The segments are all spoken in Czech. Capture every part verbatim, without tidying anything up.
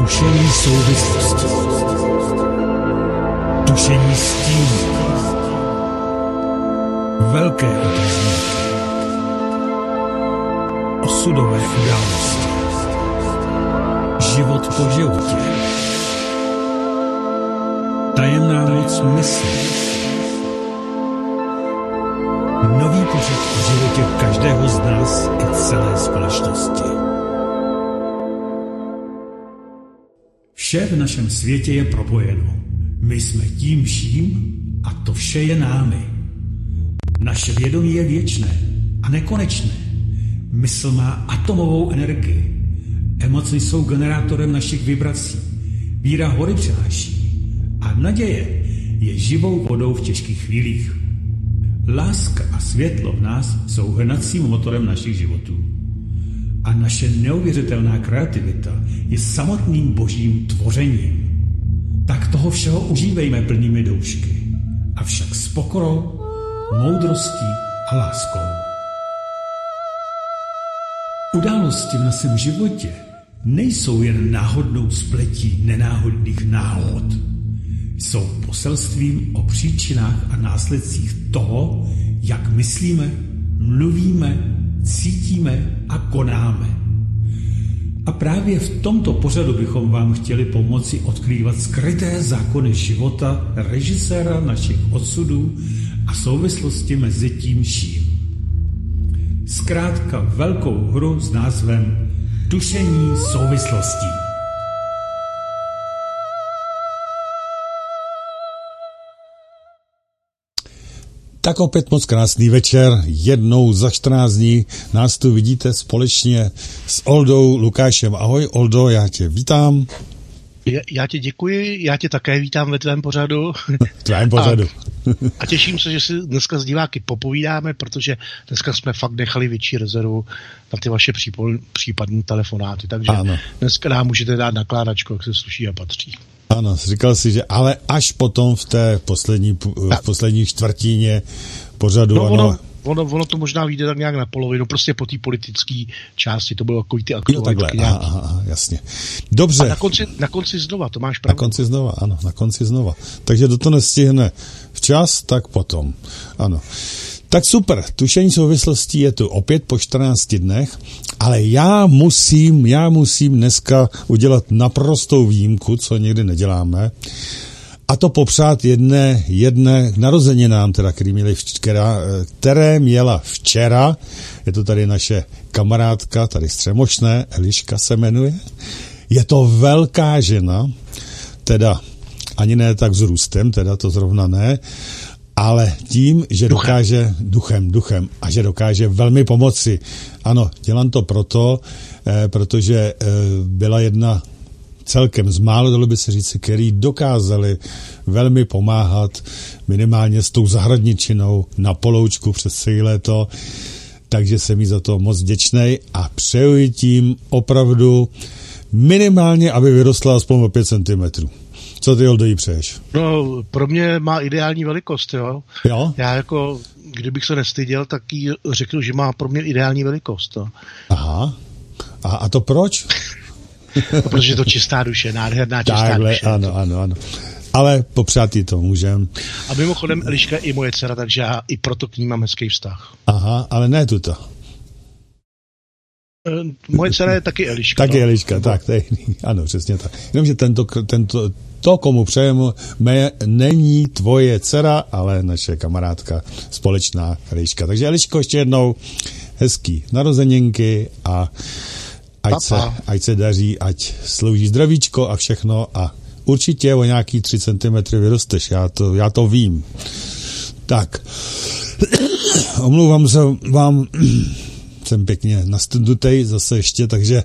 Tušení souvislosti. Tušení stínu. Velké otazníky. Osudové události. Život po životě. Tajemná moc mysli. Nový pořad o životě každého z nás i celé společnosti. Vše v našem světě je propojeno. My jsme tím vším a to vše je námi. Naše vědomí je věčné a nekonečné. Mysl má atomovou energii. Emoce jsou generátorem našich vibrací. Víra hory přenáší. A naděje je živou vodou v těžkých chvílích. Láska a světlo v nás jsou hnacím motorem našich životů. A naše neuvěřitelná kreativita je samotným božím tvořením. Tak toho všeho užívejme plnými doušky. Avšak s pokorou, moudrostí a láskou. Události v našem životě nejsou jen náhodnou spletí nenáhodných náhod. Jsou poselstvím o příčinách a následcích toho, jak myslíme, mluvíme, cítíme a konáme. A právě v tomto pořadu bychom vám chtěli pomoci odkrývat skryté zákony života režiséra našich osudů a souvislosti mezi tím vším. Zkrátka velkou hru s názvem Tušení souvislostí. Tak opět moc krásný večer, jednou za čtrnáct dní nás tu vidíte společně s Oldou Lukášem. Ahoj Oldo, já tě vítám. Já, já tě děkuji, já tě také vítám ve tvém pořadu. V tvém pořadu. A, a těším se, že si dneska s diváky popovídáme, protože dneska jsme fakt nechali větší rezervu na ty vaše přípol, případní telefonáty, takže ano. Dneska nám můžete dát nakládačko, jak se sluší a patří. Ano, říkal si, že ale až potom v té poslední, v poslední čtvrtině pořadu. No, ono, ono, ono, ono to možná vyjde tak nějak na polovinu, prostě po té politické části, to bylo takový ty aktuální. Aha, aha, jasně. Dobře. A na konci, na konci znova, to máš pravdu. Na konci znova, ano, na konci znova. Takže kdo to nestihne včas, tak potom, ano. Tak super, tušení souvislostí je tu opět po čtrnácti dnech, ale já musím, já musím dneska udělat naprostou výjimku, co někdy neděláme, a to popřát jedné, jedné narozeninám, teda, který měli včera, které měla včera, je to tady naše kamarádka, tady střemošné, Eliška se jmenuje, je to velká žena, teda ani ne tak vzrůstem, teda to zrovna ne, ale tím, že duchem. dokáže, duchem, duchem, a že dokáže velmi pomoci. Ano, dělám to proto, eh, protože eh, byla jedna celkem z málo, dalo by se říct, který dokázali velmi pomáhat minimálně s tou zahradničinou na Poloučku přes celé léto, takže jsem jí za to moc vděčnej a přeju jí tím opravdu minimálně, aby vyrostla aspoň o pět centimetrů. Co ty, Oldo, jí přeješ? No, pro mě má ideální velikost, jo. Jo? Já jako, kdybych se nestyděl, tak jí řeknu, že má pro mě ideální velikost, no. Aha. A, a to proč? No, protože je to čistá duše, nádherná čistá Takhle, duše. ano, ano, ano. Ale popřát jí to můžem. A mimochodem, Eliška je i moje dcera, takže já i proto k ní mám hezký vztah. Aha, ale ne tuto. Moje dcera je taky Eliška. Taky no. Eliška, tak, to je, ano, přesně tak. Jenomže tento, tento, to, komu přejeme, není tvoje dcera, ale naše kamarádka, společná Eliška. Takže Eliško, ještě jednou hezký narozeninky a ať se, ať se daří, ať slouží zdravíčko a všechno a určitě o nějaký tři centimetry vyrosteš, já to, já to vím. Tak, omlouvám se vám, jsem pěkně nastydnutej zase ještě, takže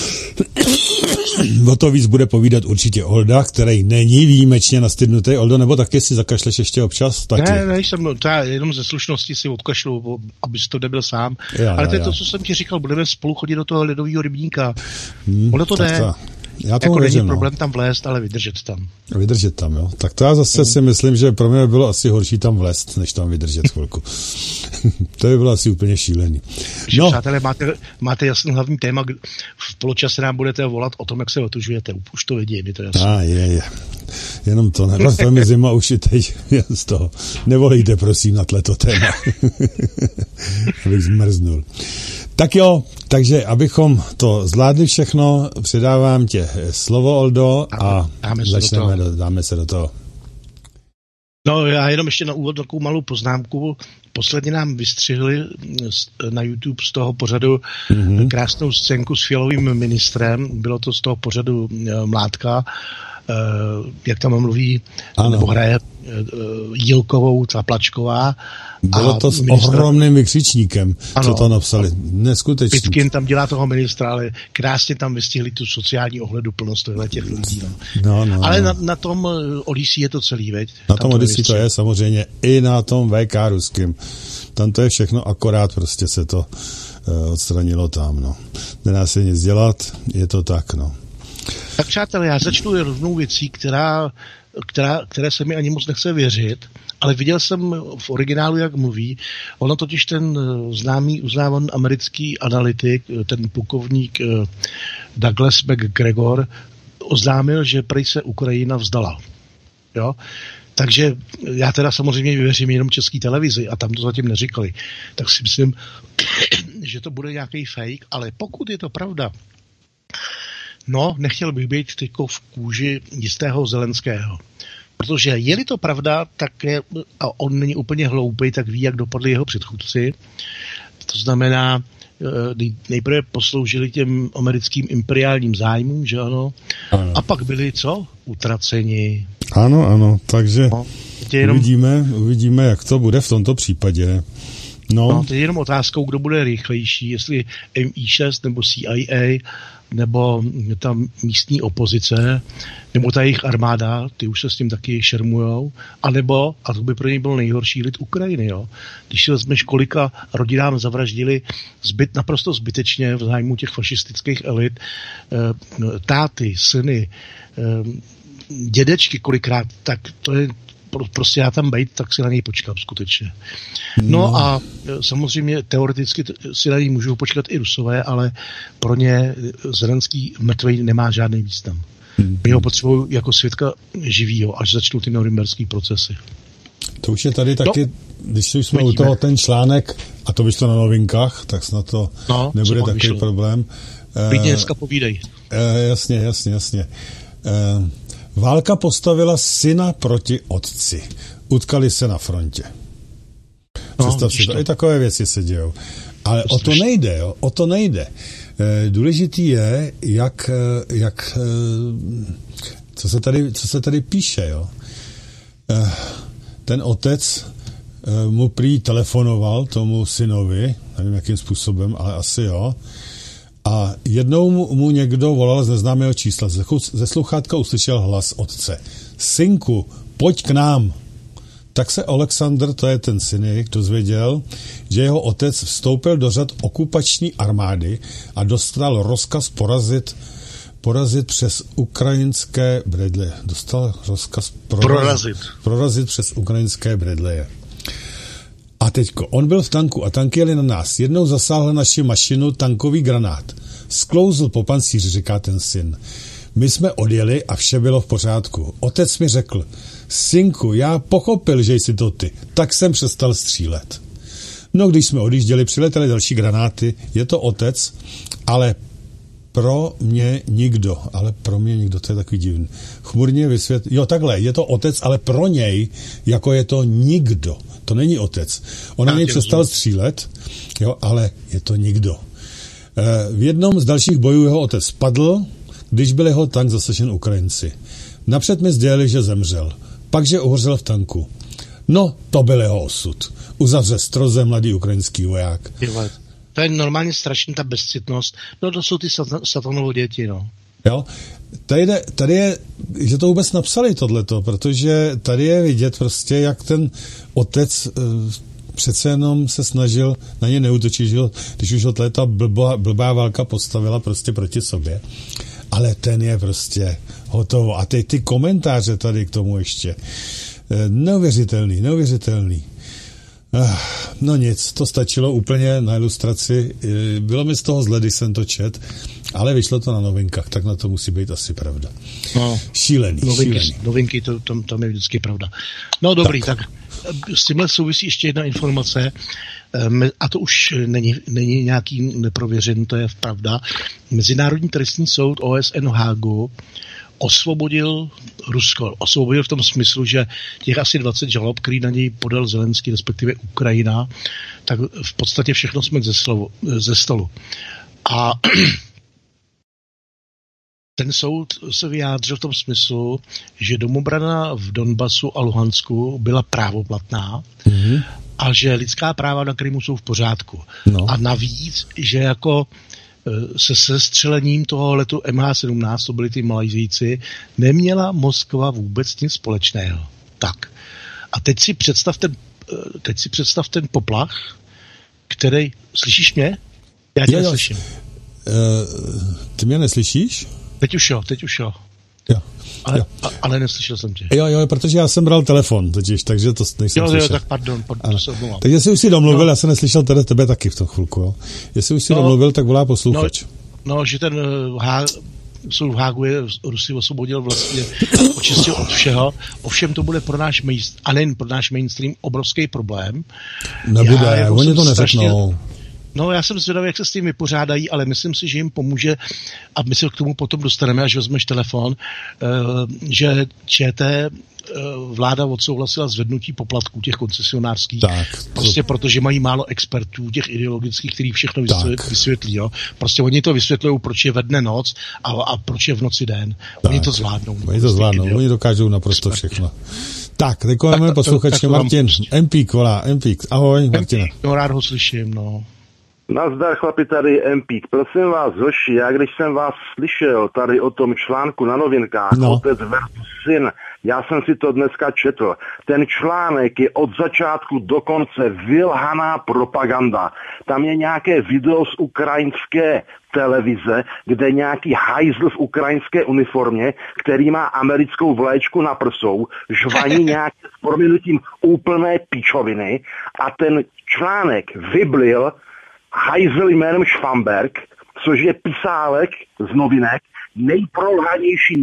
o to víc bude povídat určitě Olda, který není výjimečně nastydnutej. Oldo, nebo taky si zakašleš ještě občas? Taky. Ne, ne, jsem, no, to já jenom ze slušnosti si odkašlu, abys to nebyl sám. Já, ale to je já. to, co jsem ti říkal, budeme spolu chodit do toho ledového rybníka. Hmm, Ono to jde. To. Já tomu jako věřím, není no. problém tam vlézt, ale vydržet tam. Vydržet tam, jo. Tak to já zase mm. si myslím, že pro mě bylo asi horší tam vlézt, než tam vydržet chvilku. To by bylo asi úplně šílený. Takže, no. Přátelé, máte, máte jasný hlavní téma, v poločase nám budete volat o tom, jak se otužujete. Už to vidím, je to jasné. A je, je. Jenom to, ne, to mi zima už i teď z toho. Nevolejte, prosím, na tleto téma. Abych zmrznul. Tak jo, takže abychom to zvládli všechno, předávám tě slovo, Oldo, a dáme začneme, do, dáme se do toho. No já jenom ještě na úvod takovou malou poznámku. Posledně nám vystřihli na YouTube z toho pořadu mm-hmm. krásnou scénku s fialovým ministrem. Bylo to z toho pořadu Mládka, jak tam mluví, ano. nebo hraje Jílkovou, Tlaplačková. Bylo to s ministra... ohromným vykřičníkem, ano, co to napsali. Neskutečný. Pitkin tam dělá toho ministra, ale krásně tam vystihli tu sociální ohleduplnost těch lidí. No. No, no, ale no. Na, na tom Odyssey je to celý, veď? Na tom Odyssey to je samozřejmě i na tom V K ruským. Tam to je všechno, akorát prostě se to uh, odstranilo tam, no. Nedá se nic dělat, je to tak, no. Tak přátelé, já začnu rovnou věcí, která, která, které se mi ani moc nechce věřit, ale viděl jsem v originálu, jak mluví. Ono totiž ten známý, uznávaný americký analytik, ten plukovník Douglas McGregor, oznámil, že prej se Ukrajina vzdala. Jo? Takže já teda samozřejmě věřím jenom české televizi a tam to zatím neříkali. Tak si myslím, že to bude nějaký fake, ale pokud je to pravda, no, nechtěl bych být teďko v kůži jistého Zelenského. Protože je-li to pravda, tak je, a on není úplně hloupý, tak ví, jak dopadli jeho předchůdci. To znamená, nejprve posloužili těm americkým imperiálním zájmům, že ano? ano. A pak byli co? Utraceni. Ano, ano, takže no, jenom... uvidíme, uvidíme, jak to bude v tomto případě. No. no, to je jenom otázkou, kdo bude rychlejší, jestli M I šest nebo C I A, nebo ta místní opozice, nebo ta jejich armáda, ty už se s tím taky šermujou, anebo, a to by pro něj bylo nejhorší, lid Ukrajiny, jo. Když si vezmeš, kolika rodinám zavraždili zbyt, naprosto zbytečně v zájmu těch fašistických elit, táty, syny, dědečky kolikrát, tak to je prostě já tam bejt, tak si na něj počkám skutečně. No, no a samozřejmě teoreticky si na něj můžou počkat i Rusové, ale pro ně Zelenský mrtvej nemá žádný význam. Hmm. My ho potřebují jako svědka živýho, až začnou ty norimberský procesy. To už je tady taky, no, když jsme vidíme. U toho ten článek, a to vyšlo na Novinkách, tak snad to no, nebude takový vyšlo. Problém. Klidně dneska povídej. E, jasně, jasně, jasně. E, Válka postavila syna proti otci. Utkali se na frontě. Představ no, si to. to. I takové věci se dějou. Ale to o to nejde, jo. O to nejde. E, důležitý je, jak, jak co se tady, co se tady píše, jo. E, ten otec e, mu prý telefonoval tomu synovi, nevím jakým způsobem, ale asi jo. A jednou mu, mu někdo volal z neznámého čísla. Ze, ze sluchátka uslyšel hlas otce. Synku, pojď k nám. Tak se Alexandr, to je ten synek, dozvěděl, že jeho otec vstoupil do řad okupační armády a dostal rozkaz porazit, porazit přes ukrajinské bredle. Dostal rozkaz prorazit, prorazit. prorazit přes ukrajinské bredleje. A teďko, on byl v tanku a tanky jeli na nás. Jednou zasáhl naši mašinu tankový granát. Sklouzl po pancíři, říká ten syn. My jsme odjeli a vše bylo v pořádku. Otec mi řekl, synku, já pochopil, že jsi to ty. Tak jsem přestal střílet. No, když jsme odjížděli, přiletěly další granáty. Je to otec, ale pro mě nikdo. Ale pro mě nikdo, to je takový divný. Chmurně vysvětlil. Jo, takhle, je to otec, ale pro něj, jako je to nikdo. To není otec. On na něj přestal střílet, jo, ale je to nikdo. E, v jednom z dalších bojů jeho otec spadl, když byl jeho tank zasažen Ukrajinci. Napřed mi sdělili, že zemřel. Pak, že uhořel v tanku. No, to byl jeho osud. Uzavře stroze mladý ukrajinský voják. To je normálně strašně ta bezcitnost. No, to jsou ty satanovo děti, no. Jo, tady, jde, tady je, že to vůbec napsali tohleto, protože tady je vidět prostě, jak ten otec uh, přece jenom se snažil na ně neútočit, že když už ho ta blbá, blbá válka postavila prostě proti sobě. ale ten je prostě hotovo. A teď ty komentáře tady k tomu ještě. Neuvěřitelný, neuvěřitelný. No nic, to stačilo úplně na ilustraci. Bylo mi z toho zle, když jsem to čet, ale vyšlo to na novinkách, tak na to musí být asi pravda. No, šílený, novinky, šílený. Novinky, to, to, to je vždycky pravda. No dobrý, tak. tak s tímhle souvisí ještě jedna informace, a to už není, není nějaký neprověřený, to je pravda. Mezinárodní trestní soud O S N v Hágu osvobodil Rusko. Osvobodil v tom smyslu, že těch asi dvacet žalob, který na něj podal Zelenský, respektive Ukrajina, tak v podstatě všechno jsme ze, slovu, ze stolu. A ten soud se vyjádřil v tom smyslu, že domobrana v Donbasu a Luhansku byla právoplatná, mm-hmm. a že lidská práva na Krymu jsou v pořádku. No. A navíc, že jako se sestřelením toho letu M H sedmnáct, to byli ty Malajzijci, neměla Moskva vůbec nic společného. Tak. A teď si představ ten, teď si představ ten poplach, který... Slyšíš mě? Já tě jo, neslyším. Uh, ty mě neslyšíš? Teď už jo, teď už jo. Jo. Ale, jo. A, ale neslyšel jsem tě. Jo, jo, protože já jsem bral telefon totiž, takže to nejsem jo, slyšel. Jo, tak pardon, pardon, to se omlouvám. Takže jsi už si domluvil, no. Já jsem neslyšel teda tebe taky v tom chvilku, jo. Jestli už si no, domluvil, tak volá posluchač. No, no že ten Há, soud v Hágu je Rusy osvobodil vlastně, očistil od všeho, ovšem to bude pro náš mainstream, a nejen pro náš mainstream, obrovský problém. Nebude, já, jako oni to neřeknou. Strašně, No, já jsem zvědavý, jak se s tím vypořádají, ale myslím si, že jim pomůže, a my se k tomu potom dostaneme, až vezmeš telefon, že ČT vláda odsouhlasila zvednutí poplatků těch koncesionářských. Tak, to... Prostě protože mají málo expertů, těch ideologických, který všechno vysvětlí. vysvětlí jo. Prostě oni to vysvětlují, proč je ve dne noc a, a proč je v noci den. Tak, oni to zvládnou. Oni to zvládnou, idiot. Oni dokážou naprosto všechno. Tak, děkujeme posluchači. Martin, Empík volá, Empík. Ahoj, Martine. No, rád ho slyším, no. Nazdar chlapi, tady Empík. Prosím vás, hoši, já když jsem vás slyšel tady o tom článku na novinkách, no. Otec versus syn, já jsem si to dneska četl. Ten článek je od začátku do konce vylhaná propaganda. Tam je nějaké video z ukrajinské televize, kde nějaký hajzl v ukrajinské uniformě, který má americkou vléčku na prsou, žvaní nějak s prominutím úplné pičoviny a ten článek vyblil hajzl jménem Švamberg, což je pisálek z novinek, nejprolhanější,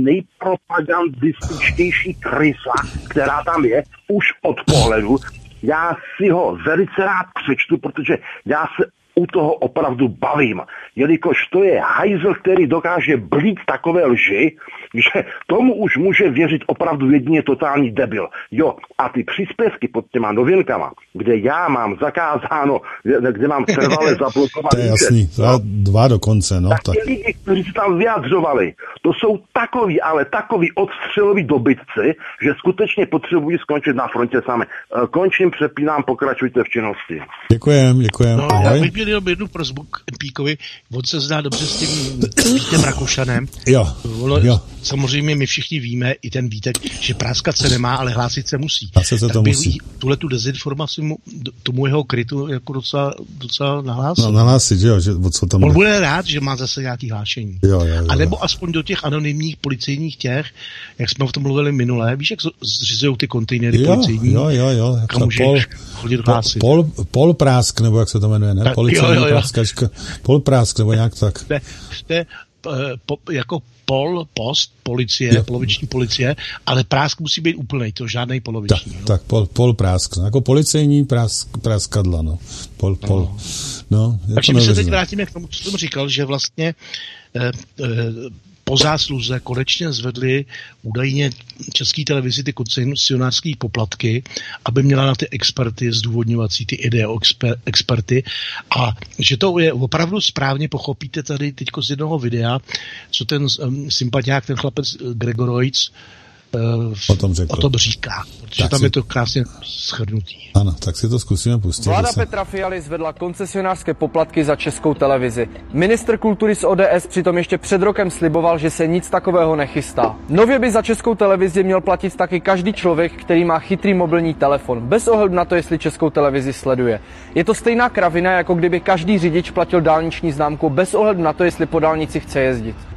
nejpropagandističtější krysa, která tam je, už od pohledu. Já si ho velice rád přečtu, protože já se u toho opravdu bavím, jelikož to je hajzl, který dokáže blít takové lži, že tomu už může věřit opravdu jedině totální debil. Jo, a ty příspěvky pod těma novinkama, kde já mám zakázáno, kde mám trvale zablokovat. To je jasný, no, dva dokonce, no. Tak, tak. Ty lidi, kteří se tam vyjadřovali, to jsou takový, ale takový odstřeloví dobytci, že skutečně potřebují skončit na frontě sami. Končím, přepínám, pokračujte v činnosti. Děkujem, děkujem. No, já bych měl jenom jednu prosbu k Empíkovi, on se zná dobře s tím Vítem Rakušanem. Jo, ono, jo. Samozřejmě my všichni víme, i ten Vítek, že práskat se nemá, ale hlásit se musí. Asi se tak to bych musí. Tuhle tu dezinformaci mu, tomu jeho krytu jako docela, docela nahlásit. No nahlásit, jo, že co tam on bude rád, že má zase nějaký hlášení. Jo, jo, jo. A nebo aspoň do těch anonymních policejních těch, jak jsme o tom mluvili minule, víš, jak zřizují ty kontejnery jo, policejní? Jo, jo, jo. Kam můžeš pol, chodit hlásit. Pol, pol prásk, nebo jak se to jmenuje, ne? Tak, Policejní jo, jo, jo. práskačka. Pol prásk, nebo nějak tak. To je, to je po, jako pol, post, policie, jo. Poloviční policie, ale prásk musí být úplnej, to žádnej poloviční. Tak, tak pol, pol prásk, no, jako policejní prásk, práskadla, no. Pol, pol. No. No, takže my se teď vrátíme k tomu, co jsem říkal, že vlastně eh, eh, po zásluze konečně zvedli údajně České televizi ty koncesionářské poplatky, aby měla na ty experty zdůvodňovací, ty ideo experty, a že to je opravdu správně, pochopíte tady teďko z jednoho videa, co ten um, sympatiák, ten chlapec Gregorovic uh, o tom, o tom říká, protože tak tam si... je to krásně shrnutý. Ano, tak si to zkusíme pustit. Vláda se... Petra Fialy zvedla koncesionářské poplatky za Českou televizi. Ministr kultury z O D S přitom ještě před rokem sliboval, že se nic takového nechystá. Nově by za Českou televizi měl platit taky každý člověk, který má chytrý mobilní telefon, bez ohledu na to, jestli Českou televizi sleduje. Je to stejná kravina, jako kdyby každý řidič platil dálniční známku bez ohledu na to, jestli po dálnici chce jezdit.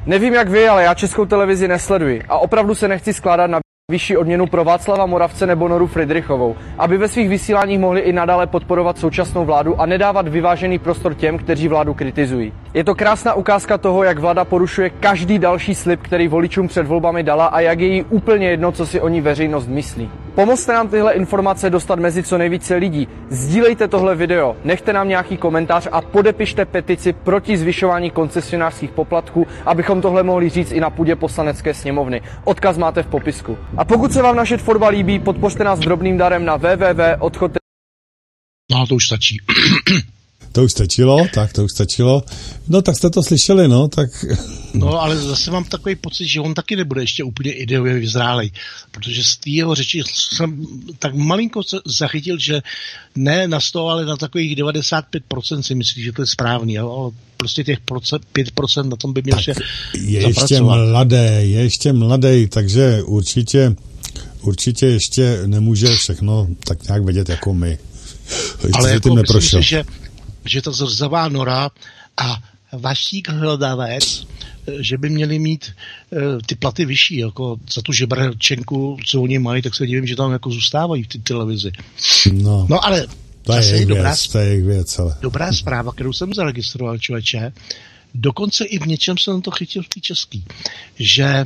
Nevím jak vy, ale já Českou televizi nesleduji a opravdu se nechci skládat na vyšší odměnu pro Václava Moravce nebo Noru Fridrichovou, aby ve svých vysíláních mohli i nadále podporovat současnou vládu a nedávat vyvážený prostor těm, kteří vládu kritizují. Je to krásná ukázka toho, jak vláda porušuje každý další slib, který voličům před volbami dala a jak je jí úplně jedno, co si o ní veřejnost myslí. Pomozte nám tyhle informace dostat mezi co nejvíce lidí. Sdílejte tohle video, nechte nám nějaký komentář a podepište petici proti zvyšování koncesionářských poplatků, abychom tohle mohli říct i na půdě Poslanecké sněmovny. Odkaz máte v popisku. A pokud se vám naše tvorba líbí, podpořte nás drobným darem na w w w tečka odchod. No, to už stačí. To už stačilo, tak to už stačilo. No tak jste to slyšeli, no, tak... No, ale zase mám takový pocit, že on taky nebude ještě úplně ideově vyzrálej, protože z té jeho řeči jsem tak malinko zachytil, že ne na sto, ale na takových devadesát pět procent si myslí, že to je správný, ale prostě těch pět procent na tom by měl ještě je ještě mladý, je ještě mladý, takže určitě, určitě ještě nemůže všechno tak nějak vědět jako my. Ale jako myslím si, že že ta zrzavá Nora a Vašík Hlodavec, že by měli mít uh, ty platy vyšší, jako za tu žebračenku, co oni mají, tak se divím, že tam jako zůstávají v té televizi. No, no ale to je jejich věc, to je jejich věc, ale... Dobrá zpráva, kterou jsem zaregistroval, člověče, dokonce i v něčem jsem to chytil v té český, že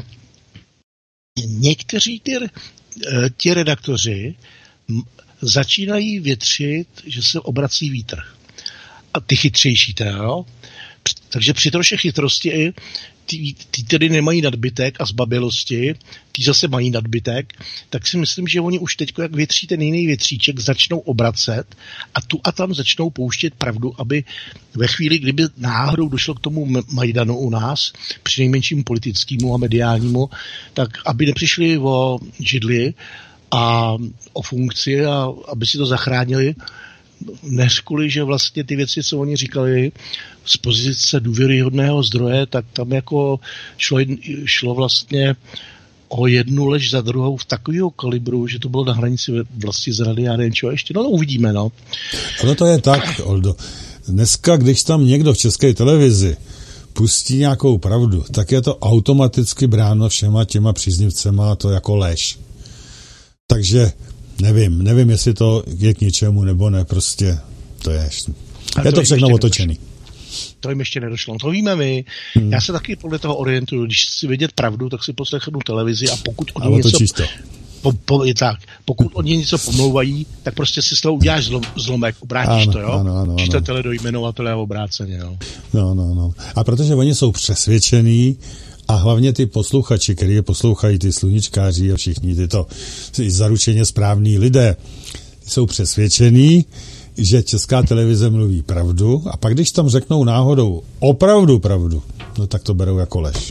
někteří ty, ti redaktoři začínají větřit, že se obrací vítr. A ty chytřejší teda, jo? Takže při troše chytrosti ty, ty tedy nemají nadbytek a zbabilosti, ty zase mají nadbytek, tak si myslím, že oni už teď, jak větří ten jiný větříček, začnou obracet a tu a tam začnou pouštět pravdu, aby ve chvíli, kdyby náhodou došlo k tomu Majdanu u nás, při nejmenším politickému a mediálnímu, tak aby nepřišli o židli a o funkci a aby si to zachránili, neřkuli, že vlastně ty věci, co oni říkali z pozice důvěryhodného zdroje, tak tam jako šlo, šlo vlastně o jednu lež za druhou v takového kalibru, že to bylo na hranici vlastně zrady, já nevím čeho ještě, no, no uvidíme, no. Ono to je tak, Oldo. Dneska, když tam někdo v České televizi pustí nějakou pravdu, tak je to automaticky bráno všema těma příznivcema to jako lež. Takže nevím, nevím, jestli to je k něčemu nebo ne, prostě to je, je to všechno otočený. To jim ještě nedošlo, to víme my. Hmm. Já se taky podle toho orientuju, když chci vědět pravdu, tak si poslechnu televizi a pokud oni něco... Po, po, je tak, pokud oni něco pomlouvají, tak prostě si z toho uděláš zlom, zlomek, obrátíš ano, to, jo? Ano, ano, čtetele do jmenovatele a obráceně, jo? No, no, no. A protože oni jsou přesvědčení, a hlavně ty posluchači, který je poslouchají, ty sluníčkáři a všichni tyto zaručeně správní lidé, jsou přesvědčení, že Česká televize mluví pravdu a pak, když tam řeknou náhodou opravdu pravdu, no tak to berou jako lež.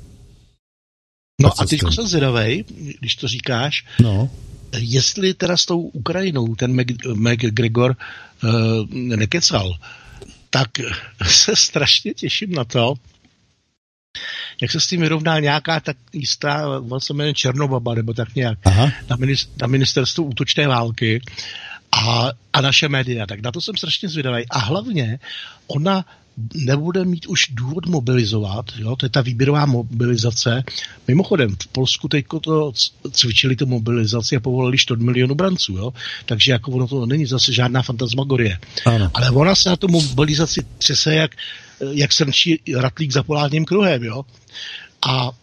No tak a teď jsem zvědavej, když to říkáš, no. Jestli teda s tou Ukrajinou ten McGregor uh, nekecal, tak se strašně těším na to, jak se s tím vyrovná nějaká tak jistá, vlastně jmenuje Černobaba, nebo tak nějak, na, minist, na ministerstvu útočné války a, a naše média. Tak na to jsem strašně zvědavý. A hlavně ona nebude mít už důvod mobilizovat, jo? To je ta výběrová mobilizace. Mimochodem, v Polsku teďko to cvičili tu mobilizaci a povolili čtvrt milionu branců, jo? Takže jako ono to není zase žádná fantasmagorie. Ano. Ale ona se na tu mobilizaci třese jak, jak srnčí ratlík za polárním kruhem, jo? A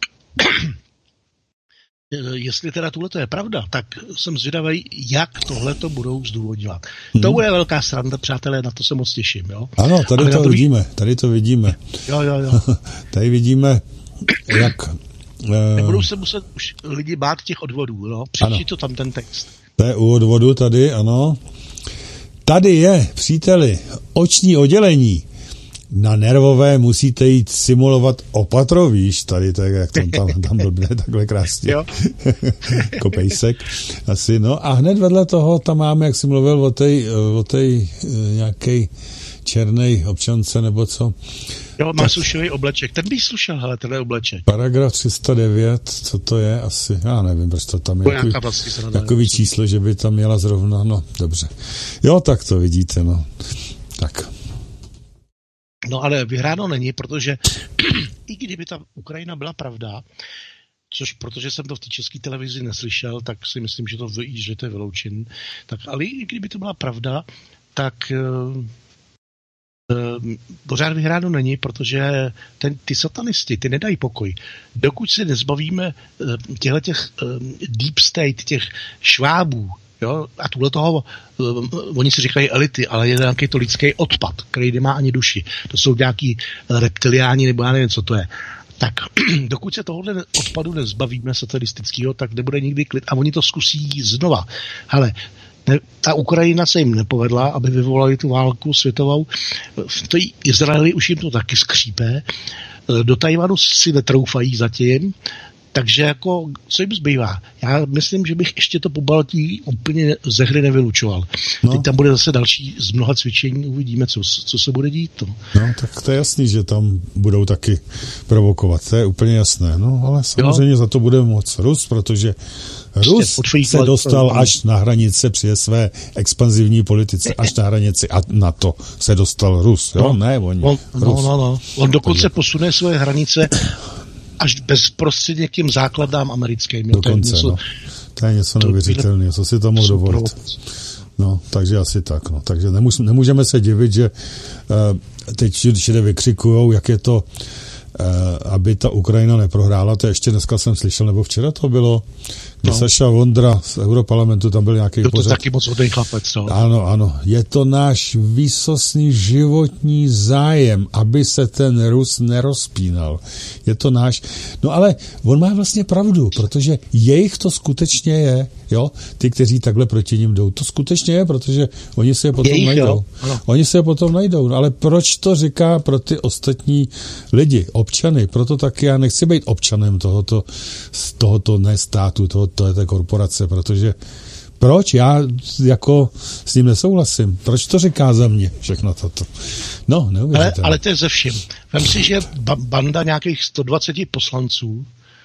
jestli teda tohleto je pravda, tak jsem zvědavý, jak tohleto budou zdůvodňovat. Hmm. To bude velká sranda, přátelé, na to se moc těším, jo? Ano, tady Ale to druhý... vidíme, tady to vidíme. Jo, jo, jo. Tady vidíme, jak... Nebudou se muset už lidi bát těch odvodů, no? Přečti to tam ten text. To je u odvodu tady, ano. Tady je, příteli, oční oddělení. Na nervové musíte jít simulovat opatro, víš, tady tak, jak tam, tam, tam blbne takhle krásně. Kopejsek asi, no. A hned vedle toho tam máme, jak jsi mluvil o té o tej, nějakej černej občance, nebo co. Jo, má slušivý obleček. Ten bych slušel, hele, tenhle obleček. Paragraf tři sta devět, co to je asi? Já nevím, proč to tam je. Takový, takový číslo, že by tam měla zrovna, no, dobře. Jo, tak to vidíte, no. Tak. No ale vyhráno není, protože i kdyby ta Ukrajina byla pravda, což protože jsem to v té české televizi neslyšel, tak si myslím, že to, že to je vyloučen. Tak, ale i kdyby to byla pravda, tak uh, uh, pořád vyhráno není, protože ten, ty satanisti, ty nedají pokoj. Dokud se nezbavíme uh, těchto těch uh, deep state, těch švábů, jo, a tuhle toho, uh, oni si říkají elity, ale je nějaký to lidský odpad, který nemá ani duši. To jsou nějaký reptiliáni, nebo já nevím, co to je. Tak dokud se tohohle odpadu nezbavíme satanistického, tak nebude nikdy klid. A oni to zkusí znova. Hele, ne, ta Ukrajina se jim nepovedla, aby vyvolali tu válku světovou. V té Izraeli už jim to taky skřípe. Do Tajvanu si netroufají zatím. Takže jako, co jim zbývá? Já myslím, že bych ještě to Pobaltí úplně ze hry nevylučoval. No. Teď tam bude zase další z mnoha cvičení, uvidíme, co, co se bude dít. No. no, tak to je jasný, že tam budou taky provokovat, to je úplně jasné. No, ale samozřejmě jo. Za to bude moc Rus, protože Rus se dostal až na hranice při své expanzivní politice, až na hranici a na to se dostal Rus, jo? No, ne, oni. On, Rus. No, no, no. On dokonce Takže. posune svoje hranice až bezprostředně k těm základám americkým. Dokonce, to je něco, no. To je něco neuvěřitelného, co si to mohl dovolit. No, takže asi tak, no. Takže nemůž, nemůžeme se divit, že uh, teď všude vykřikujou, jak je to, uh, aby ta Ukrajina neprohrála, to ještě dneska jsem slyšel, nebo včera to bylo, kdy no. Saša Vondra z Europarlamentu, tam byl nějaký pořad. To taky moc hodnej chlapec, no. Ano, ano. Je to náš výsostný životní zájem, aby se ten Rus nerozpínal. Je to náš... No ale on má vlastně pravdu, protože jejich to skutečně je, jo, ty, kteří takhle proti ním jdou. To skutečně je, protože oni se je potom jejich, najdou. Oni se je potom najdou. No, ale proč to říká pro ty ostatní lidi, občany? Proto taky já nechci být občanem tohoto, tohoto ne státu, toho to je ta korporace, protože proč? Já jako s ním nesouhlasím. Proč to říká za mě všechno toto? No, ale, ale to je ze všem. Vem si, že banda nějakých sto dvacet poslanců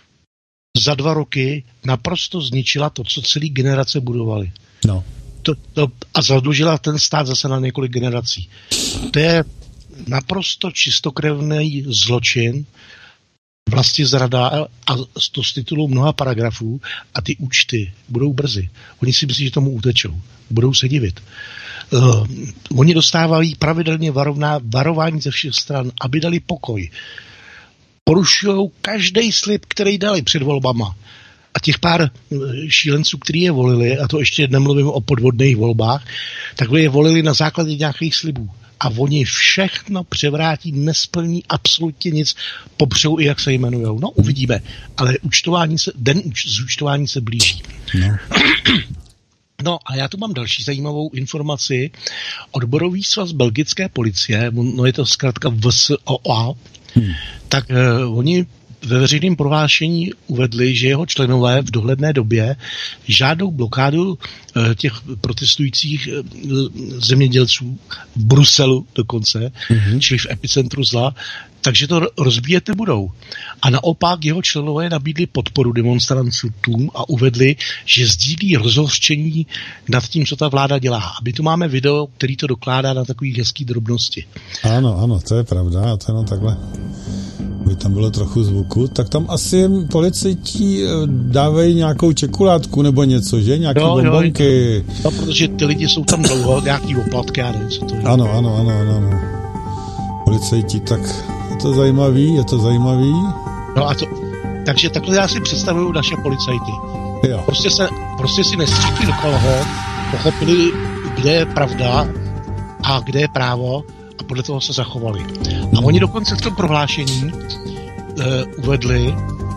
za dva roky naprosto zničila to, co celý generace budovali. No. To, to, a zadlužila ten stát zase na několik generací. To je naprosto čistokrevný zločin, vlastně zrada a to z titulu mnoha paragrafů a ty účty budou brzy. Oni si myslí, že tomu utečou. Budou se divit. Uh, oni dostávají pravidelně varovná, varování ze všech stran, aby dali pokoj. Porušují každý slib, který dali před volbama. A těch pár šílenců, kteří je volili, a to ještě nemluvím o podvodných volbách, takhle je volili na základě nějakých slibů. A oni všechno převrátí, nesplní absolutně nic, popřou i jak se jmenujou. No, uvidíme. Ale účtování se, den zúčtování se blíží. No. No a já tu mám další zajímavou informaci. Odborový svaz belgické policie, no je to zkrátka V S O A, hmm. tak uh, oni ve veřejném prohlášení uvedli, že jeho členové v dohledné době žádnou blokádu těch protestujících zemědělců v Bruselu dokonce, mm-hmm. čili v epicentru zla, takže to rozbíjet nebudou. A naopak jeho členové nabídli podporu demonstrantům a uvedli, že sdílí rozhořčení nad tím, co ta vláda dělá. A my tu máme video, který to dokládá na takových hezký drobnosti. Ano, ano, to je pravda, a to jenom takhle. By tam bylo trochu zvuku, tak tam asi policajti dávají nějakou čokoládku nebo něco, že? Nějaké jo, bonbonky. Jo. No, protože ty lidi jsou tam dlouho, nějaký oplatky, já nevím, co to je. Ano, ano, ano, ano, ano. Policajti, tak je to zajímavý, je to zajímavý. No a to, takže takhle já si představuju naše policajty. Jo. Prostě, se, prostě si nestříkli do kolho, pochopili, kde je pravda a kde je právo, a podle toho se zachovali. A oni dokonce v tom prohlášení uh, uvedli,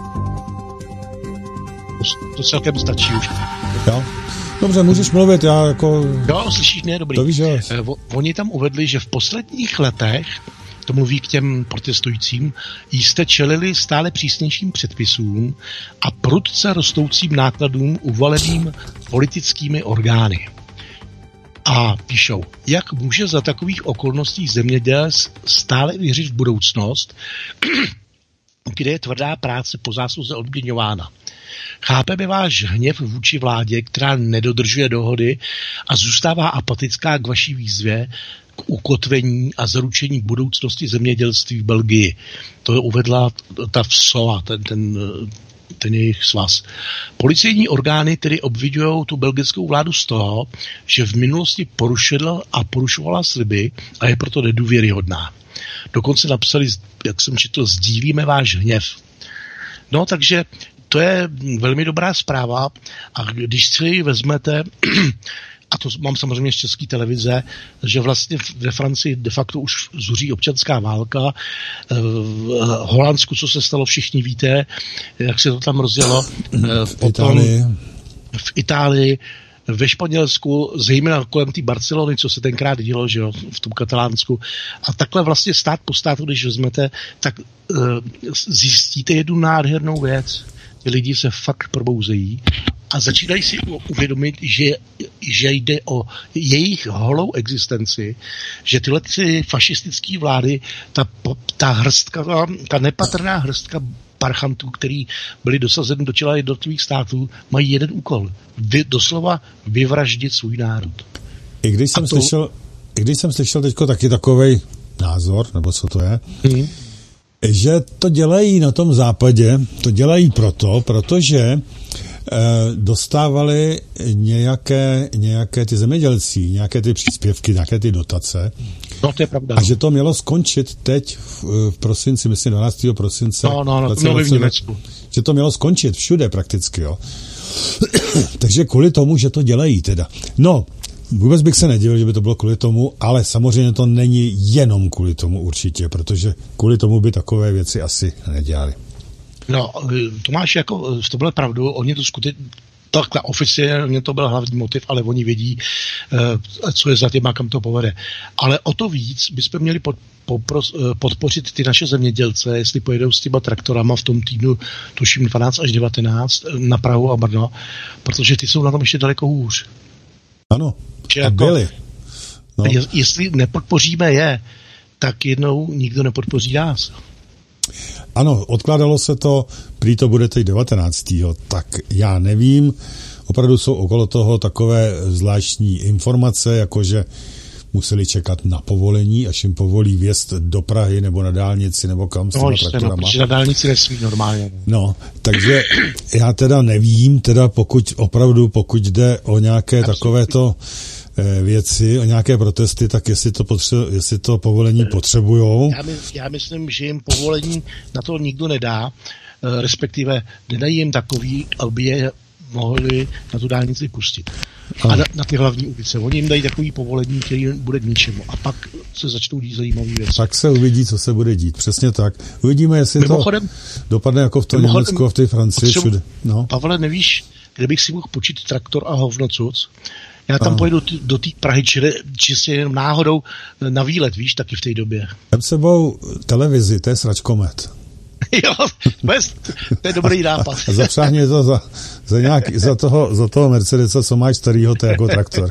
to celkem stačí už. Jo. Dobře, můžeš mluvit, já jako... Jo, slyšíš mě, dobrý. To víš, jo. Uh, oni tam uvedli, že v posledních letech, to mluví k těm protestujícím, jste čelili stále přísnějším předpisům a prudce rostoucím nákladům uvaleným politickými orgány. A píšou, jak může za takových okolností zemědělec stále věřit v budoucnost, kde je tvrdá práce po zásluze odměňována. Chápeme váš hněv vůči vládě, která nedodržuje dohody a zůstává apatická k vaší výzvě, k ukotvení a zaručení budoucnosti zemědělství v Belgii. To uvedla ta V S O A, ten, ten, ten jejich svaz. Policejní orgány tedy obviňují tu belgickou vládu z toho, že v minulosti porušila a porušovala sliby a je proto nedůvěryhodná. Dokonce napsali, jak jsem četl, sdílíme váš hněv. No, takže to je velmi dobrá zpráva a když si ji vezmete, a to mám samozřejmě z České televize, že vlastně ve Francii de facto už zuří občanská válka, v Holandsku, co se stalo, všichni víte, jak se to tam rozjelo, v Itálii. v Itálii, ve Španělsku, zejména kolem té Barcelony, co se tenkrát dělo, že jo, v tom Katalánsku. A takhle vlastně stát po státu, když vezmete, tak uh, zjistíte jednu nádhernou věc. Ty lidi se fakt probouzejí a začínají si uvědomit, že, že jde o jejich holou existenci, že tyhle ty fašistické vlády, ta, ta hrstka, ta nepatrná hrstka parchantů, který byli dosazeni do čela jednotlivých států, mají jeden úkol. Vy, doslova vyvraždit svůj národ. I když jsem, to... slyšel, i když jsem slyšel teďko taky takovej názor, nebo co to je, hmm. že to dělají na tom západě, to dělají proto, protože eh, dostávali nějaké, nějaké ty zemědělci, nějaké ty příspěvky, nějaké ty dotace. No, to je pravda. A no. že to mělo skončit teď v, v prosinci, myslím dvanáctého prosince. No, no, no, no v Německu. Že to mělo skončit všude prakticky, jo. Takže kvůli tomu, že to dělají teda. No, vůbec bych se nedivil, že by to bylo kvůli tomu, ale samozřejmě to není jenom kvůli tomu určitě, protože kvůli tomu by takové věci asi nedělali. No, to máš jako, to bylo pravdu, oni to skutečně, takhle oficiálně to byl hlavní motiv, ale oni vědí, co je za tím a kam to povede. Ale o to víc bychom měli pod, popros, podpořit ty naše zemědělce, jestli pojedou s těma traktorama v tom týdnu, tuším dvanáct až devatenáct, na Prahu a Brno, protože ty jsou na tom ještě daleko hůř. Ano, že a jako, byli. No. Jestli nepodpoříme je, tak jednou nikdo nepodpoří nás. Ano, odkládalo se to, prý to bude teď devatenáctého tak já nevím, opravdu jsou okolo toho takové zvláštní informace, jakože museli čekat na povolení, až jim povolí vjezd do Prahy nebo na dálnici nebo kam s těma no, traktorama. No, protože na dálnici nesmí normálně. No, takže já teda nevím, teda pokud opravdu, pokud jde o nějaké Absolutně. takovéto věci, o nějaké protesty, tak jestli to, potře- jestli to povolení potřebujou. Já, my, já myslím, že jim povolení na to nikdo nedá, respektive nedají jim takový, aby je mohli na tu dálnici pustit. A, a na, na ty hlavní ulice. Oni jim dají takový povolení, který bude k ničemu. A pak se začnou dít zajímavý věci. Tak se uvidí, co se bude dít. Přesně tak. Uvidíme, jestli mimochodem, to dopadne jako v tom Německu a v té Francii všude. No. Pavle, nevíš, kde bych si mohl počít traktor a hovnocuc? Já tam a. pojedu t- do té Prahy, či, čistě jenom náhodou na výlet, víš, taky v té době. Mám sebou televizi, to je sračkomet. Jo, bez, to je dobrý nápad. A zapřáhni to za, za, nějaký, za, toho, za toho Mercedesa, co máš starýho, to je jako traktor.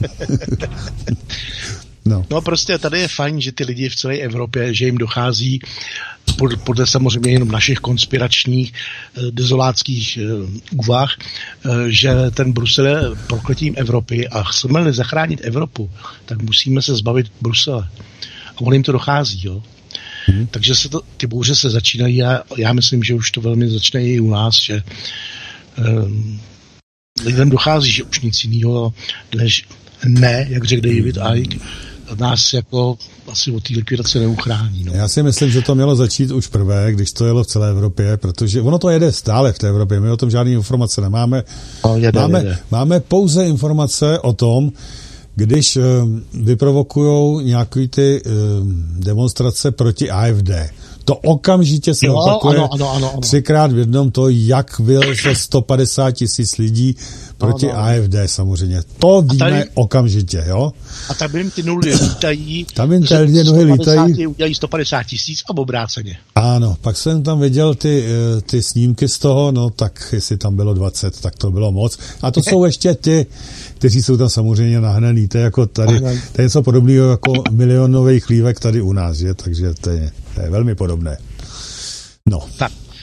No. no prostě tady je fajn, že ty lidi v celé Evropě, že jim dochází pod, podle samozřejmě jenom našich konspiračních dezolátských úvah, že ten Brusel je prokletím Evropy a chceme-li zachránit Evropu, tak musíme se zbavit Brusele. A on jim to dochází, jo. Hmm. Takže se to, ty bouře se začínají a já myslím, že už to velmi začne i u nás, že um, lidem dochází, že už nic jiného než ne, jak řekl David Icke, nás jako asi od té likvidace neuchrání. No. Já si myslím, že to mělo začít už prvé, když to jelo v celé Evropě, protože ono to jede stále v té Evropě, my o tom žádné informace nemáme. No, jede, máme, jede. máme pouze informace o tom, když uh, vyprovokujou nějaké ty uh, demonstrace proti A F D. To okamžitě se jo, opakuje ano, ano, ano, ano. třikrát v jednom to, jak vyleze sto padesát tisíc lidí proti no, no. A F D samozřejmě. To víme tady, okamžitě, jo? A tam jim ty nuly lítají. Tam jim ty nuly lítají. Udělají sto padesát tisíc a obráceně. Ano, pak jsem tam viděl ty, ty snímky z toho, no tak jestli tam bylo dvacet, tak to bylo moc. A to jsou ještě ti, kteří jsou tam samozřejmě nahnaný. To je jako tady, to je něco podobného jako milionový chlívek tady u nás, že? Takže to je, to je velmi podobné. No. Tak,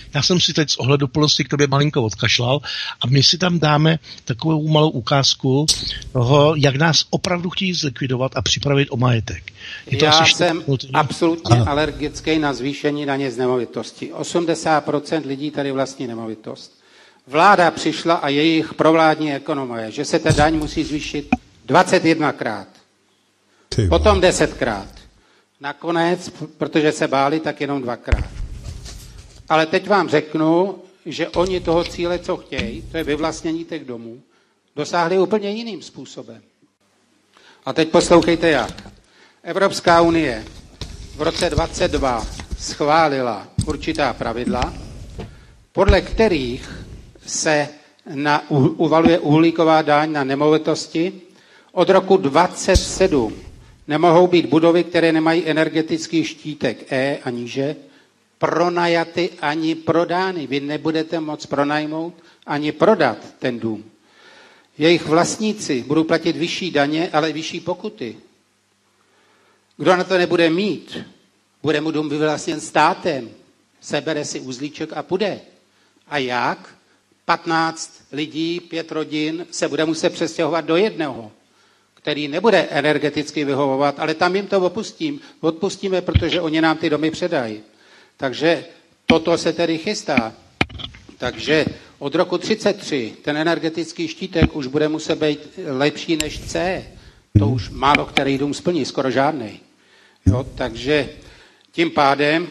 já jsem si teď z ohleduplnosti k tobě malinko odkašlal a my si tam dáme takovou malou ukázku toho, jak nás opravdu chtějí zlikvidovat a připravit o majetek. Je to já asi jsem minuty, absolutně ano. alergický na zvýšení daně z nemovitosti. osmdesát procent lidí tady vlastní nemovitost. Vláda přišla a jejich provládní ekonomové, že se ta daň musí zvýšit dvacet jedenkrát. Potom desetkrát. Nakonec, protože se báli, tak jenom dvakrát. Ale teď vám řeknu, že oni toho cíle, co chtějí, to je vyvlastnění těch domů, dosáhli úplně jiným způsobem. A teď poslouchejte jak. Evropská unie v roce dvacet dva schválila určitá pravidla, podle kterých se na, uvaluje uhlíková daň na nemovitosti. Od roku dvacet sedm nemohou být budovy, které nemají energetický štítek E a níže, pronajaty ani prodány. Vy nebudete moct pronajmout ani prodat ten dům. Jejich vlastníci budou platit vyšší daně, ale vyšší pokuty. Kdo na to nebude mít, bude mu dům vyvlastněn státem, sebere si uzlíček a půjde. A jak? patnáct lidí, pět rodin se bude muset přestěhovat do jednoho, který nebude energeticky vyhovovat, ale tam jim to odpustím. Odpustíme, protože oni nám ty domy předají. Takže toto se tedy chystá. Takže od roku třicet tři ten energetický štítek už bude muset být lepší než C. To už málo který dům splní, skoro žádnej. Jo, takže tím pádem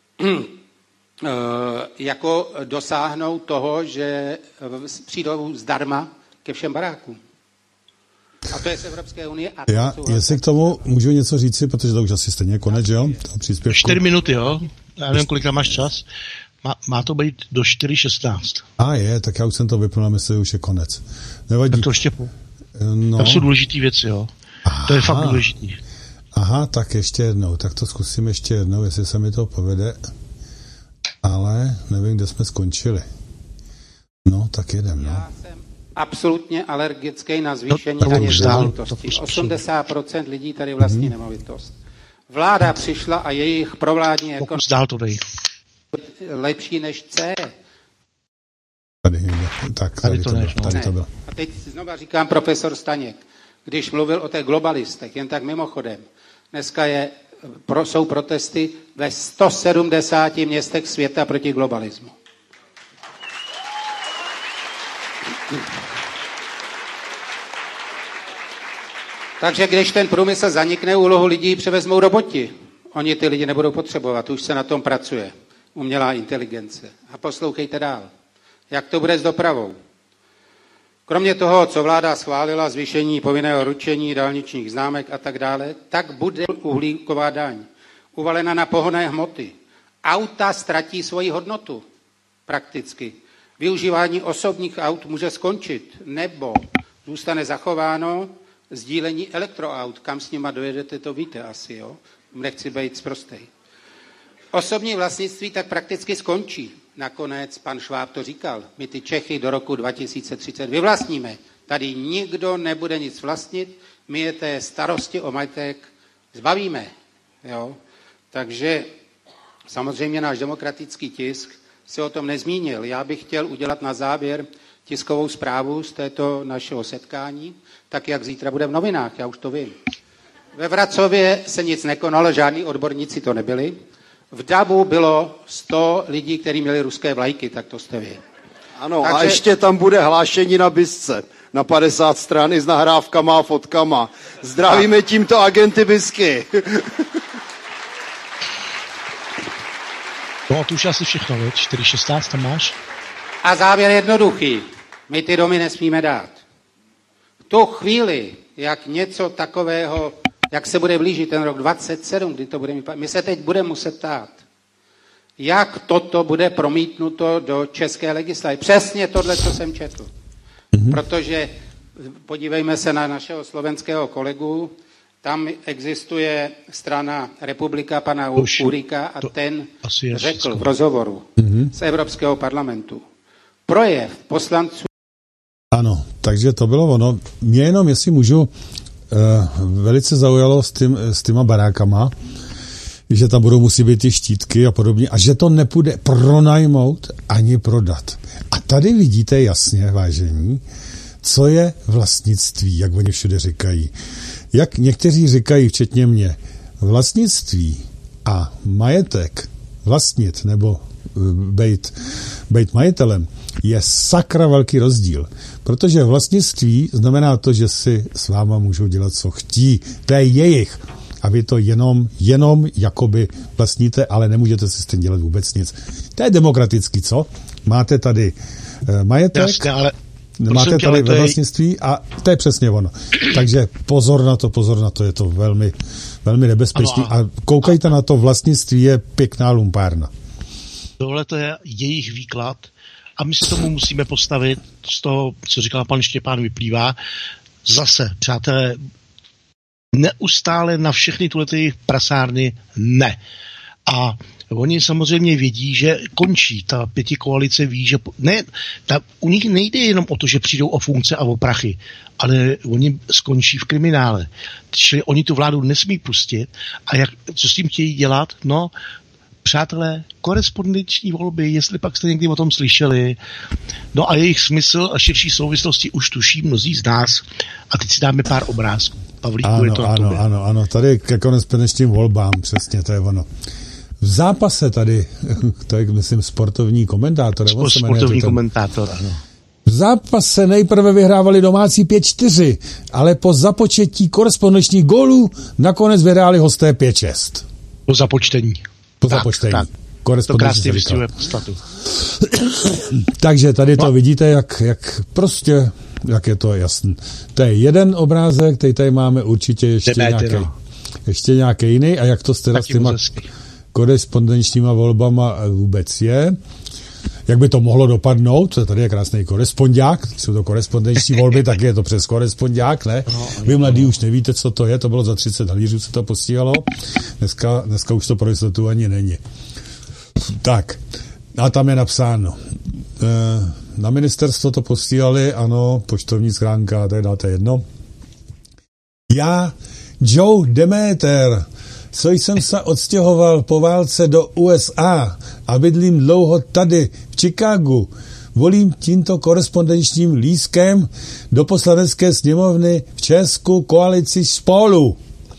jako dosáhnou toho, že přijdou zdarma ke všem barákům. A to je z Evropské unie. A já, jestli k tomu můžu něco říci, protože to už asi stejně konec, jo? Čtyři minuty, jo? Já nevím, kolik máš čas. Má, má to být do čtyři šestnáct. A je, tak já už jsem to vyplnil, myslím, že už je konec. Nevadí. Tak to ještě půl. No. Tak jsou důležitý věci, jo? Aha. To je fakt důležitý. Aha, tak ještě jednou. Tak to zkusím ještě jednou, jestli se mi to povede. Ale nevím, kde jsme skončili. No, tak jedem, no. Já jsem absolutně alergický na zvýšení daně z nemovitosti. osmdesát procent lidí tady vlastní mm-hmm. nemovitost. Vláda přišla a jejich provládní ekonomie lepší než C. Tady, tak, tady, tady to, to, bylo, tady to bylo. A teď znova říkám profesor Staněk, když mluvil o těch globalistech, jen tak mimochodem, dneska je, pro, jsou protesty ve sto sedmdesáti městech světa proti globalismu. Takže když ten průmysl zanikne, úlohu lidí převezmou roboti. Oni ty lidi nebudou potřebovat, už se na tom pracuje. Umělá inteligence. A poslouchejte dál. Jak to bude s dopravou? Kromě toho, co vláda schválila, zvýšení povinného ručení, dálničních známek a tak dále, tak bude uhlíková daň uvalena na pohonné hmoty. Auta ztratí svoji hodnotu prakticky. Využívání osobních aut může skončit, nebo zůstane zachováno sdílení elektroaut. Kam s nima dojedete, to víte asi, jo? Nechci být sprostej. Osobní vlastnictví tak prakticky skončí. Nakonec pan Šváb to říkal. My ty Čechy do roku dva tisíce třicet vyvlastníme. Tady nikdo nebude nic vlastnit, my je té starosti o majetek zbavíme. Jo? Takže samozřejmě náš demokratický tisk se o tom nezmínil. Já bych chtěl udělat na závěr tiskovou zprávu z této našeho setkání, tak jak zítra bude v novinách, já už to vím. Ve Vracově se nic nekonalo, žádní odborníci to nebyli. V Davu bylo sto lidí, kteří měli ruské vlajky, tak to jste vy. Ano, takže... a ještě tam bude hlášení na Bisce, na padesát stran i s nahrávkama a fotkama. Zdravíme tímto agenty Bisky. No, to už asi všechno, věc. čtyři šestnáct tam máš. A závěr jednoduchý. My ty domy nesmíme dát. V tu chvíli, jak něco takového, jak se bude blížit ten rok dvacet sedm, kdy to bude mít, my se teď budeme muset ptát, jak toto bude promítnuto do české legislativy. Přesně tohle, co jsem četl. Mm-hmm. Protože podívejme se na našeho slovenského kolegu, tam existuje strana Republika pana Urika a ten řekl v rozhovoru mm-hmm. z Evropského parlamentu. Projev poslanců. Ano, takže to bylo ono. Mě jenom, jestli můžu, eh, velice zaujalo s, tím, s těma barákama, že tam budou musí být ty štítky a podobně a že to nepůjde pronajmout ani prodat. A tady vidíte jasně, vážení, co je vlastnictví, jak oni všude říkají. Jak někteří říkají, včetně mě, vlastnictví a majetek vlastnit nebo bejt, bejt majitelem je sakra velký rozdíl. Protože vlastnictví znamená to, že si s váma můžou dělat, co chtí. To je jejich. A vy to jenom, jenom jakoby vlastníte, ale nemůžete si s tím dělat vůbec nic. To je demokratický, co? Máte tady eh, majetek, Jasně, ale máte tady ve vlastnictví a to je přesně ono. Takže pozor na to, pozor na to, je to velmi, velmi nebezpečný. Ano, a, a koukejte a, na to, vlastnictví je pěkná lumpárna. Tohle to je jejich výklad a my se tomu musíme postavit z toho, co říkal pan Štěpán, vyplývá. Zase, přátelé, neustále na všechny tuhleté prasárny ne. A oni samozřejmě vědí, že končí. Ta pětikoalice ví, že ne, ta, u nich nejde jenom o to, že přijdou o funkce a o prachy, ale oni skončí v kriminále. Čili oni tu vládu nesmí pustit a jak, co s tím chtějí dělat? No, přátelé, korespondenční volby, jestli pak jste někdy o tom slyšeli. No a jejich smysl a širší souvislosti už tuší mnozí z nás. A teď si dáme pár obrázků. Pavlíku, ano, je to ano, tobě. ano, ano, tady ke korespondenčním volbám, přesně, to je ono. V zápase tady, to je, myslím, sportovní komentátor. Spor, sportovní komentátor, ano. V zápase nejprve vyhrávali domácí pět čtyři, ale po započetí korespondenčních gólů nakonec vyhráli hosté pět šest. Po započtení. Po tak, započtení. Tak. To krásně vystihuje podstatu. Takže tady to no. vidíte, jak, jak prostě, jak je to jasný. To je jeden obrázek, který tady máme určitě ještě nějaký, no. ještě nějaký jiný a jak to teda s těma korespondenčníma volbama vůbec je. Jak by to mohlo dopadnout, tady je krásný korespondák, jsou to korespondenční volby, tak je to přes korespondák, ne? No, Vy mladí no. už nevíte, co to je, to bylo za třicet halířů, se to postíhalo, dneska, dneska už to pro jistotu ani není. Tak, a tam je napsáno, na ministerstvo to postíhali, ano, poštovní schránka, tady dáte jedno. Já, Joe Demeter, co jsem se odstěhoval po válce do U S A a bydlím dlouho tady v Chicagu, volím tímto korespondenčním lístkem do poslanecké sněmovny v Česku koalici Spolu.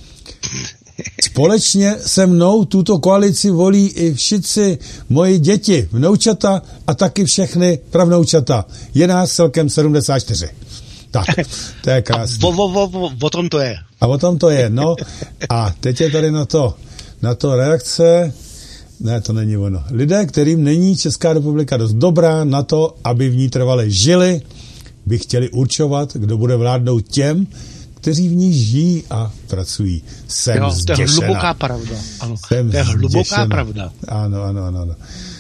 Společně se mnou tuto koalici volí i všichni moji děti, vnoučata a taky všechny pravnoučata. Je nás celkem sedmdesát čtyři. Tak, to je krásný. O, o, o, o tom to je. A o tom to je, no. A teď je tady na to, na to reakce, ne, to není ono. Lidé, kterým není Česká republika dost dobrá na to, aby v ní trvale žili, by chtěli určovat, kdo bude vládnout těm, kteří v ní žijí a pracují. Jsem jo, to je hluboká pravda. Ano, Jsem to je hluboká zděšena. pravda. Ano, ano, ano. ano.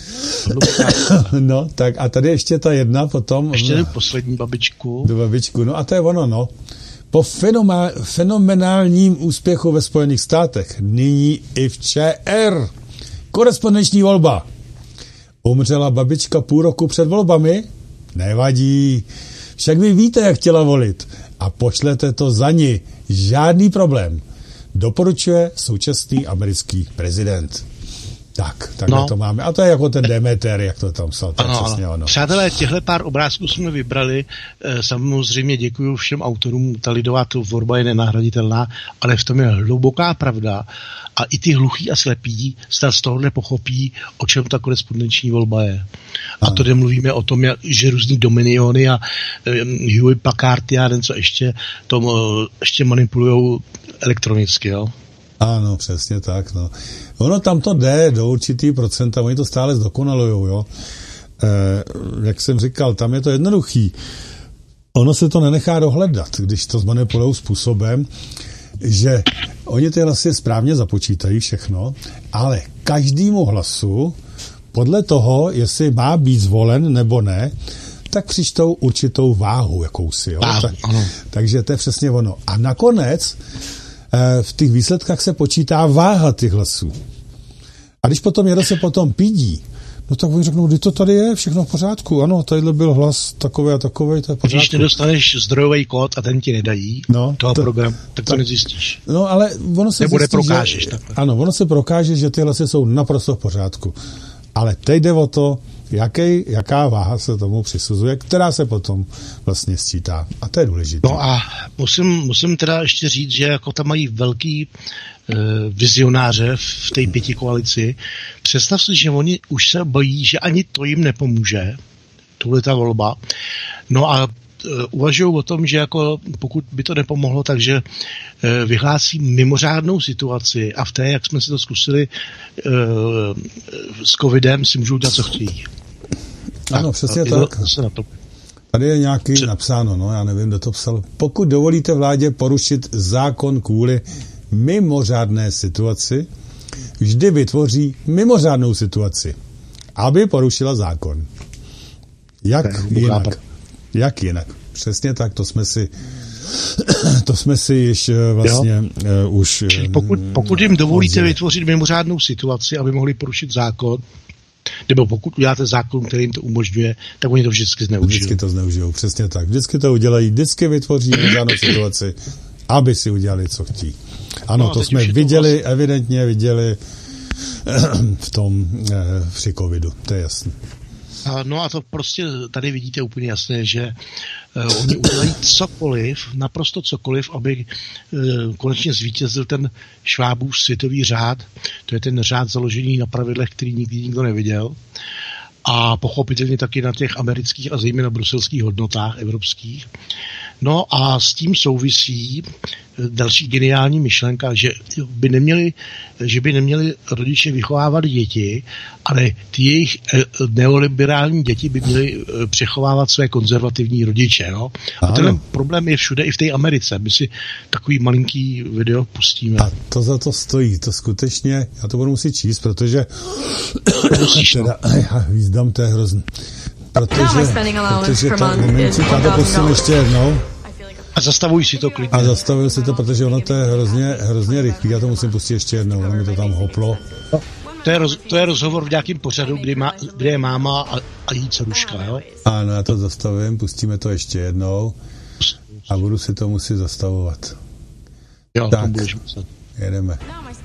No, tak a tady ještě ta jedna potom. Ještě no, poslední babičku. Do babičku, no a to je ono, no. Po fenomá, fenomenálním úspěchu ve Spojených státech, nyní i v Č R. Korespondenční volba. Umřela babička půl roku před volbami? Nevadí. Však vy víte, jak chtěla volit. A pošlete to za ní. Žádný problém. Doporučuje současný americký prezident. Tak, takhle no. to máme. A to je jako ten Demeter, jak to tam psal. Ano, přesně ano. Přátelé, těhle pár obrázků jsme vybrali. Samozřejmě děkuji všem autorům. Ta lidová tvorba je nenahraditelná, ale v tom je hluboká pravda. A i ty hluchý a slepí z toho nepochopí, o čem ta korespondenční volba je. A to, kde mluvíme o tom, že různý dominiony a Hewlett Packard a den co ještě, tom ještě manipulujou elektronicky, jo? Ano, přesně tak, no. Ono tam to jde do určitý procenta, oni to stále zdokonalujou, jo. E, jak jsem říkal, tam je to jednoduchý. Ono se to nenechá dohledat, když to zmanipulujou způsobem, že oni ty hlasy správně započítají všechno, ale každému hlasu, podle toho, jestli má být zvolen nebo ne, tak přičtou určitou váhu jakousi, jo. Váhu, tak, ano. Takže to je přesně ono. A nakonec v těch výsledkách se počítá váha těch hlasů. A když potom někdo se potom pídí, No tak oni řeknou, kdy to tady je, všechno v pořádku. Ano, tadyhle byl hlas takový a takovej, to je v pořádku. Když nedostaneš zdrojový kód a ten ti nedají, no, toho to, program, tak to tak, nezjistíš. No, ale ono se Nebo zjistí, neprokážeš. Že, ano, ono se prokáže, že ty hlasy jsou naprosto v pořádku. Ale teď jde o to, jaký, jaká váha se tomu přisuzuje, která se potom vlastně sčítá. A to je důležité. No a musím, musím teda ještě říct, že jako tam mají velký uh, vizionáře v té pěti koalici. Představ si, že oni už se bojí, že ani to jim nepomůže, tohle ta volba. No a uvažují o tom, že jako pokud by to nepomohlo, takže vyhlásí mimořádnou situaci a v té, jak jsme si to zkusili s covidem, si můžou dělat, co chtějí. Ano, tak, přesně tak. Tady je nějaký Pře- napsáno, no já nevím, kdo to psal. Pokud dovolíte vládě porušit zákon kvůli mimořádné situaci, vždy vytvoří mimořádnou situaci, aby porušila zákon. Jak jinak? Jak jinak? Přesně tak, to jsme si to jsme si již vlastně uh, už... Čili pokud, pokud jim dovolíte odzili. vytvořit mimořádnou situaci, aby mohli porušit zákon, nebo pokud uděláte zákon, který jim to umožňuje, tak oni to vždycky zneužijou. Vždycky to zneužijou, přesně tak. Vždycky to udělají, vždycky vytvoří mimořádnou situaci, aby si udělali, co chtějí. Ano, no, to jsme viděli, vlastně... evidentně viděli v tom při covidu, to je jasné. No a to prostě tady vidíte úplně jasně, že uh, oni udělají cokoliv, naprosto cokoliv, aby uh, konečně zvítězil ten Schwabův světový řád. To je ten řád založený na pravidlech, který nikdy nikdo neviděl. A pochopitelně taky na těch amerických a zejména bruselských hodnotách evropských. No a s tím souvisí další geniální myšlenka, že by neměli, že by neměli rodiče vychovávat děti, ale ty jejich neoliberální děti by měly přechovávat své konzervativní rodiče. Jo? A ten problém je všude, i v té Americe. My si takový malinký video pustíme. A to za to stojí, to skutečně, já to budu muset číst, protože teda, já výzdám, to je hrozný. Protože, protože tak momentík, já to pustím ještě jednou. A zastavuj si to klidně. A zastavuju si to, protože ono to je hrozně, hrozně rychlý. Já to musím pustit ještě jednou, ono mi to tam hoplo. To je, roz, to je rozhovor v nějakém pořadu, kdy, má, kdy je máma a, a jí dceruška, jo? Ano, já to zastavím, pustíme to ještě jednou a budu si to muset zastavovat. Jo, tak, budeš muset. Jedeme.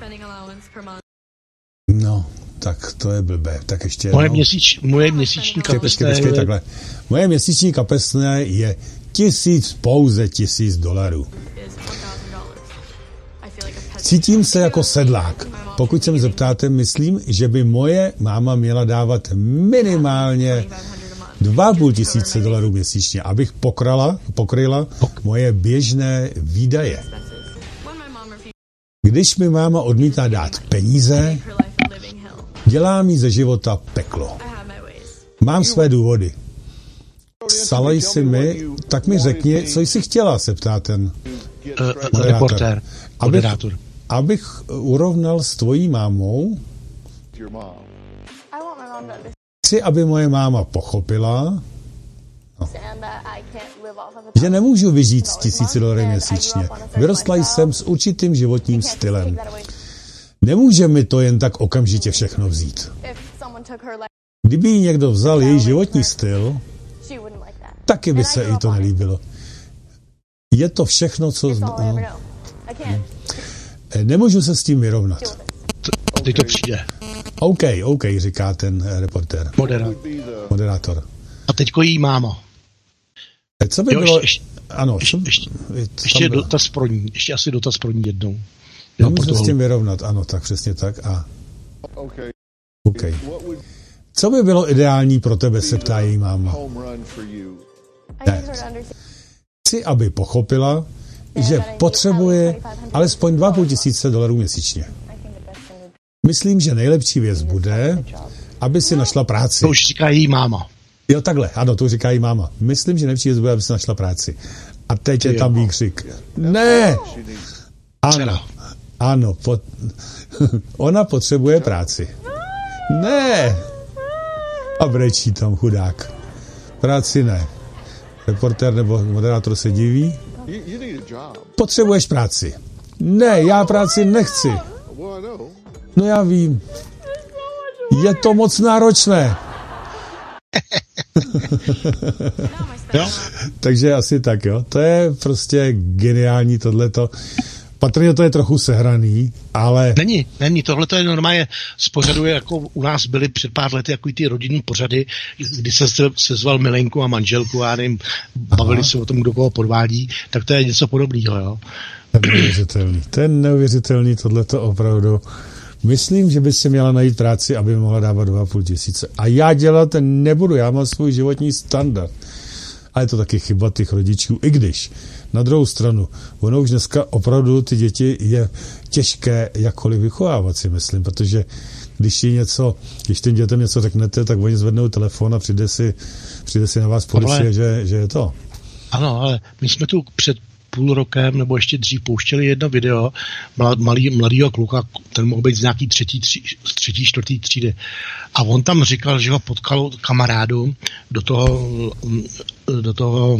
No, tak to je blbé. Tak ještě moje, měsíč, moje měsíční kapesné počkej, počkej, takhle. Moje měsíční kapesné je tisíc, pouze tisíc dolarů. Cítím se jako sedlák. Pokud se mi zeptáte, myslím, že by moje máma měla dávat minimálně dva a půl tisíce dolarů měsíčně, abych pokrala, pokryla moje běžné výdaje. Když mi máma odmítá dát peníze, dělá mi ze života peklo. Mám své důvody. Psala jsi mi, tak mi řekni, co jsi chtěla, se ptá ten uh, reportér, abych, abych urovnal s tvojí mámou. Chci, aby moje máma pochopila, no, že nemůžu vyžít z tisíci dolarů měsíčně. Vyrostla jsem s určitým životním stylem. Nemůže mi to jen tak okamžitě všechno vzít. Kdyby jí někdo vzal její životní styl, taky by se jí to nelíbilo. Je to všechno, co... No, no. Nemůžu se s tím vyrovnat. Teď to přijde. OK, OK, říká ten reportér. Moderátor. Moderátor. A teďko jí máma. Co by jo, bylo... Ještě, ano, ještě, co... ještě, ještě dotaz pro ní. Ještě asi dotaz pro ní jednou. Nemůžu se s tím vyrovnat, ano, tak přesně tak. A... OK. Co by bylo ideální pro tebe, se ptá její máma. Ne. Chci, aby pochopila, že potřebuje alespoň dva a půl tisíce dolarů měsíčně. Myslím, že nejlepší věc bude, aby si našla práci. To už říká její máma. Jo, takhle, ano, to říká její máma. Myslím, že nejlepší věc bude, aby si našla práci. A teď je tam výkřik. Ne! Ano, ano, pot... ona potřebuje práci. Ne! A brečí tam chudák. Práci ne. Reportér nebo moderátor se diví. Potřebuješ práci. Ne, já práci nechci. No já vím. Je to moc náročné. Jo? Takže asi tak, jo. To je prostě geniální tohleto. Patrně to je trochu sehraný, ale... Není, není, tohle to je normálně z pořadu, jako u nás byly před pár lety jako ty rodinný pořady, kdy se sezval milenku a manželku a nevím, bavili se o tom, kdo koho podvádí, tak to je něco podobného, jo. To je neuvěřitelný, to je neuvěřitelný, tohleto opravdu. Myslím, že by si měla najít práci, aby mohla dávat dva a půl tisíce. A já dělat nebudu, já mám svůj životní standard. A je to taky chyba těch rodičů, i když na druhou stranu, ono už dneska opravdu ty děti je těžké jakkoliv vychovávat, si myslím, protože když jí něco, když těm dětem něco řeknete, tak oni zvednou telefon a přijde si, přijde si na vás policie, ale, že, že je to. Ano, ale my jsme tu před půl rokem, nebo ještě dřív pouštěli jedno video malý, mladýho kluka, ten mohl být z nějaký třetí, tři, třetí, čtvrtý třídy. A on tam říkal, že ho potkal kamarádu do toho, do toho,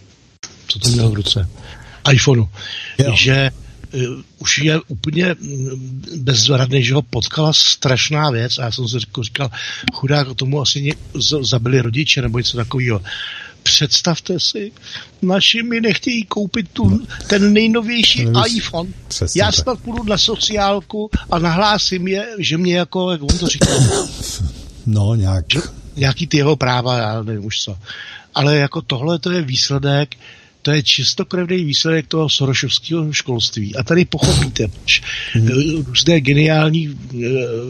co to měl v ruce, iPhoneu, jo. Že uh, už je úplně bezradný, že ho potkala strašná věc a já jsem si říkal, chudák, tomu asi ně, z, zabili rodiče nebo něco takového. Představte si, naši mi nechtějí koupit tu, ten nejnovější Nevíš, iPhone. Já snad půjdu na sociálku a nahlásím je, že mě jako, jak on to říkal. No, nějak. Že, nějaký ty jeho práva, já nevím už co. Ale jako tohle to je výsledek, to je čistokrevný výsledek toho sorošovského školství. A tady pochopíte, že hmm. různé geniální uh, uh,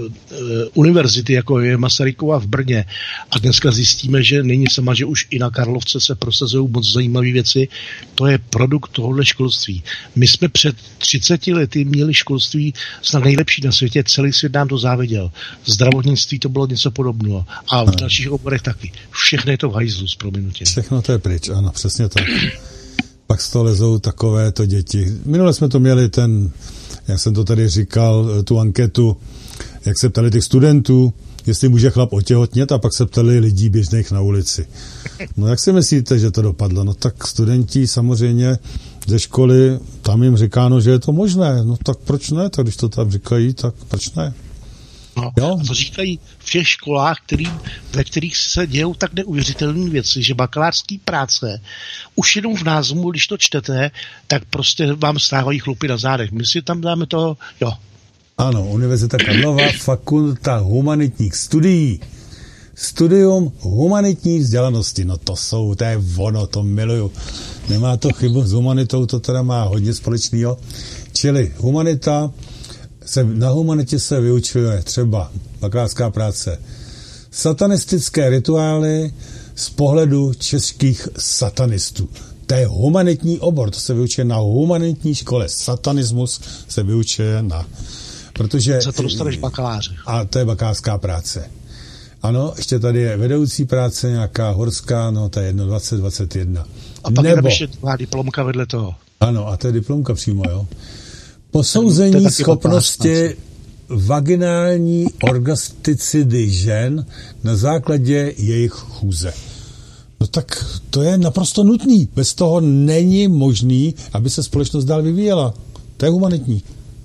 univerzity, jako je Masarykova v Brně, a dneska zjistíme, že není sama, že už i na Karlovce se prosazují moc zajímavé věci, to je produkt tohohle školství. My jsme před třiceti lety měli školství snad nejlepší na světě, celý svět nám to záviděl. V zdravotnictví to bylo něco podobného. A v dalších oborech taky. Všechno je to v hajzlu, s prominutím. Všechno to je pryč, ano, přesně tak. Pak z toho lezou takovéto děti. Minule jsme to měli ten, jak jsem to tady říkal, tu anketu, jak se ptali těch studentů, jestli může chlap otěhotnět, a pak se ptali lidí běžných na ulici. No jak si myslíte, že to dopadlo? No tak studenti samozřejmě ze školy, tam jim říkáno, že je to možné. No tak proč ne? Tak když to tam říkají, tak proč ne? No, a to říkají v těch školách, který, ve kterých se dějou tak neuvěřitelné věci, že bakalářský práce, už jenom v názvu, když to čtete, tak prostě vám stávají chlupy na zádech. My si tam dáme to, jo. Ano, Univerzita Karlova, fakulta humanitních studií. Studium humanitní vzdělanosti, no to jsou, to je ono, to miluju. Nemá to chybu, s humanitou to teda má hodně společného. Čili humanita, se, na humanitě se vyučuje třeba bakalářská práce satanistické rituály z pohledu českých satanistů. To je humanitní obor, to se vyučuje na humanitní škole. Satanismus se vyučuje na... Protože... Co to dostaneš bakaláře. A to je bakalářská práce. Ano, ještě tady je vedoucí práce, nějaká horská, no to je jedno, dvacet, dvacet jedna. A pak Nebo, je ještě diplomka vedle toho. Ano, a to je diplomka přímo, jo. Posouzení schopnosti vaginální orgasticidy žen na základě jejich chůze. No tak to je naprosto nutný. Bez toho není možný, aby se společnost dál vyvíjela. To je humanitní.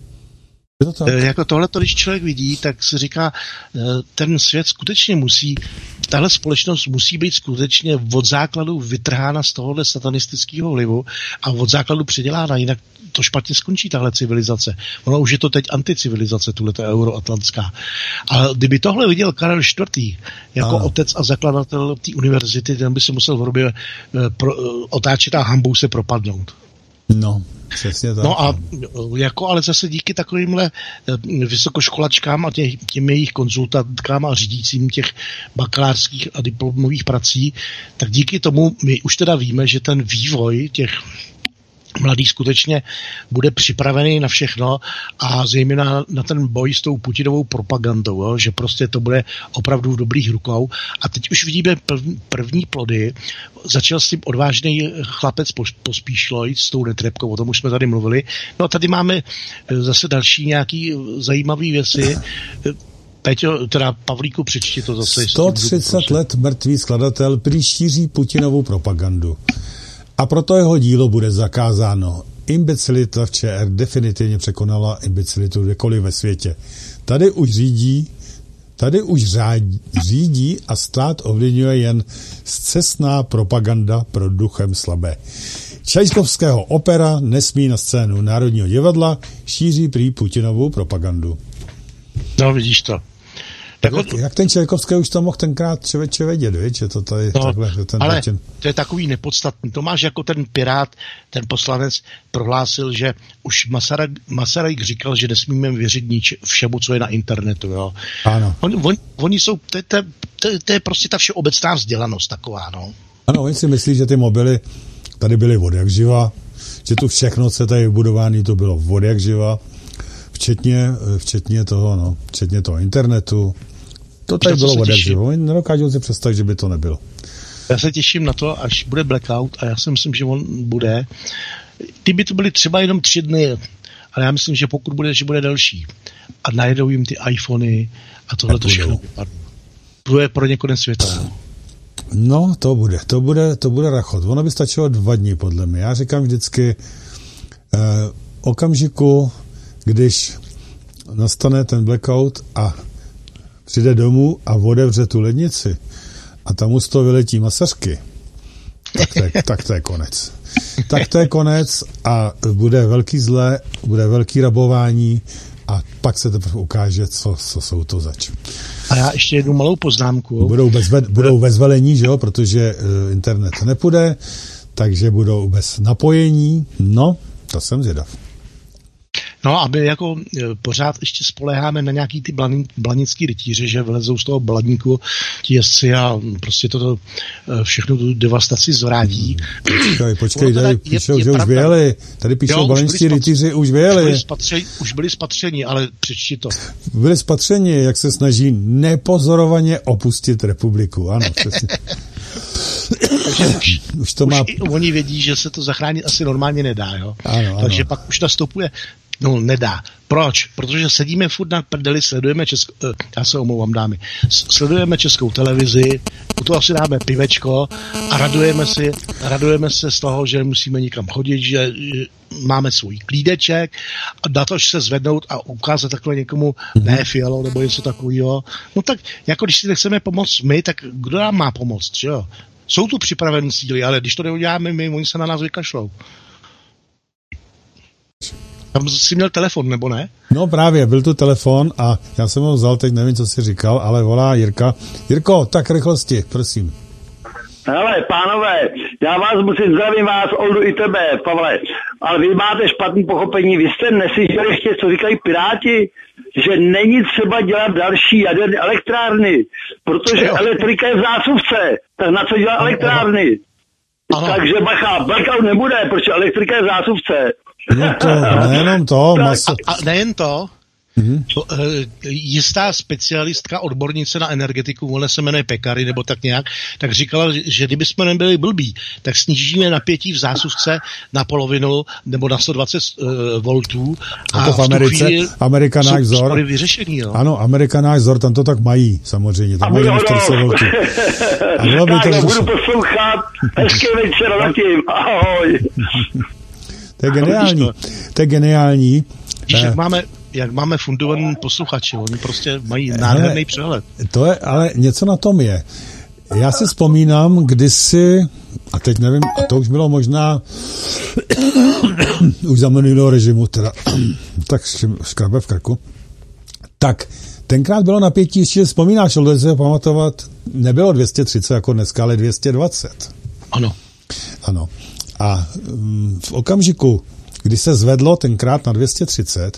Je to tak? E, jako tohle, když člověk vidí, tak se říká, ten svět skutečně musí, tahle společnost musí být skutečně od základu vytrhána z tohohle satanistického vlivu a od základu předělána, jinak to špatně skončí, tahle civilizace. Ono už je to teď anticivilizace, tuhleto euroatlantská. Ale kdyby tohle viděl Karel čtvrtý jako ano. otec a zakladatel té univerzity, ten by se musel v hrobě pro, otáčet a hambou se propadnout. No, přesně tak. No a jako ale zase díky takovýmhle vysokoškolačkám a těch, těm jejich konzultantkám a řídícím těch bakalářských a diplomových prací, tak díky tomu my už teda víme, že ten vývoj těch mladý skutečně bude připravený na všechno a zejména na ten boj s tou Putinovou propagandou, jo? Že prostě to bude opravdu v dobrých rukou. A teď už vidíme první, první plody. Začal s tím odvážný chlapec Pospíšil s tou Netrebkou, o tom už jsme tady mluvili. No a tady máme zase další nějaký zajímavé věci. Peťo, teda Pavlíku, přečti to zase. sto třicet let mrtvý skladatel prý šíří Putinovou propagandu. A proto jeho dílo bude zakázáno. Imbecilita v ČR definitivně překonala imbecilitu kdekoliv ve světě. Tady už řídí Tady už řádí, řídí a stát ovlivňuje jen scestná propaganda pro duchem slabé. Čajkovského opera nesmí na scénu Národního divadla, šíří prý Putinovou propagandu. No, vidíš to. Tak jak, jak ten Čajkovský už to mohl tenkrát člověče vědět, víš, že to tady no, takhle, že ten ale Putin... to je takový nepodstatný. To máš jako ten pirát, ten poslanec prohlásil, že už Masaryk, Masaryk říkal, že nesmíme věřit nič, všemu, co je na internetu. Jo. Ano. On, on, oni jsou, to je, to, to, to je prostě ta všeobecná vzdělanost taková, no. Ano, oni si myslí, že ty mobily tady byly od jak živa, že tu všechno, co tady vybudování, to bylo od jak živa, včetně, včetně toho, no, včetně toho internetu. To tady bylo od jak živa. Oni nedokážou si představit, že by to nebylo. Já se těším na to, až bude blackout, a já si myslím, že on bude. Ty by to byly třeba jenom tři dny, ale já myslím, že pokud bude, že bude delší. A najedou jim ty iPhony a tohle to všechno vypadne. To je pro ně konec světa. No, to bude, to bude, to bude rachot. Ono by stačilo dva dny, podle mě. Já říkám vždycky, eh, okamžiku, když nastane ten blackout a přijde domů a otevře tu lednici a tam z toho vyletí masařky, tak to je, tak to je konec. Tak to je konec a bude velký zle, bude velký rabování a pak se teprve ukáže, co, co jsou to zač. A já ještě jednu malou poznámku. Budou bez, budou bez velení, že jo, protože uh, internet nepůjde, takže budou bez napojení. No, to jsem zvědav. No, aby jako pořád ještě spoléháme na nějaký ty blaní, blanický rytíře, že vylezou z toho blaníku ti jezdci a prostě toto všechno tu devastaci zvrátí. Počkej, počkej, tady píšou, že už vyjeli. Tady píšou blanický rytíři, už vyjeli. Už byli, už byli spatřeni, ale přečti to. Byli spatřeni, jak se snaží nepozorovaně opustit republiku. Ano, přesně. Takže už, už to už má... i oni vědí, že se to zachránit asi normálně nedá, jo. Ano, takže ano. pak už nastupuje. No, nedá. Proč? Protože sedíme furt na prdeli, sledujeme českou, já se omlouvám, dámy, sledujeme českou televizi, u toho si dáme pivečko a radujeme si, radujeme se z toho, že musíme nikam chodit, že máme svůj klídeček a na to, že se zvednout a ukázat takhle někomu, ne Fialo, nebo něco takového. No tak, jako když si nechceme pomoct my, tak kdo nám má pomoct, že jo? Jsou tu připravené síly, ale když to neuděláme my, oni se na nás vykašlou. Tam jsi měl telefon, nebo ne? No právě, byl tu telefon a já jsem ho vzal, teď nevím, co jsi říkal, ale volá Jirka. Jirko, tak rychlosti, prosím. Hele, pánové, já vás musím zdravím vás, Oldu i tebe, Pavle, ale vy máte špatný pochopení, vy jste neslyšeli ještě, co říkají Piráti, že není třeba dělat další jaderné elektrárny, protože elektrika je v zásuvce, tak na co dělat elektrárny? Ano. Takže bacha, blackout nebude, protože elektrika je v zásuvce. No to, nejenom to. Maso... A, a nejen to, mm-hmm. to uh, jistá specialistka, odbornice na energetiku, ona se jmenuje Pekary, nebo tak nějak, tak říkala, že kdyby jsme nebyli blbí, tak snížíme napětí v zásuvce na polovinu, nebo na sto dvacet uh, voltů. A, a to v Americe, Amerika náš vzor. Vyřešení, jo. Ano, Amerika náš vzor, tam to tak mají, samozřejmě, tam mají čtyři sto voltů. A bylo by to tak, budu poslouchat, hezký večer zatím, ahoj. To je geniální, to je geniální. Víš, jak máme, jak máme fundovaný posluchači, oni prostě mají nádherný hele, přehled. To je, ale něco na tom je. Já si vzpomínám, kdysi, a teď nevím, a to už bylo možná už za minulého režimu, teda tak škrabe v krku, tak tenkrát bylo napětí, ještě vzpomínáš, lze se pamatovat, nebylo dvě stě třicet jako dneska, ale dvě stě dvacet. Ano. Ano. A v okamžiku, kdy se zvedlo tenkrát na dvě stě třicet,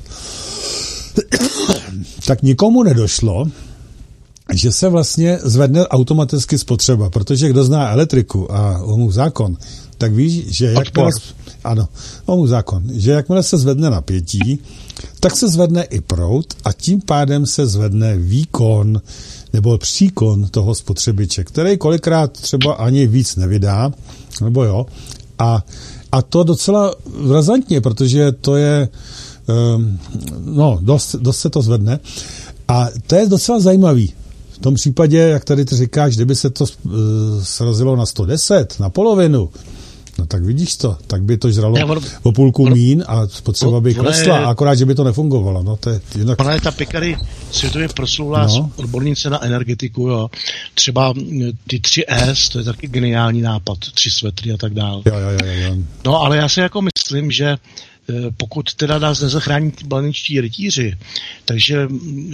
tak nikomu nedošlo, že se vlastně zvedne automaticky spotřeba, protože kdo zná elektriku a Ohmův zákon, tak ví, že jakmile, ano, Ohmův zákon, že jakmile se zvedne napětí, tak se zvedne i proud a tím pádem se zvedne výkon nebo příkon toho spotřebiče, který kolikrát třeba ani víc nevydá, nebo jo, A, a to docela razantně, protože to je, um, no, dost, dost se to zvedne. A to je docela zajímavý. V tom případě, jak tady ty říkáš, kdyby se to uh, srazilo na sto deset, na polovinu, No tak vidíš to, tak by to žralo ne, on, o půlku on, mín a spotřeba by klesla, je, akorát, že by to nefungovalo. No, to je jinak... Ona je ta Pekary světově proslulá no. odbornice na energetiku, jo. Třeba ty tři S, to je taky geniální nápad, tři svetry a tak dále. Jo, jo, jo, jo. No, ale já si jako myslím, že pokud teda nás nezachrání ty baleničtí rytíři, takže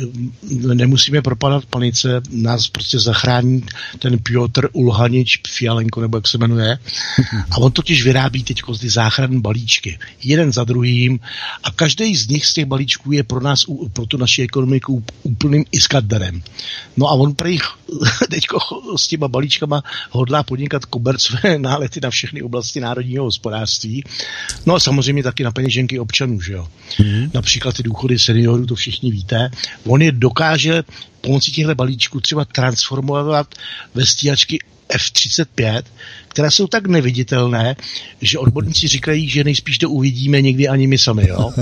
nemusíme propadat panice, nás prostě zachrání ten Piotr Ulhanič Fialenko, nebo jak se jmenuje. A on totiž vyrábí teď ty záchranné balíčky. Jeden za druhým a každý z nich z těch balíčků je pro nás, pro tu naši ekonomiku úplným iskaderem. No a on prej teďko s těma balíčkama hodlá podnikat kobercové nálety na všechny oblasti národního hospodářství. No a samozřejmě taky na peněženky občanů, že jo. Mm. Například ty důchody seniorů, to všichni víte. On je dokáže pomocí těchto balíčků třeba transformovat ve stíhačky F třicet pět, které jsou tak neviditelné, že odborníci říkají, že nejspíš to uvidíme někdy ani my sami, jo.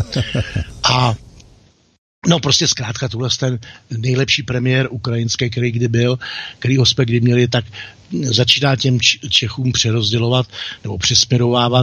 A no prostě zkrátka tuhle ten nejlepší premiér ukrajinský, který kdy byl, který ho jsme kdy měli, tak začíná těm Čechům přerozdělovat nebo přesměrovávat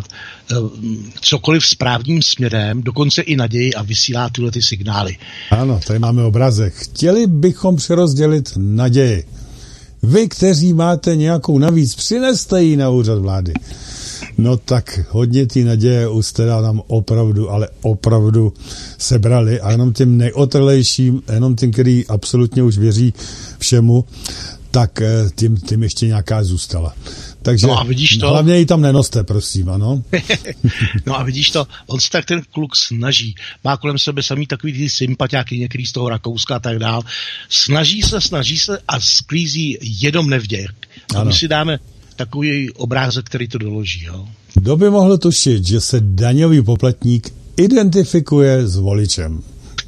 cokoliv správným směrem, dokonce i naději a vysílá tyhle ty signály. Ano, tady máme obrazek. Chtěli bychom přerozdělit naději. Vy, kteří máte nějakou navíc, přineste ji na úřad vlády. No tak hodně ty naděje už teda nám opravdu, ale opravdu sebrali a jenom těm nejotrlejším, jenom tím, který absolutně už věří všemu, tak tím, tím ještě nějaká zůstala. Takže no a vidíš to? Hlavně ji tam nenoste, prosím, ano. No a vidíš to, on se tak ten kluk snaží. Má kolem sebe samý takový ty sympatiáky, některý z toho Rakouska a tak dál. Snaží se, snaží se a sklízí jenom nevděk. A my si dáme takový obrázek, který to doloží. Jo? Kdo by mohl tušit, že se daňový poplatník identifikuje s voličem?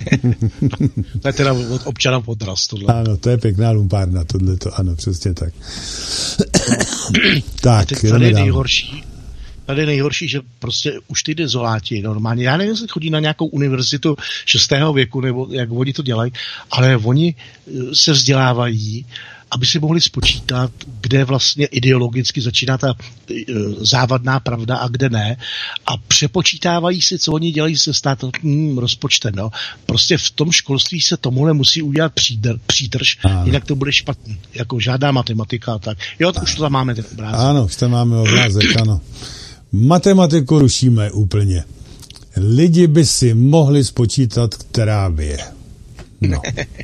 To je teda od občana podraz. Tohle. Ano, to je pěkná lumpárna, tohleto, ano, přesně tak. Tak, tady je nejhorší, tady je nejhorší, že prostě už ty dezoláti normálně, já nevím, jestli chodí na nějakou univerzitu šestého věku, nebo jak oni to dělají, ale oni se vzdělávají, aby si mohli spočítat, kde vlastně ideologicky začíná ta závadná pravda a kde ne. A přepočítávají si, co oni dělají se státním rozpočtem. No. Prostě v tom školství se tomuhle musí udělat přídr, přítrž, ano. Jinak to bude špatný. Jako žádná matematika a tak. Jo, už to tam máme ten obrázek. Ano, už tam máme obrázek, ano. Matematiku rušíme úplně. Lidi by si mohli spočítat, která je. No.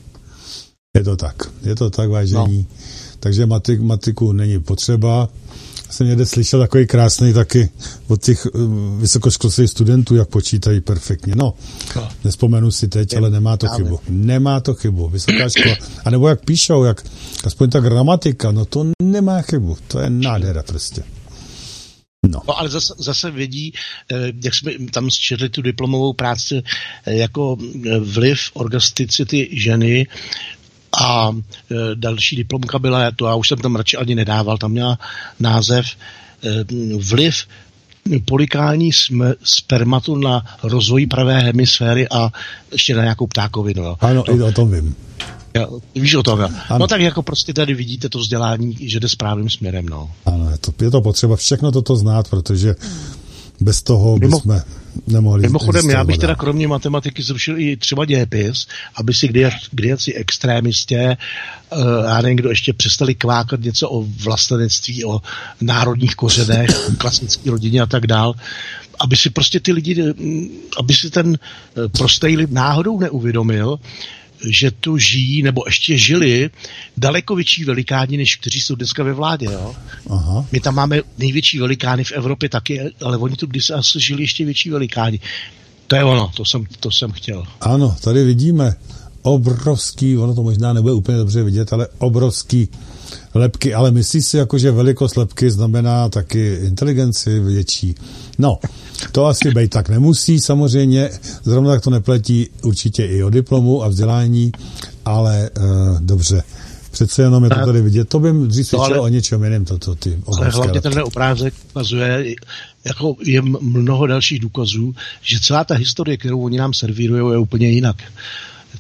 Je to tak, je to tak, vážení. No. Takže matik, matiku není potřeba. Jsem někde slyšel takový krásný taky od těch uh, vysokoškolských studentů, jak počítají perfektně. No, no. Nespomenu si teď, ale nemá to chybu. Nemá to chybu, vysoká škola. A nebo jak píšou, jak aspoň ta gramatika, no to nemá chybu. To je nádhera prostě. No. No, ale zase, zase vědí, jak jsme tam zčetli tu diplomovou práci, jako vliv orgasticity ženy. A e, další diplomka byla, to já už jsem tam radši ani nedával, tam měla název e, vliv polikální sm- spermatu na rozvoj pravé hemisféry a ještě na nějakou ptákovinu. Jo. Ano, to, i o tom vím. Já, víš o tom, jo. No tak jako prostě tady vidíte to vzdělání, že jde správným směrem, no. Ano, je to, je to potřeba všechno toto znát, protože bez toho Mimo, bychom nemohli... Mimochodem, já bych teda kromě matematiky zrušil i třeba dějepis, aby si kdy, kdejací extrémistě, uh, já nevím, kdo ještě přestali kvákat něco o vlastenectví, o národních kořenech, klasické rodině a tak dál, aby si prostě ty lidi, aby si ten prostý lid náhodou neuvědomil, že tu žijí, nebo ještě žili daleko větší velikáni, než kteří jsou dneska ve vládě. Jo? Aha. My tam máme největší velikány v Evropě taky, ale oni tu kdysi asi žili ještě větší velikáni. To je ono, to jsem, to jsem chtěl. Ano, tady vidíme obrovský, ono to možná nebude úplně dobře vidět, ale obrovský lebky, ale myslíš si, jako, že velikost lebky znamená taky inteligenci větší? No, to asi být tak nemusí, samozřejmě, zrovna tak to nepletí určitě i o diplomu a vzdělání, ale uh, dobře, přece jenom je to tady vidět, to bym dřív svědčil o něčem jiném, toto ty obrovské ale hlavně tenhle obrázek ukazuje, jako je mnoho dalších důkazů, že celá ta historie, kterou oni nám servírují, je úplně jinak.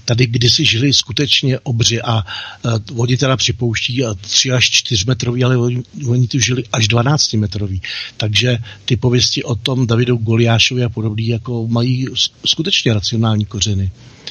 tady kdysi žili skutečně obři a, a oni teda připouští a tři až čtyřmetrový, ale oni, oni tu žili až dvanáctimetrový. Takže ty pověsti o tom Davidu Goliášovi a podobný jako mají skutečně racionální kořeny.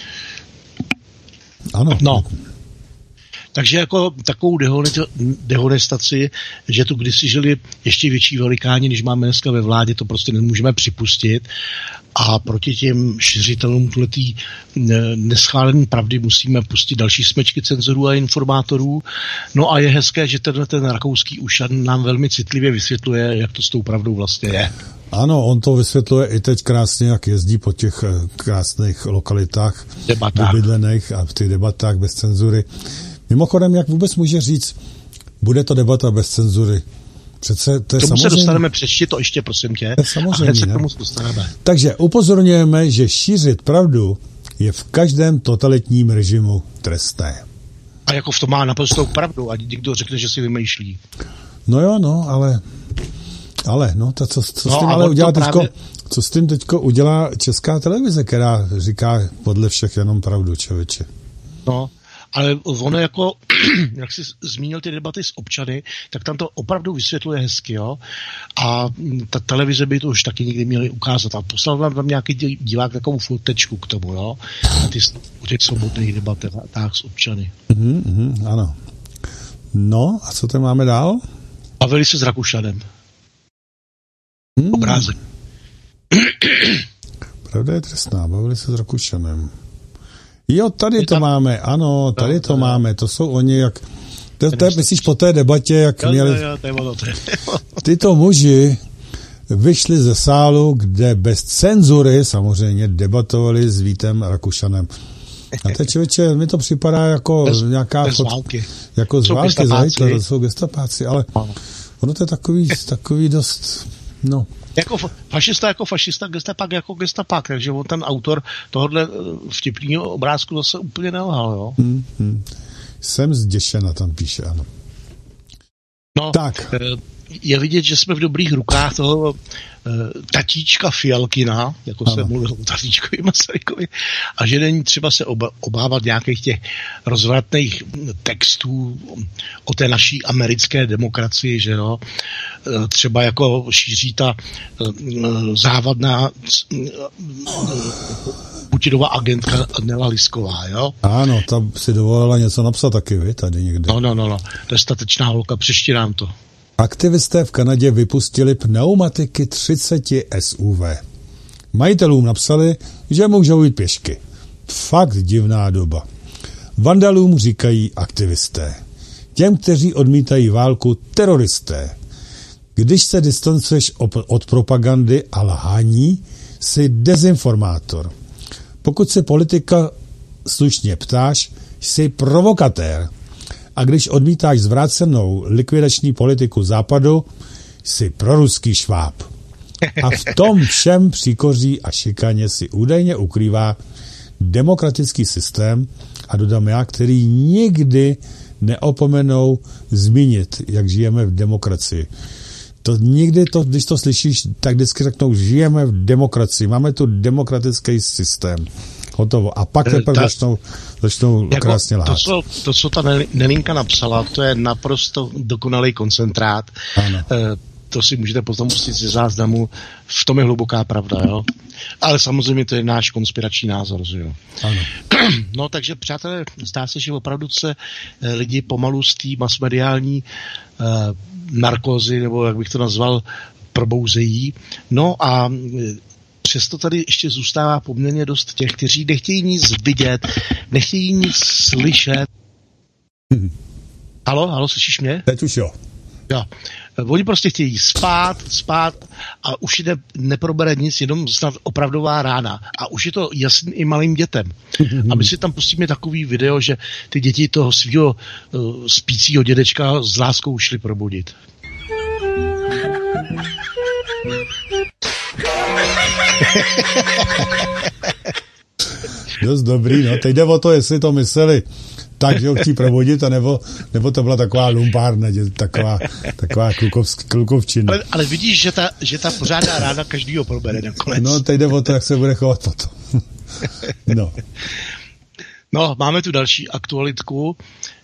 Ano. No. Takže jako takovou dehonestaci, že tu kdysi žili ještě větší velikáni, než máme dneska ve vládě, to prostě nemůžeme připustit. A proti těm šiřitelům tuhletý neschválený pravdy musíme pustit další smečky cenzorů a informátorů. No a je hezké, že tenhle ten rakouský ušan nám velmi citlivě vysvětluje, jak to s tou pravdou vlastně je. Ano, on to vysvětluje i teď krásně, jak jezdí po těch krásných lokalitách, vybydlených a v těch debatách bez cenzury. Mimochodem, jak vůbec může říct, bude to debata bez cenzury? Přece to je tomu samozřejmě... se dostaneme, přečti to ještě, prosím tě. To je samozřejmě, a se k tomu dostaneme. Takže upozorňujeme, že šířit pravdu je v každém totalitním režimu trestné. A jako v tom má naprostou pravdu, a někdo řekne, že si vymýšlí. No jo, no, ale... Ale, no, to, co, co no, s tím ale udělá právě... teďko, co s tím teďko udělá Česká televize, která říká podle všech jenom pravdu, člověče. No, ale ono jako, jak jsi zmínil ty debaty s občany, tak tam to opravdu vysvětluje hezky, jo. A ta televize by to už taky nikdy měli ukázat. A poslal vám tam nějaký divák takovou fotečku k tomu, jo. A ty u těch svobodných debatách s občany. Mm, mm, ano. No, a co tam máme dál? Bavili se s Rakušanem. Hmm. Obrázek. Pravda je trestná, bavili se s Rakušanem. Jo, tady to máme, ano, tady to máme, to jsou oni, jak... To, to je, myslíš, po té debatě, jak měli... Tyto muži vyšli ze sálu, kde bez cenzury samozřejmě debatovali s Vítem Rakušanem. A teď, člověče, mi to připadá jako bez, nějaká... Bez fot, války. Jako z války, zajít, to jsou gestapáci, ale ono to je takový, takový dost... No. Jako fašista jako fašista, gestapák jako gestapák, takže on ten autor tohohle vtipného obrázku zase úplně nelhal, jo? Hmm, hmm. Jsem zděšena, tam píše, ano. No, tak. Je vidět, že jsme v dobrých rukách toho tatíčka Fialkina, jako se mluvil o tatíčkovi Masarykovi, a že není třeba se obávat nějakých těch rozvratných textů o té naší americké demokracii, že jo, třeba jako šíří ta závadná Putinova agentka Nela Lisková, jo? Ano, ta si dovolila něco napsat taky, vy, tady někde. No, no, no, no, to je statečná holka, přešti nám to. Aktivisté v Kanadě vypustili pneumatiky třicet S U V. Majitelům napsali, že můžou jít pěšky. Fakt divná doba. Vandalům říkají aktivisté. Těm, kteří odmítají válku, teroristé. Když se distancuješ od propagandy a lhání, jsi dezinformátor. Pokud se politika slušně ptáš, jsi provokatér. A když odmítáš zvrácenou likvidační politiku západu, jsi proruský šváb. A v tom všem příkoří a šikaně si údajně ukrývá demokratický systém, a dodám já, který nikdy neopomenou zmínit, jak žijeme v demokracii. To nikdy, to, když to slyšíš, tak vždycky řeknou, žijeme v demokracii, máme tu demokratický systém. Hotovo. A pak teprve ta, začnou, začnou jako krásně lhát. To co, to, co ta Nelinka napsala, to je naprosto dokonalý koncentrát. Ano. E, to si můžete potom pustit ze záznamu. V tom je hluboká pravda, jo. Ale samozřejmě to je náš konspirační názor, že jo. Ano. No, takže, přátelé, zdá se, že opravdu se lidi pomalu z té masmediální e, narkózy, nebo jak bych to nazval, probouzejí. No a přesto tady ještě zůstává poměrně dost těch, kteří nechtějí nic vidět, nechtějí nic slyšet. Hmm. Halo, halo, slyšíš mě? Teď už jo. Jo. Oni prostě chtějí spát, spát a už ne, neprobere nic, jenom snad opravdová rána. A už je to jasný i malým dětem. A my si tam pustíme takový video, že ty děti toho svého uh, spícího dědečka s láskou šli probudit. Dost dobrý, no. Teď jde o to, jestli to mysleli tak, že ho chtějí probudit, anebo, nebo to byla taková lumpárna, taková, taková klukov, klukovčina. Ale, ale vidíš, že ta, že ta pořádná rána každýho probere nakonec. No, teď jde o to, jak se bude chovat potom. No. No, máme tu další aktualitku.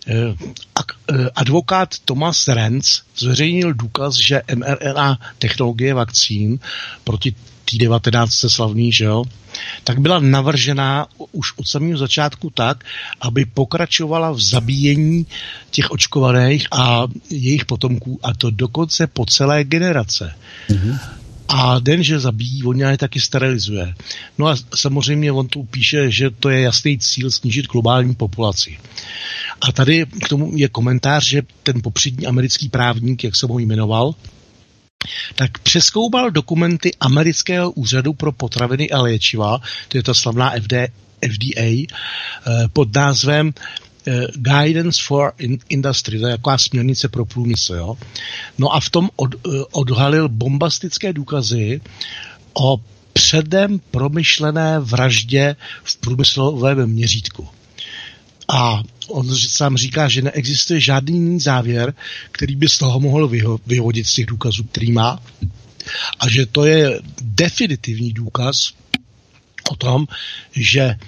Advokát Thomas Renz zveřejnil důkaz, že em er en á technologie vakcín proti té devatenáctce slavný, že jo, tak byla navržená už od samého začátku tak, aby pokračovala v zabíjení těch očkovaných a jejich potomků, a to dokonce po celé generace. Mm-hmm. A den, že zabíjí, on je taky sterilizuje. No a samozřejmě on tu píše, že to je jasný cíl snížit globální populaci. A tady k tomu je komentář, že ten popřední americký právník, jak jsem ho jmenoval, tak přezkoumal dokumenty amerického úřadu pro potraviny a léčiva, to je ta slavná F D A, pod názvem Guidance for Industry, to je taková směrnice pro průmysl. Jo? No a v tom od, odhalil bombastické důkazy o předem promyšlené vraždě v průmyslovém měřítku. A on sám říká, že neexistuje žádný závěr, který by z toho mohl vyho- vyhodit z těch důkazů, který má. A že to je definitivní důkaz o tom, že e,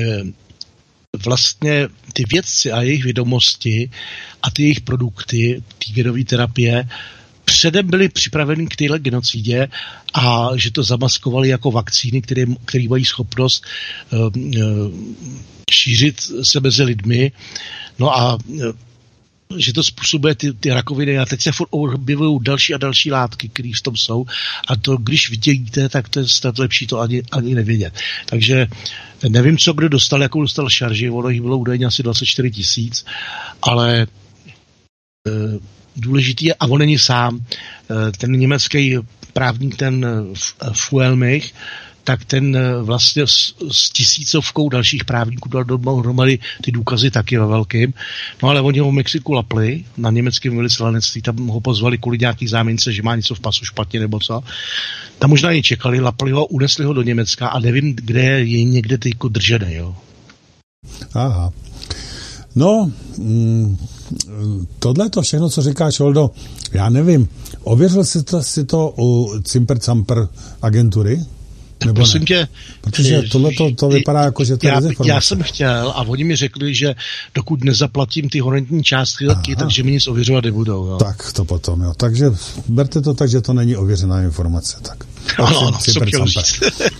vlastně ty vědci a jejich vědomosti a ty jejich produkty, ty vědové terapie, předem byly připraveny k téhle genocídě a že to zamaskovali jako vakcíny, které, které mají schopnost uh, uh, šířit se mezi lidmi. No a uh, že to způsobuje ty, ty rakoviny a teď se furt objevují další a další látky, které v tom jsou a to, když vidíte, tak to je snad lepší to ani, ani nevědět. Takže nevím, co kdo dostal, jakou dostal šarži, ono jich bylo údajně asi dvacet čtyři tisíc, ale uh, důležitý je, a on není sám, ten německý právník, ten Fuelmich, tak ten vlastně s, s tisícovkou dalších právníků dal dohromady ty důkazy taky ve velkým. No ale oni ho v Mexiku lapli, na německém velvyslanectví, tam ho pozvali kvůli nějaký zámince, že má něco v pasu špatně nebo co. Tam možná i čekali, lapli ho, unesli ho do Německa a nevím, kde je někde tyko držený, jo. Aha. No, mm, tohle to všechno, co říkáš, Oldo, já nevím. Ověřil jsi to, si to u Cimper-Camper agentury? Nebo prosím ne? tě, protože tohle to, to vypadá jako, že to je já, dezinformace. Já jsem chtěl a oni mi řekli, že dokud nezaplatím ty horentní částky, takže mi nic ověřovat nebudou. Jo. Tak to potom, jo. Takže berte to tak, že to není ověřená informace. Tak. Ano, ano, jsem chtěl říct.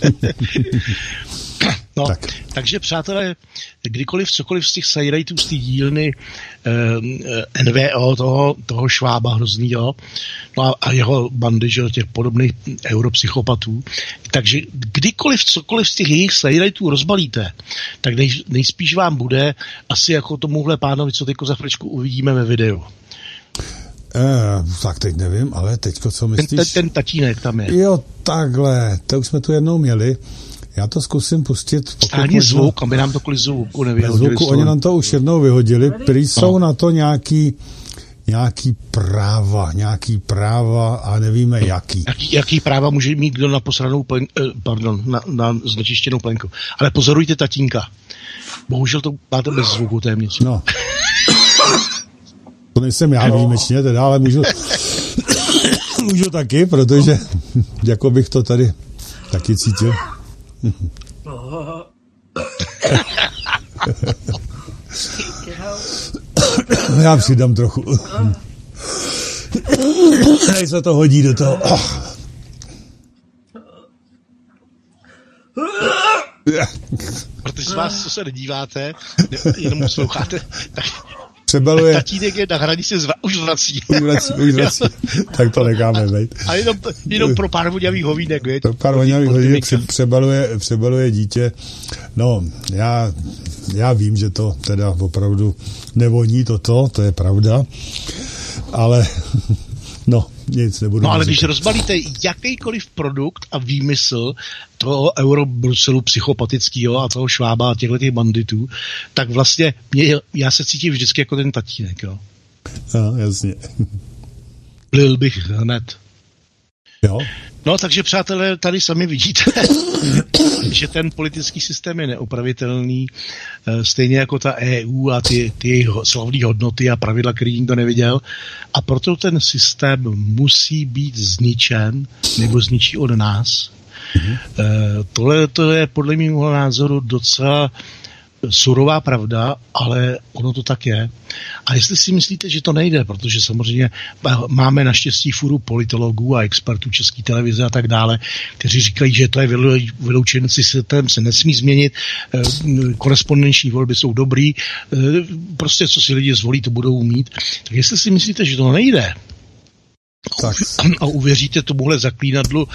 No, tak. Takže přátelé, kdykoliv cokoliv z těch sajrajtů z té dílny eh, N V O, toho, toho švába hroznýho, no a, a jeho bandy, že, těch podobných europsychopatů, takže kdykoliv cokoliv z těch jejich sajrajtů rozbalíte, tak nej, nejspíš vám bude asi jako tomuhle pánovi, co teďko za chvíličku uvidíme ve videu. Eh, tak teď nevím, ale teďko co myslíš? Ten, ten, ten tatínek tam je. Jo, takhle, to už jsme tu jednou měli. Já to zkusím pustit. Stáhni zvuk, aby nám to kvůli zvuku nevyhodili. Zvuku, oni nám to už jednou vyhodili. Prý jsou no. na to nějaký, nějaký práva, nějaký práva a nevíme jaký. Jaký, jaký práva může mít kdo na posranou plen, pardon, na, na znečištěnou plenku. Ale pozorujte tatínka. Bohužel to máte bez zvuku téměř. No. To nejsem já výjimečně, teda, ale můžu, můžu taky, protože jako bych to tady taky cítil. Já přidám trochu. Tady se to hodí do toho. Protože z vás, co se nedíváte, jenom posloucháte, tak přebaluje. Tatínek je na hranici zva, už vrací. Už vrací, už vrací. Tak to necháme vejít. A jenom, jenom pro pár voňavých hovínek, věď? Pro pár voňavých hovínek přebaluje, přebaluje dítě. No, já, já vím, že to teda opravdu nevoní toto, to je pravda, ale no, nic nebudu No ale říkat. když rozbalíte jakýkoliv produkt a výmysl toho Eurobruselu psychopatického a toho Švába a těchto těch banditů, tak vlastně mě, já se cítím vždycky jako ten tatínek, jo. No, jasně. Plil bych hned. Jo. No, takže přátelé, tady sami vidíte, že ten politický systém je neopravitelný, stejně jako ta E U a ty, ty slavné hodnoty a pravidla, který nikdo neviděl. A proto ten systém musí být zničen, nebo zničí od nás. Mm-hmm. Tohle to je podle mého názoru docela surová pravda, ale ono to tak je. A jestli si myslíte, že to nejde, protože samozřejmě máme naštěstí fůru politologů a expertů České televize a tak dále, kteří říkají, že to je vyloučený systém, se nesmí změnit, korespondenční volby jsou dobrý, prostě co si lidi zvolí, to budou mít. Tak jestli si myslíte, že to nejde, tak. a uvěříte tomuhle zaklínadlu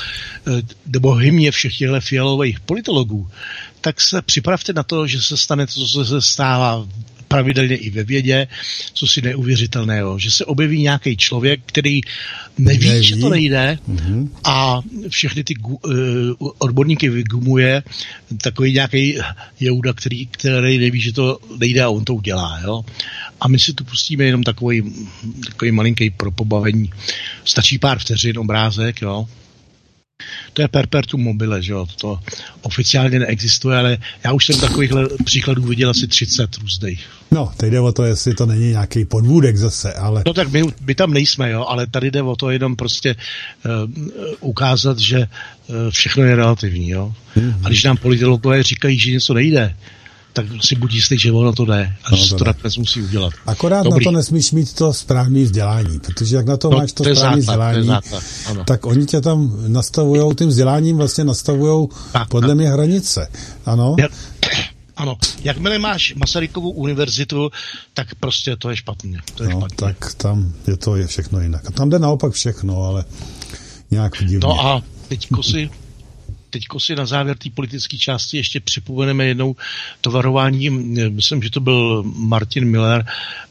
nebo hymně všech těchto fialových politologů, tak se připravte na to, že se stane to, co se stává pravidelně i ve vědě, co si neuvěřitelného, že se objeví nějaký člověk, který neví, neví. že to nejde mm-hmm. a všechny ty uh, odborníky vygumuje, takový nějaký jouda, který, který neví, že to nejde a on to udělá. Jo? A my si tu pustíme jenom takový, takový malinký pro pobavení. Stačí pár vteřin, obrázek, jo. To je perpetuum mobile, že jo, to oficiálně neexistuje, ale já už jsem takovýchhle příkladů viděl asi třicet různých. No, teď jde o to, jestli to není nějaký podvůdek zase, ale... No tak my, my tam nejsme, jo, ale tady jde o to jenom prostě uh, ukázat, že uh, všechno je relativní, jo. Mm-hmm. A když nám politologové říkají, že něco nejde, tak si buď jistý, že ono to jde a no, že se to nakonec musí udělat. Akorát Dobrý. Na to nesmíš mít to správné vzdělání, protože jak na to no, máš to, to správné vzdělání, to tak oni tě tam nastavujou, tím vzděláním vlastně nastavujou tak, podle tak. mě hranice. Ano? Ja, ano. Jakmile máš Masarykovu univerzitu, tak prostě to je špatně. To je no, špatně. tak tam je to je všechno jinak. A tam jde naopak všechno, ale nějak divně. No a teďko si Teďko si na závěr té politické části ještě připomeneme jednou to varování, myslím, že to byl Martin Miller,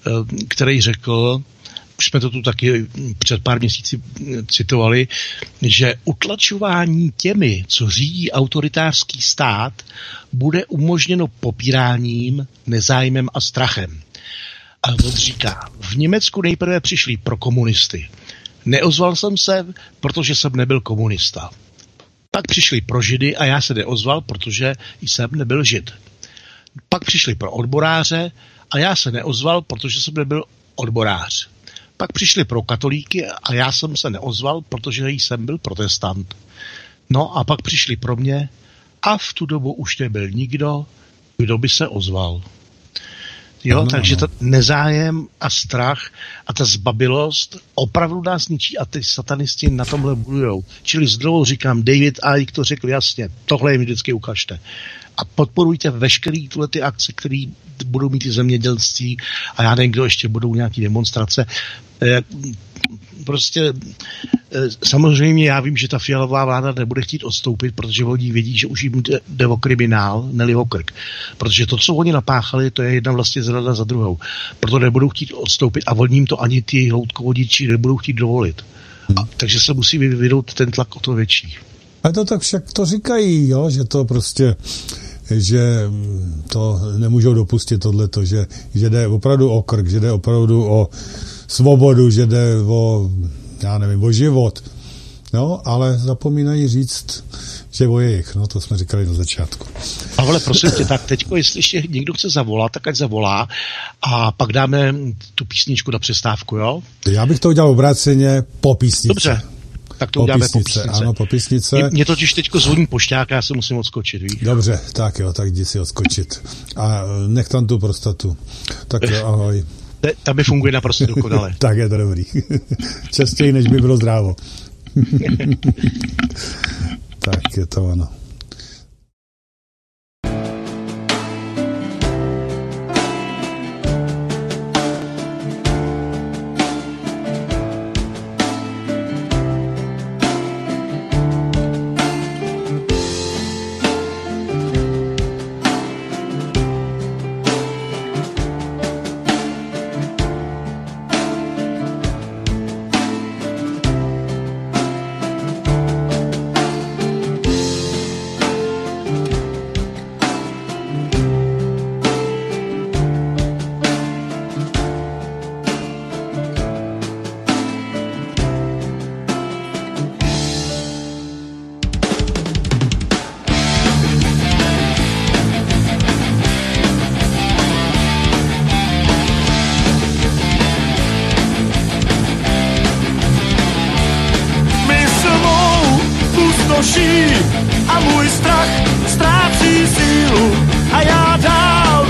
který řekl, už jsme to tu taky před pár měsíci citovali, že utlačování těmi, co řídí autoritářský stát, bude umožněno popíráním, nezájmem a strachem. A on říká, v Německu nejprve přišli pro komunisty. Neozval jsem se, protože jsem nebyl komunista. Pak přišli pro Židy a já se neozval, protože jsem nebyl Žid. Pak přišli pro odboráře a já se neozval, protože jsem nebyl odborář. Pak přišli pro katolíky a já jsem se neozval, protože jsem byl protestant. No a pak přišli pro mě a v tu dobu už nebyl nikdo, kdo by se ozval. Jo, ano, takže ano. Ta nezájem a strach a ta zbabilost opravdu nás ničí a ty satanisti na tomhle budujou. Čili zdrovu říkám, David Icke to řekl jasně, tohle jim vždycky ukažte. A podporujte veškerý tyhle ty akce, které budou mít i zemědělství a já nevím, kdo ještě budou nějaký demonstrace. Prostě samozřejmě já vím, že ta fialová vláda nebude chtít odstoupit, protože oni vědí, že už jim jde o kriminál, neli o krk. Protože to, co oni napáchali, to je jedna vlastně zrada za druhou. Proto nebudou chtít odstoupit a oni jim to ani ty hloutkovodiči nebudou chtít dovolit. A, takže se musí vyvinout ten tlak o to větší. A to tak však to říkají, jo, že to prostě že to nemůžou dopustit tohleto, že, že jde opravdu o krk, že jde opravdu o svobodu, že jde o, já nevím, o život. No, ale zapomínají říct, že o jejich, no, to jsme říkali na začátku. Ale prosím tě, tak teďko, jestli ještě někdo chce zavolat, tak ať zavolá a pak dáme tu písničku na přestávku, jo? Já bych to udělal obráceně po písničce. Dobře. Tak to uděláme po písnice. Ano, po písnice. Mě, mě totiž teďko zvoní pošťák a já se musím odskočit, víš? Dobře, tak jo, tak jdi si odskočit. A nech tam tu prostatu. Tak jo, ahoj. Ta mi funguje naprosto dokonale. Tak je to dobrý. Častěji, než by bylo zdrávo. Tak je to ono. A můj strach ztrácí sílu a já dál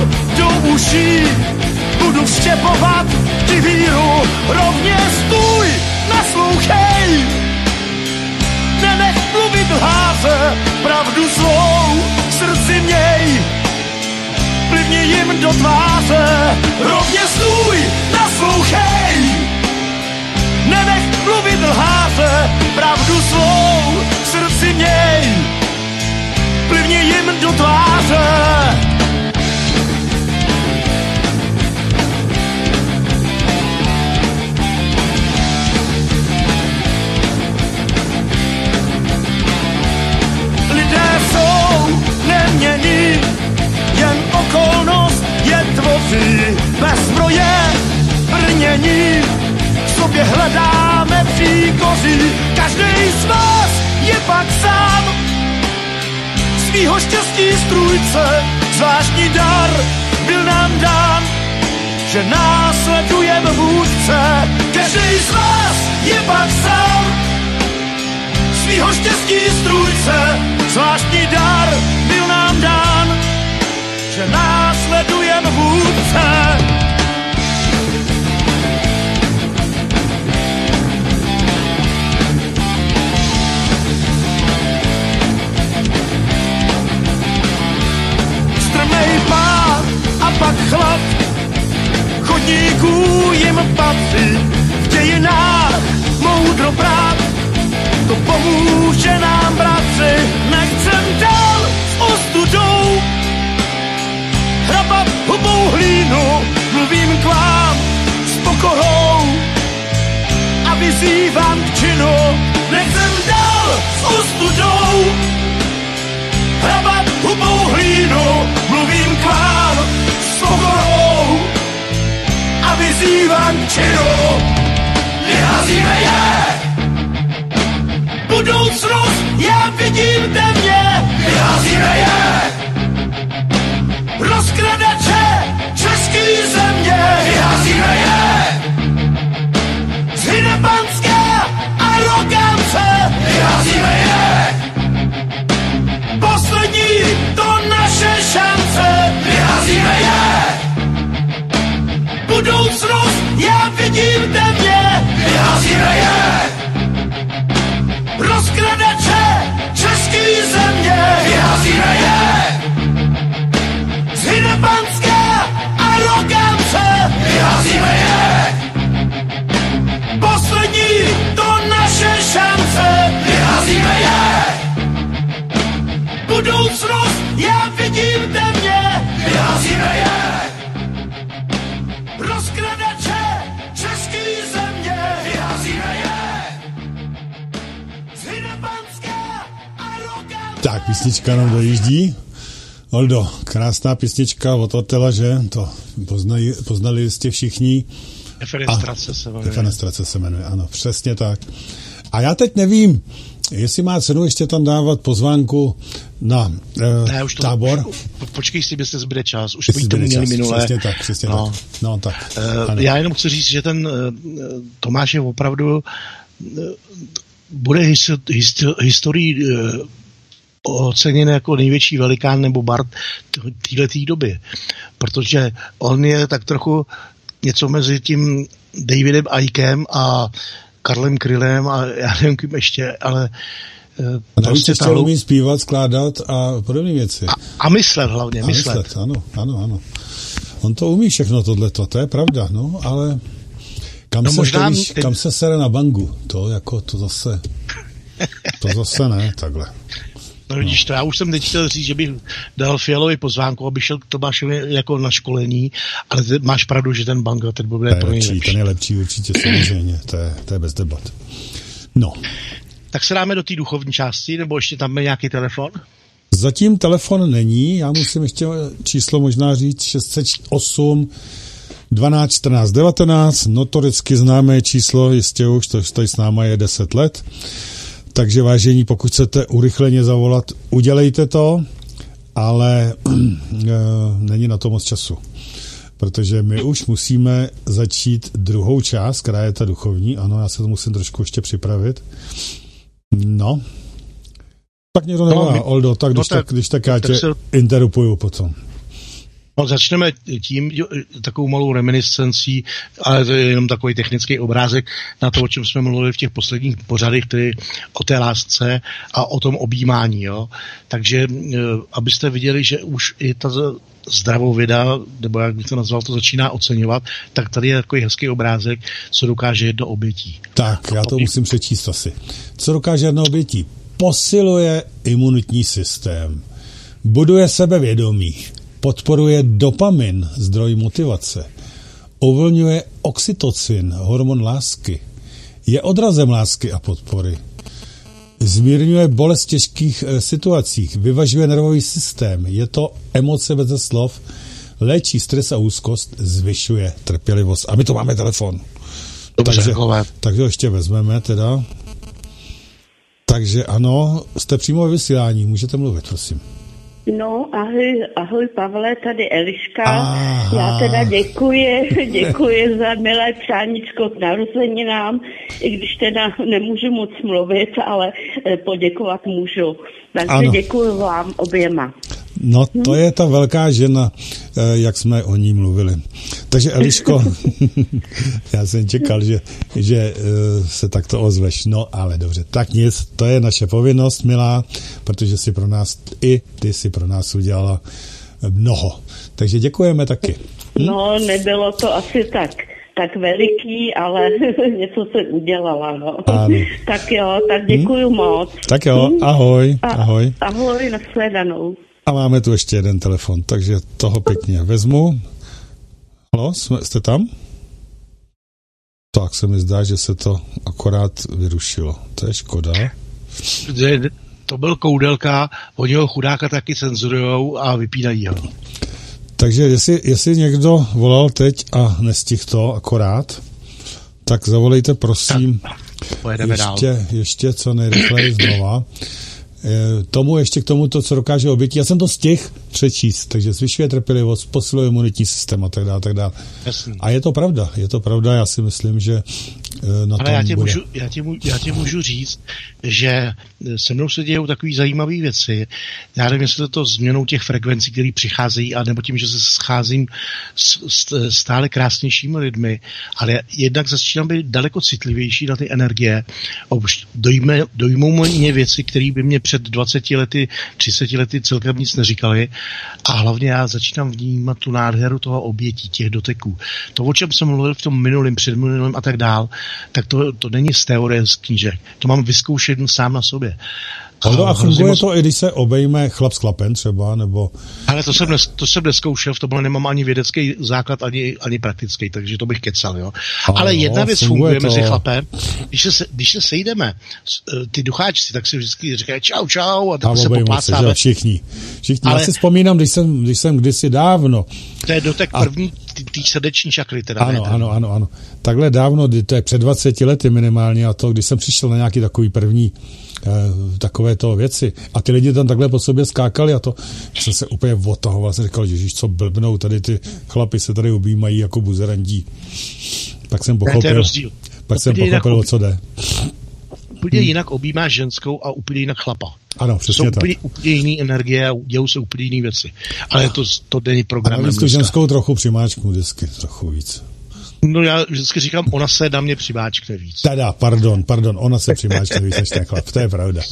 uší budu vštěpovat ti víru, rovně stůj, naslouchej. Nenech mluvit lháře, pravdu svou v srdci měj. Plivni jim do tváře, rovně stůj, naslouchej. Nenech mluvit lháře, pravdu svou v srdci měj. Plivni jim do tváře. Lidé jsou neměnní, jen okolnost je tvoří. Bez zbroje brnění v sobě hledáme příkoří. Každý z vás je pak sám svýho štěstí strůjce. Zvláštní dar byl nám dán, že následujeme vůdce. Každý z vás je pak sám svýho štěstí strůjce. Zvláštní dar byl nám dán, že následujeme vůdce. Strmej pád a pak chlad chodníků jim patří. V dějinách moudro brát, to pomůže nám, bratři. Nechcem dál s ostudou hrabat hubou hlínu, mluvím k vám s pokorou a vyzývám k činu. Nechcem dál s ostudou hrabat hubou hlínu, mluvím k vám s pokorou a vyzývám k činu. Vyházíme je! Budoucnost, já vidím temně, vyházíme je. Rozkradače český země, vyházíme je. Zhyne panská arogance, vyházíme je. Poslední to naše šance, vyházíme je. Budoucnost, já vidím temně, vyházíme je. Rozkradače český země, vyházíme je. Zhyne panská arogance, vyházíme je. Poslední to naše šance, vyházíme je. Budoucnost, já vidím temně, vyházíme je. Rozkradače český země, vyházíme je. Tak, písnička nám dojíždí. Oldo, krásná písnička od Otela, že? To poznají, poznali jste všichni. Defenestrace se jmenuje. Defenestrace se jmenuje, ano, přesně tak. A já teď nevím, jestli má cenu ještě tam dávat pozvánku na e, ne, už to, tábor. Už, počkej si, jestli zbyde čas. Už jsme to měli minule. Přesně tak, přesně no. tak. No, tak. E, já jenom chci říct, že ten e, Tomáš je opravdu e, bude his, his, historií e, oceněn jako největší velikán nebo bard téhleté doby. Protože on je tak trochu něco mezi tím Davidem Ickem a Karlem Krylem a já nevím kým ještě, ale a navíc ještě tahlu... umí zpívat, skládat a podobné věci. A, a myslet hlavně, a myslet. myslet. Ano, ano, ano. On to umí všechno tohleto, to je pravda, no, ale kam, no, se, možná... víš, ty... kam se sere na bangu, to jako, to zase, to zase ne, takhle. No vidíš to, já už jsem teď chtěl říct, že bych dal Fialovi pozvánku, aby šel k Tomášovi jako na školení, ale ty máš pravdu, že ten Banga, ten bude pro něj lepší. Ten je lepší určitě, samozřejmě, to je, to je bez debat. No. Tak se dáme do té duchovní části, nebo ještě tam je nějaký telefon? Zatím telefon není, já musím ještě číslo možná říct šest set osm dvanáct čtrnáct devatenáct, notoricky známé číslo, jistě už, to tady s náma je deset let. Takže vážení, pokud chcete urychleně zavolat, udělejte to, ale není na to moc času. Protože my už musíme začít druhou část, která je ta duchovní. Ano, já se to musím trošku ještě připravit. No. Tak někdo nevolá, no, Oldo, tak když, no, tak, tak, když tak já tě se... interrupuju potom. No, začneme tím, takovou malou reminiscencí, ale to je jenom takový technický obrázek na to, o čem jsme mluvili v těch posledních pořadech, tedy o té lásce a o tom objímání. Jo? Takže abyste viděli, že už i ta zdravověda, nebo jak bych to nazval, to začíná oceňovat, tak tady je takový hezký obrázek, co dokáže jedno obětí. Tak, já to musím přečíst asi. Co dokáže jedno obětí? Posiluje imunitní systém, buduje sebevědomí, podporuje dopamin, zdroj motivace, uvolňuje oxytocin, hormon lásky, je odrazem lásky a podpory, zmírňuje bolest v těžkých e, situacích, vyvažuje nervový systém, je to emoce beze slov, léčí stres a úzkost, zvyšuje trpělivost. A my to máme telefon. Dobře, takže, takže ještě vezmeme teda. Takže ano, jste přímo ve vysílání, můžete mluvit, prosím. No, ahoj, ahoj Pavle, tady Eliška. Aha. Já teda děkuji, děkuji za milé přáníčko k narozeninám, i když teda nemůžu moc mluvit, ale poděkovat můžu. Takže ano. Děkuji vám oběma. No, to je ta velká žena, jak jsme o ní mluvili. Takže Eliško, já jsem čekal, že, že se takto ozveš. No, ale dobře, tak nic, to je naše povinnost, milá, protože si pro nás, i ty si pro nás udělala mnoho. Takže děkujeme taky. Hm? No, nebylo to asi tak, tak veliký, ale něco se udělala, no. Ano. Tak jo, tak děkuju hm? moc. Tak jo, ahoj, ahoj. A, ahoj, nashledanou. A máme tu ještě jeden telefon, takže toho pěkně vezmu. Halo, jste tam? Tak se mi zdá, že se to akorát vyrušilo. To je škoda. To byl Koudelka, oni ho chudáka taky cenzurujou a vypínají ho. Takže jestli, jestli někdo volal teď a nestihl to akorát, tak zavolejte prosím ještě, ještě co nejrychleji znova. Tomu ještě k tomu to, co dokáže obětí. Já jsem to stihl přečíst, takže zvyšuje trpělivost, posiluje imunitní systém a tak dále, tak dále. A je to pravda, je to pravda, já si myslím, že na Ale tom já tě, bude. můžu, já, tě, já tě můžu říct, že se mnou se dějou takové zajímavé věci. Já nevím, jestli to změnou těch frekvencí, které přicházejí, a nebo tím, že se scházím s, s stále krásnějšími lidmi, ale jednak začínám být daleko citlivější na ty energie. Už dojme, dojmou mě věci, které by mě před dvaceti lety, třiceti lety celkem nic neříkali, a hlavně já začínám vnímat tu nádheru toho obětí, těch doteků. To, o čem jsem mluvil v tom minulém, předminulém a tak dál, tak to, to není z teorie z knížek. To mám vyzkoušet sám na sobě. A, a funguje moc... to, i když se obejme chlap s chlapem třeba, nebo... Ale to jsem, nes, to jsem neskoušel, v tomhle nemám ani vědecký základ, ani, ani praktický, takže to bych kecal, jo. A Ale jo, jedna věc funguje, funguje mezi chlapem, když se, když se sejdeme, ty ducháčci, tak si vždycky říkají čau, čau, a tak se poplácáme. Se, všichni. všichni. Ale... Já si vzpomínám, když jsem, když jsem kdysi dávno... To je dotek a... první té srdeční čakry, teda. Ano, ano, ano, ano. Takhle dávno, to je před dvaceti lety minimálně, a to, když jsem přišel na nějaký takový první takové to věci. A ty lidi tam takhle po sobě skákali a to jsem se úplně otahoval. Jsem říkal, ježiš, co blbnou, tady ty chlapi se tady objímají jako buzerandí. Tak jsem pochopil, pak jsem pochopil, o co jde. Úplně jinak objímáš ženskou a úplně jinak chlapa. Ano, přesně jsou tak. Úplně, úplně jiný energie a dějou se úplně jiný věci. Ale to, to není program. A tu ženskou trochu přimáčknu vždycky, trochu víc. No já vždycky říkám, ona se na mě přimáčkne víc. Teda, pardon, pardon, ona se přimáčkne víc než ten chlap, to je pravda.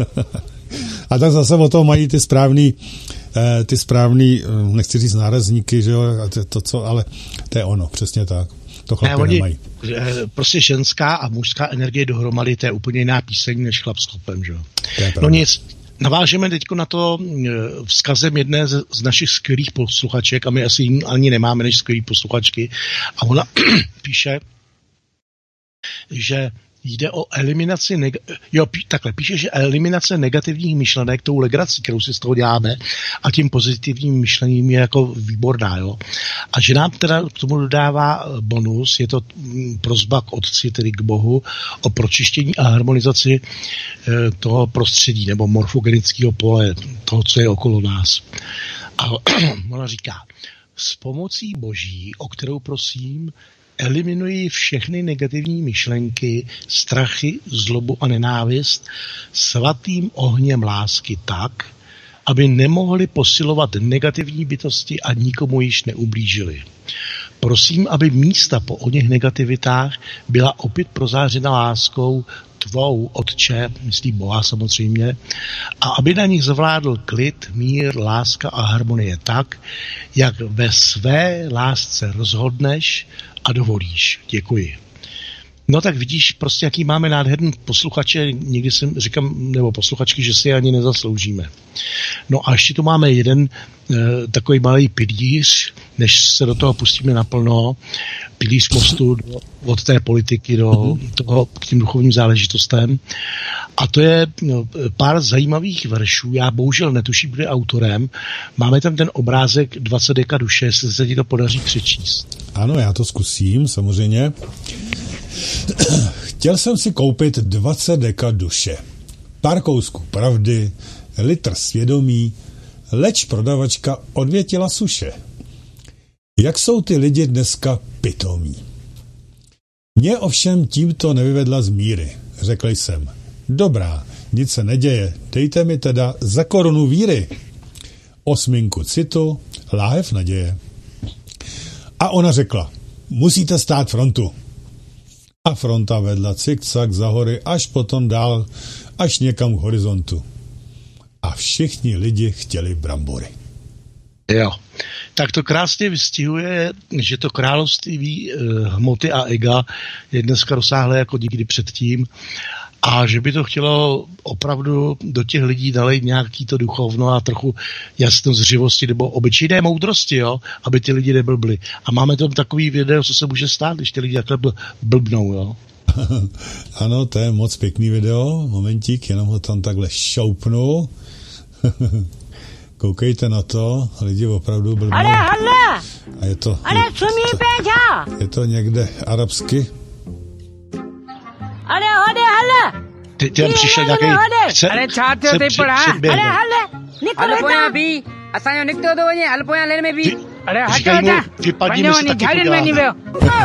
A tak zase o toho mají ty správný, ty správný, nechci říct nárazníky, že jo, to, to co, ale to je ono, přesně tak. To chlapy ne, oni, nemají. Prostě ženská a mužská energie dohromady, to je úplně jiná píseň než chlap s chlapem, že jo. No nic, navážeme teď na to vzkazem jedné z, z našich skvělých posluchaček, a my asi ani nemáme než skvělý posluchačky, a ona píše, že jde o eliminaci, neg- jo, pí- takhle, píše, že eliminace negativních myšlenek tou legrací, kterou si z toho děláme, a tím pozitivním myšlením je jako výborná, jo. A že nám teda k tomu dodává bonus, je to prosba k Otci, tedy k Bohu, o pročištění a harmonizaci e, toho prostředí, nebo morfogenického pole, toho, co je okolo nás. A ona říká, s pomocí Boží, o kterou prosím, eliminuji všechny negativní myšlenky, strachy, zlobu a nenávist svatým ohněm lásky tak, aby nemohli posilovat negativní bytosti a nikomu již neublížili. Prosím, aby místa po oněch negativitách byla opět prozářena láskou tvou, Otče, myslí Boha samozřejmě, a aby na nich zavládl klid, mír, láska a harmonie tak, jak ve své lásce rozhodneš a dovolíš. Děkuji. No tak vidíš, prostě jaký máme nádherný posluchače, někdy jsem říkám, nebo posluchačky, že si je ani nezasloužíme. No a ještě tu máme jeden e, takový malý pilíř, než se do toho pustíme naplno, pilíř mostu do, od té politiky do toho, k tím duchovním záležitostem. A to je no, pár zajímavých veršů, já bohužel netuším, kdo je autorem. Máme tam ten obrázek dvacet deka duše, jestli se ti to podaří přečíst. Ano, já to zkusím, samozřejmě. Chtěl jsem si koupit dvacet deka duše, pár kousků pravdy, litr svědomí, leč prodavačka odvětila suše. Jak jsou ty lidi dneska pitomí. Mě ovšem tímto nevyvedla z míry. Řekl jsem, dobrá, nic se neděje, dejte mi teda za korunu víry. Osminku citu, láhev naděje. A ona řekla, musíte stát frontu. A fronta vedla cik-cak za hory, až potom dál, až někam k horizontu. A všichni lidi chtěli brambory. Jo, tak to krásně vystihuje, že to království eh, hmoty a ega je dneska rozsáhlé jako nikdy předtím a že by to chtělo opravdu do těch lidí dalej nějaký to duchovno a trochu jasnozřivosti nebo obyčejné moudrosti, jo, aby ty lidi neblbli. A máme tam takový video, co se může stát, když ty lidi takhle blbnou, jo. Ano, to je moc pěkný video, momentík, jenom ho tam takhle šoupnu. Koukejte na to, lidi opravdu blbnou. Ale hala! A je to, ale co mi péťa? Je to někde arabsky. Ale hode hala! Ty tam přišel nějaký... Chce, ale čátel ty pora. Ale hala! Ale poja bí. Asaňo nikto do ně, ale poja len mi bí. Ale hata. Vypadni mi se taky podívat.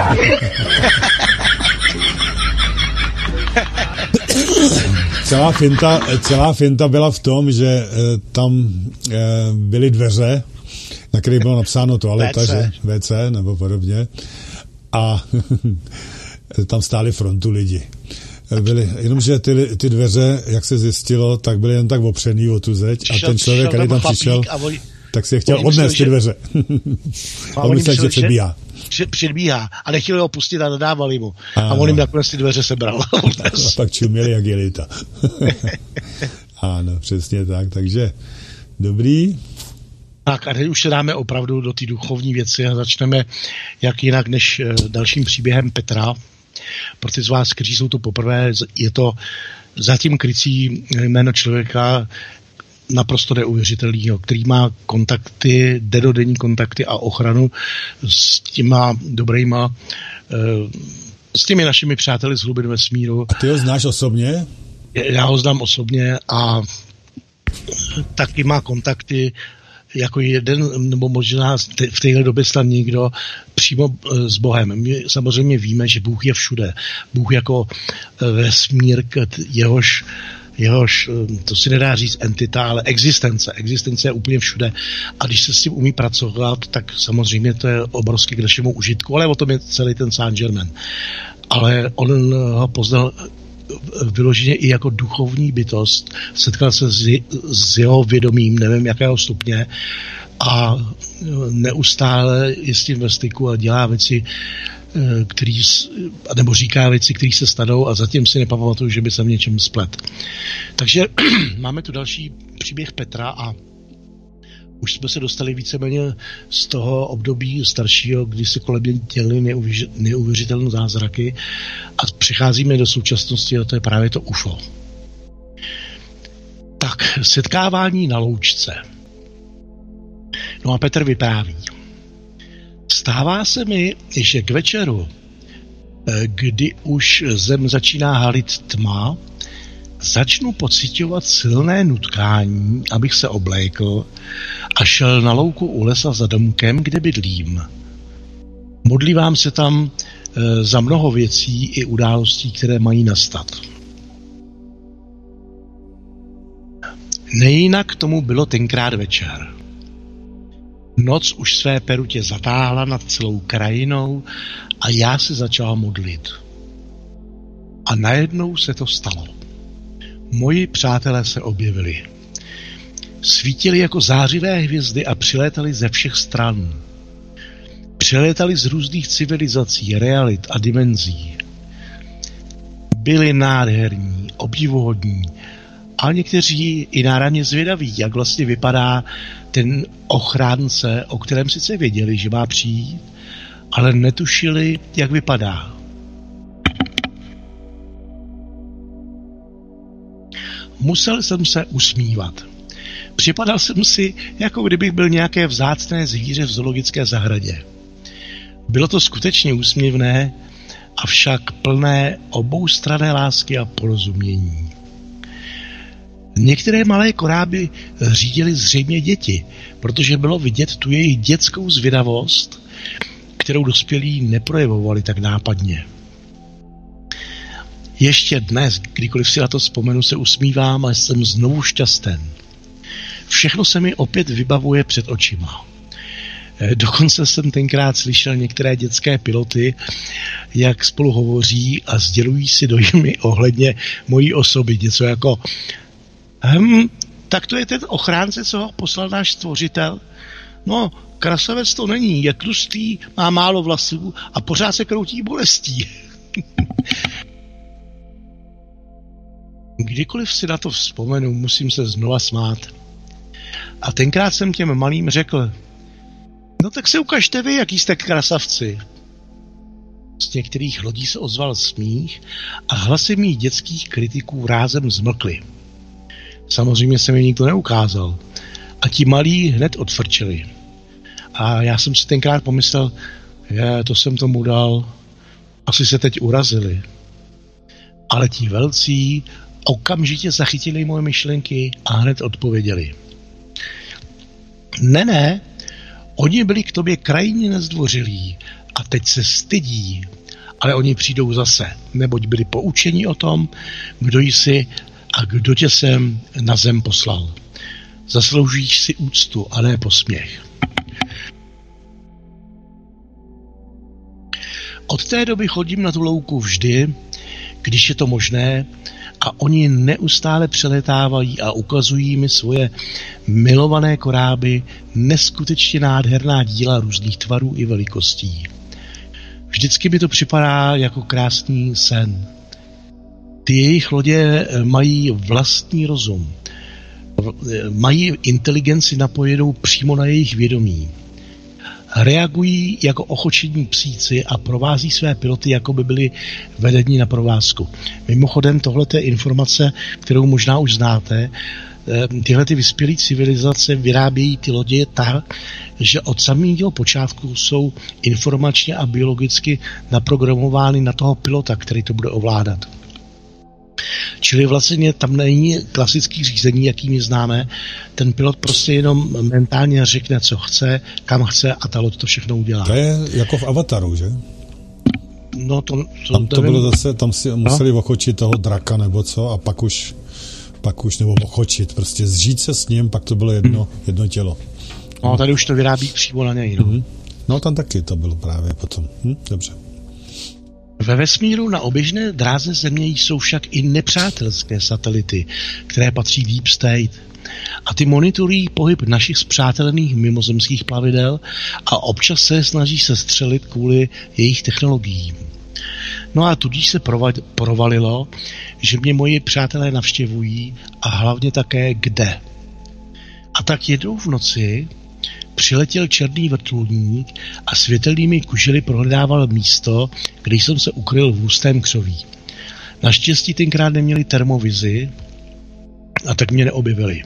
Celá finta, celá finta byla v tom, že e, tam e, byly dveře, na kterých bylo napsáno toaleta, že? vé cé nebo podobně. A tam stály frontu lidi. Byly, jenomže ty, ty dveře, jak se zjistilo, tak byly jen tak opřený o tu zeď a ten člověk, který tam přišel, tak si je chtěl odnést ty dveře. A on myslel, že předbíhá. Předbíhá a nechtěli ho pustit a nedávali mu. A, a on jim nakonec ty dveře sebral. A, a pak čuměli jak jelita. Ano, přesně tak. Takže dobrý. Tak a teď už se dáme opravdu do té duchovní věci a začneme jak jinak než dalším příběhem Petra. Pro ty z vás, kteří jsou tu poprvé, je to zatím krycí jméno člověka naprosto neuvěřitelného, který má kontakty, denodenní kontakty a ochranu s těma dobrýma, s těmi našimi přáteli z hlubin vesmíru. A ty ho znáš osobně? Já ho znám osobně a taky má kontakty jako jeden, nebo možná v téhle době snad nikdo, přímo s Bohem. My samozřejmě víme, že Bůh je všude. Bůh jako vesmír, jehož jehož, to si nedá říct entita, ale existence. Existence je úplně všude. A když se s tím umí pracovat, tak samozřejmě to je obrovský k našemu užitku, ale o tom je celý ten Saint-Germain. Ale on ho poznal vyloženě i jako duchovní bytost, setkal se s, s jeho vědomím, nevím jakého stupně, a neustále je s tím ve styku a dělá věci, který, nebo říká věci, které se stanou a zatím si nepamatuju, že by se v něčem splet. Takže máme tu další příběh Petra a už jsme se dostali víceméně z toho období staršího, kdy se kolem mě děly neuvěřitelné zázraky a přicházíme do současnosti a to je právě to U F O. Tak, setkávání na loučce. No a Petr vypráví. Stává se mi, že k večeru, kdy už zem začíná halit tma, začnu pociťovat silné nutkání, abych se oblékl a šel na louku u lesa za domkem, kde bydlím. Modlívám se tam e, za mnoho věcí i událostí, které mají nastat. Nejinak tomu bylo tenkrát večer. Noc už své perutě zatáhla nad celou krajinou a já se začal modlit. A najednou se to stalo. Moji přátelé se objevili. Svítili jako zářivé hvězdy a přilétali ze všech stran. Přilétali z různých civilizací, realit a dimenzí. Byli nádherní, obdivuhodní, ale někteří i náramně zvědaví, jak vlastně vypadá ten ochránce, o kterém sice věděli, že má přijít, ale netušili, jak vypadá. Musel jsem se usmívat. Připadal jsem si, jako kdybych byl nějaké vzácné zvíře v zoologické zahradě. Bylo to skutečně úsměvné, avšak plné oboustranné lásky a porozumění. Některé malé koráby řídily zřejmě děti, protože bylo vidět tu jejich dětskou zvědavost, kterou dospělí neprojevovali tak nápadně. Ještě dnes, kdykoliv si na to vzpomenu, se usmívám a jsem znovu šťasten. Všechno se mi opět vybavuje před očima. Dokonce jsem tenkrát slyšel některé dětské piloty, jak spolu hovoří a sdělují si dojmy ohledně mojí osoby. Něco jako, hm, tak to je ten ochránce, co ho poslal náš stvořitel? No, krasavec to není, je tlustý, má málo vlasů a pořád se kroutí bolestí. Kdykoliv si na to vzpomenu, musím se znova smát. A tenkrát jsem těm malým řekl, no tak se ukažte vy, jaký jste krasavci. Z některých lodí se ozval smích a hlasy mých dětských kritiků rázem zmlkly. Samozřejmě se mi nikdo neukázal. A ti malí hned odfrčeli. A já jsem si tenkrát pomyslel, je, to jsem tomu dal, asi se teď urazili. Ale ti velcí okamžitě zachytili moje myšlenky a hned odpověděli. Ne, ne, oni byli k tobě krajně nezdvořilí a teď se stydí, ale oni přijdou zase, neboť byli poučeni o tom, kdo jsi a kdo tě sem na zem poslal. Zasloužíš si úctu a ne posměch. Od té doby chodím na tu louku vždy, když je to možné, a oni neustále přeletávají a ukazují mi svoje milované koráby, neskutečně nádherná díla různých tvarů i velikostí. Vždycky mi to připadá jako krásný sen. Ty jejich lodě mají vlastní rozum. Mají inteligenci napojenou přímo na jejich vědomí. Reagují jako ochočení psíci a provází své piloty, jako by byli vedení na provázku. Mimochodem, tohle je informace, kterou možná už znáte. Tyhle ty vyspělé civilizace vyrábějí ty lodě tak, že od samého počátku jsou informačně a biologicky naprogramovány na toho pilota, který to bude ovládat. Čili vlastně tam není klasický řízení, jaký my známe. Ten pilot prostě jenom mentálně řekne, co chce, kam chce a ta loď to všechno udělá. To je jako v Avataru, že? No to, to, tam to bylo zase, tam si museli ochočit toho draka nebo co a pak už, pak už nebo ochočit, prostě zžít se s ním, pak to bylo jedno, hmm. jedno tělo. No tady už to vyrábí přímo na něj. No, hmm. no tam taky to bylo právě potom. Hm? Dobře. Ve vesmíru na oběžné dráze Země jsou však i nepřátelské satelity, které patří Deep State. A ty monitorují pohyb našich spřátelených mimozemských plavidel a občas se snaží sestřelit kvůli jejich technologiím. No a tudíž se provalilo, že mě moji přátelé navštěvují a hlavně také kde. A tak jednou v noci přiletěl černý vrtulník a světelnými kužely prohledával místo, kde jsem se ukryl v hustém křoví. Naštěstí tenkrát neměli termovizi a tak mě neobjevili.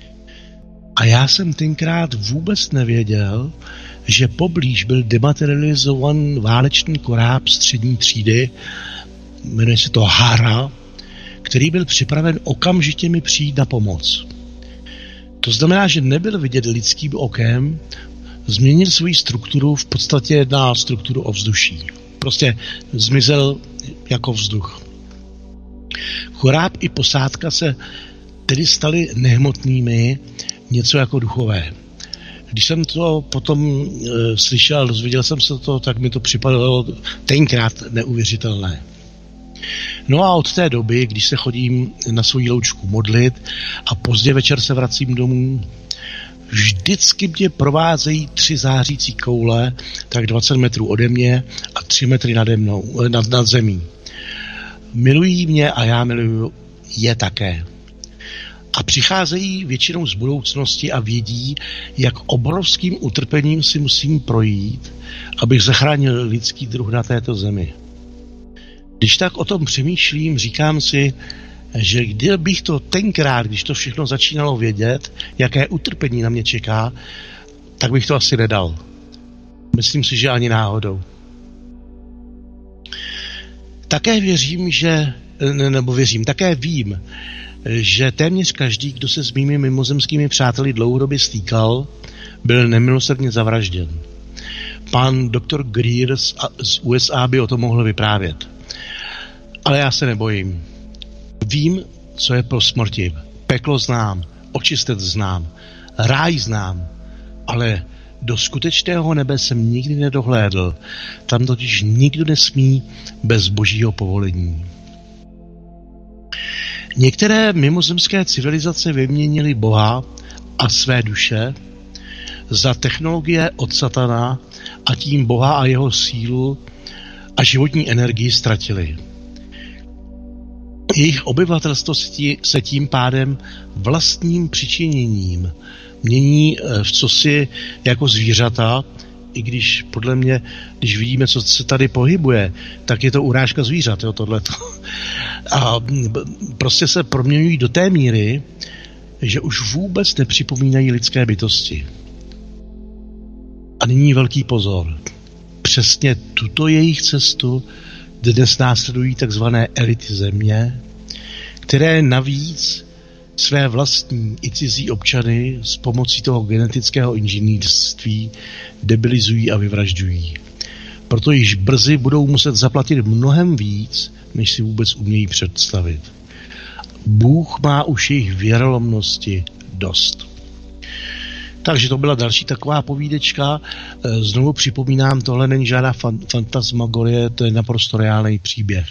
A já jsem tenkrát vůbec nevěděl, že poblíž byl dematerializovan válečný koráb střední třídy, jmenuje se to Hara, který byl připraven okamžitě mi přijít na pomoc. To znamená, že nebyl vidět lidským okem, změnil svoji strukturu v podstatě na strukturu ovzduší. Prostě zmizel jako vzduch. Choráb i posádka se tedy staly nehmotnými, něco jako duchové. Když jsem to potom e, slyšel, dozvěděl jsem se to, tak mi to připadalo tenkrát neuvěřitelné. No a od té doby, když se chodím na svoji loučku modlit a pozdě večer se vracím domů, vždycky mě provázejí tři zářící koule, tak dvacet metrů ode mě a tři metry nade mnou, nad, nad zemí. Milují mě a já miluju je také. A přicházejí většinou z budoucnosti a vědí, jak obrovským utrpením si musím projít, abych zachránil lidský druh na této zemi. Když tak o tom přemýšlím, říkám si, že kdybych to tenkrát, když to všechno začínalo vědět, jaké utrpení na mě čeká, tak bych to asi nedal. Myslím si, že ani náhodou. Také věřím, že, nebo věřím, také vím, že téměř každý, kdo se s mými mimozemskými přáteli dlouhodobě stýkal, byl nemilosrdně zavražděn. Pan doktor Greer z, z U S A by o tom mohl vyprávět. Ale já se nebojím. Vím, co je po smrti. Peklo znám, očistec znám, ráj znám, ale do skutečného nebe jsem nikdy nedohlédl. Tam totiž nikdo nesmí bez božího povolení. Některé mimozemské civilizace vyměnily Boha a své duše za technologie od satana a tím Boha a jeho sílu a životní energii ztratili. Jejich obyvatelstvo se tím pádem vlastním přičiněním mění v cosi jako zvířata, i když podle mě, když vidíme, co se tady pohybuje, tak je to urážka zvířat, jo, tohleto. A prostě se proměňují do té míry, že už vůbec nepřipomínají lidské bytosti. A nyní velký pozor. Přesně tuto jejich cestu dnes následují takzvané elity země, které navíc své vlastní i cizí občany s pomocí toho genetického inženýrství debilizují a vyvražďují. Proto již brzy budou muset zaplatit mnohem víc, než si vůbec umějí představit. Bůh má už jejich věrolomnosti dost. Takže to byla další taková povídečka. Znovu připomínám, tohle není žádná fantasmagorie, to je naprosto reálný příběh.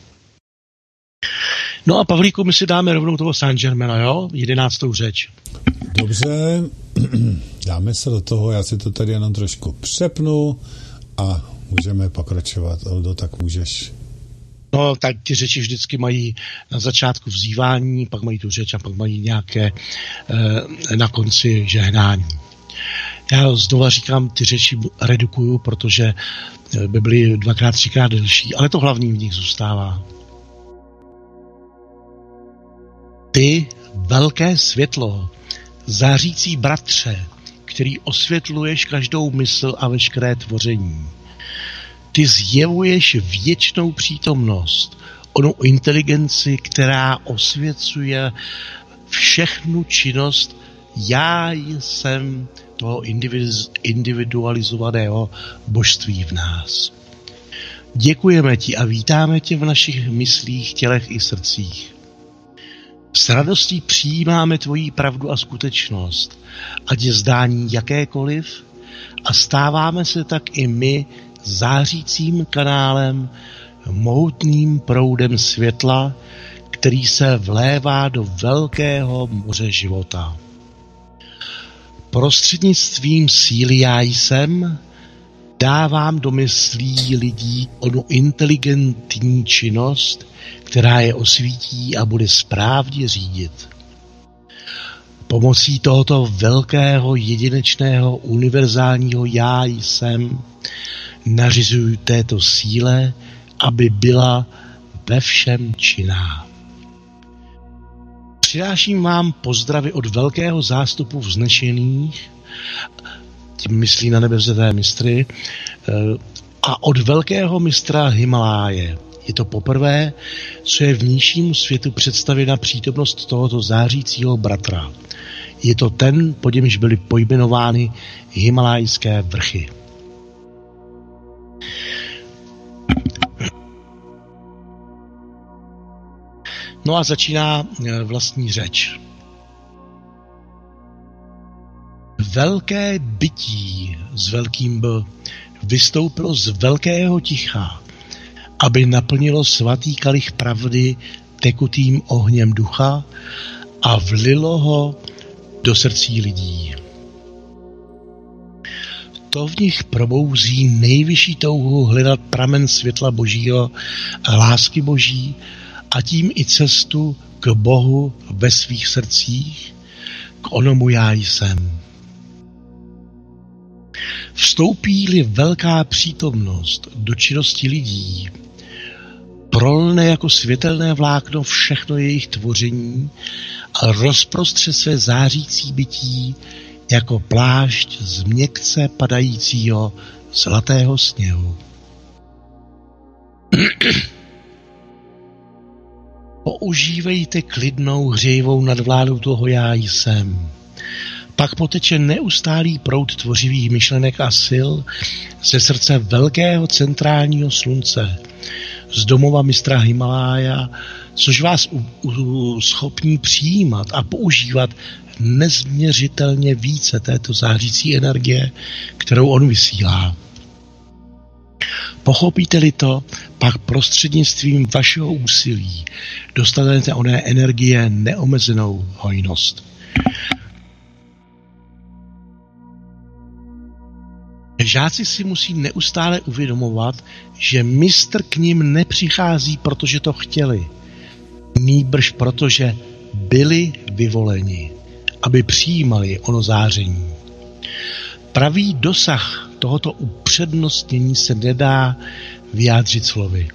No a Pavlíku, my si dáme rovnou toho Saint-Germaina, jo? Jedenáctou řeč. Dobře, dáme se do toho, já si to tady jenom trošku přepnu a můžeme pokračovat. Oldo, tak můžeš. No, tak ty řeči vždycky mají na začátku vzývání, pak mají tu řeč a pak mají nějaké e, na konci žehnání. Já znova říkám, ty řeči redukuju, protože by byly dvakrát, třikrát delší, ale to hlavní v nich zůstává. Ty, velké světlo, zářící bratře, který osvětluješ každou mysl a veškeré tvoření. Ty zjevuješ věčnou přítomnost, onu inteligenci, která osvěcuje všechnu činnost. Já jsem toho individualizovaného božství v nás. Děkujeme ti a vítáme tě v našich myslích, tělech i srdcích. S radostí přijímáme tvoji pravdu a skutečnost, ať je zdání jakékoliv, a stáváme se tak i my zářícím kanálem, mohutným proudem světla, který se vlévá do velkého moře života. Prostřednictvím síly já jsem dávám do myslí lidí onu inteligentní činnost, která je osvítí a bude správně řídit. Pomocí tohoto velkého, jedinečného, univerzálního já jsem nařizuji této síle, aby byla ve všem činná. Přináším vám pozdravy od velkého zástupu vznešených, tím myslí na nebevzaté mistry, a od velkého mistra Himaláje. Je to poprvé, co je vnějšímu světu představena přítomnost tohoto zářícího bratra. Je to ten, po němž byly pojmenovány himalajské vrchy. No a začíná vlastní řeč. velké bytí s velkým B vystoupilo z velkého ticha, aby naplnilo svatý kalich pravdy tekutým ohněm ducha a vlilo ho do srdcí lidí. To v nich probouzí nejvyšší touhu hledat pramen světla Božího a lásky Boží a tím i cestu k Bohu ve svých srdcích, k onomu já jsem. Vstoupí-li velká přítomnost do činnosti lidí, prolne jako světelné vlákno všechno jejich tvoření a rozprostře své zářící bytí jako plášť z měkce padajícího zlatého sněhu. Používejte klidnou hřejivou nadvládu toho já jsem. Pak poteče neustálý proud tvořivých myšlenek a sil ze srdce velkého centrálního slunce, z domova mistra Himalája, což vás u, u, schopní přijímat a používat nezměřitelně více této zářící energie, kterou on vysílá. Pochopíte-li to, pak prostřednictvím vašeho úsilí dostanete oné energie neomezenou hojnost. Žáci si musí neustále uvědomovat, že mistr k ním nepřichází, protože to chtěli, nýbrž protože byli vyvoleni, aby přijímali ono záření. Pravý dosah tohoto upřednostnění se nedá vyjádřit slovy.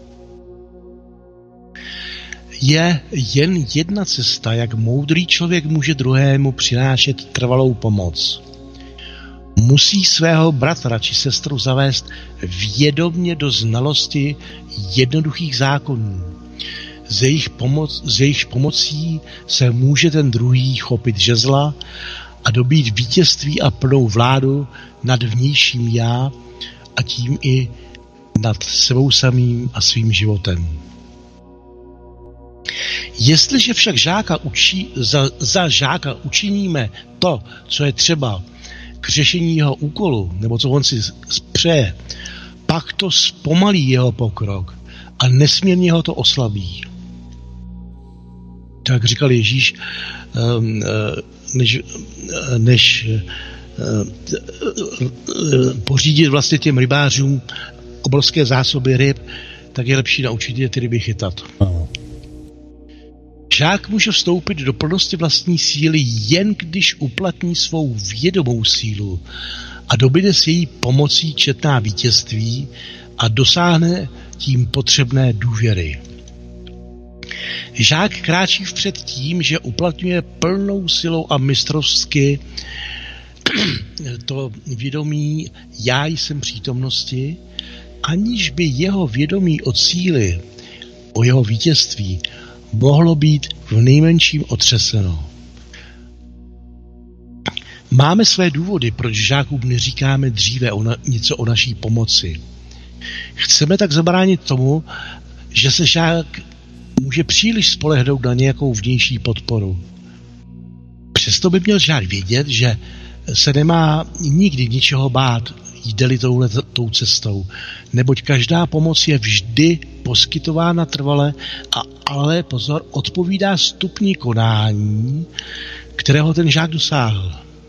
Je jen jedna cesta, jak moudrý člověk může druhému přinášet trvalou pomoc. Musí svého bratra či sestru zavést vědomě do znalosti jednoduchých zákonů. Z jejich, pomoc, z jejich pomocí se může ten druhý chopit žezla a dobít vítězství a plnou vládu nad vnějším já a tím i nad sebou samým a svým životem. Jestliže však žáka učí, za, za žáka učiníme to, co je třeba k řešení jeho úkolu, nebo co on si přeje, pak to zpomalí jeho pokrok a nesmírně ho to oslabí. Tak říkal Ježíš, než, než pořídit vlastně těm rybářům obrovské zásoby ryb, tak je lepší naučit je ty ryby chytat. Žák může vstoupit do plnosti vlastní síly jen když uplatní svou vědomou sílu a dobíde s její pomocí četná vítězství a dosáhne tím potřebné důvěry. Žák kráčí vpřed tím, že uplatňuje plnou silou a mistrovsky to vědomí já jsem přítomnosti, aniž by jeho vědomí o cíli, o jeho vítězství mohlo být v nejmenším otřeseno. Máme své důvody, proč žákům neříkáme dříve o na, něco o naší pomoci. Chceme tak zabránit tomu, že se žák může příliš spolehnout na nějakou vnější podporu. Přesto by měl žák vědět, že se nemá nikdy ničeho bát, jde-li touhle tou cestou, neboť každá pomoc je vždy poskytována trvale, a, ale pozor, odpovídá stupni konání, kterého ten žák dosáhl.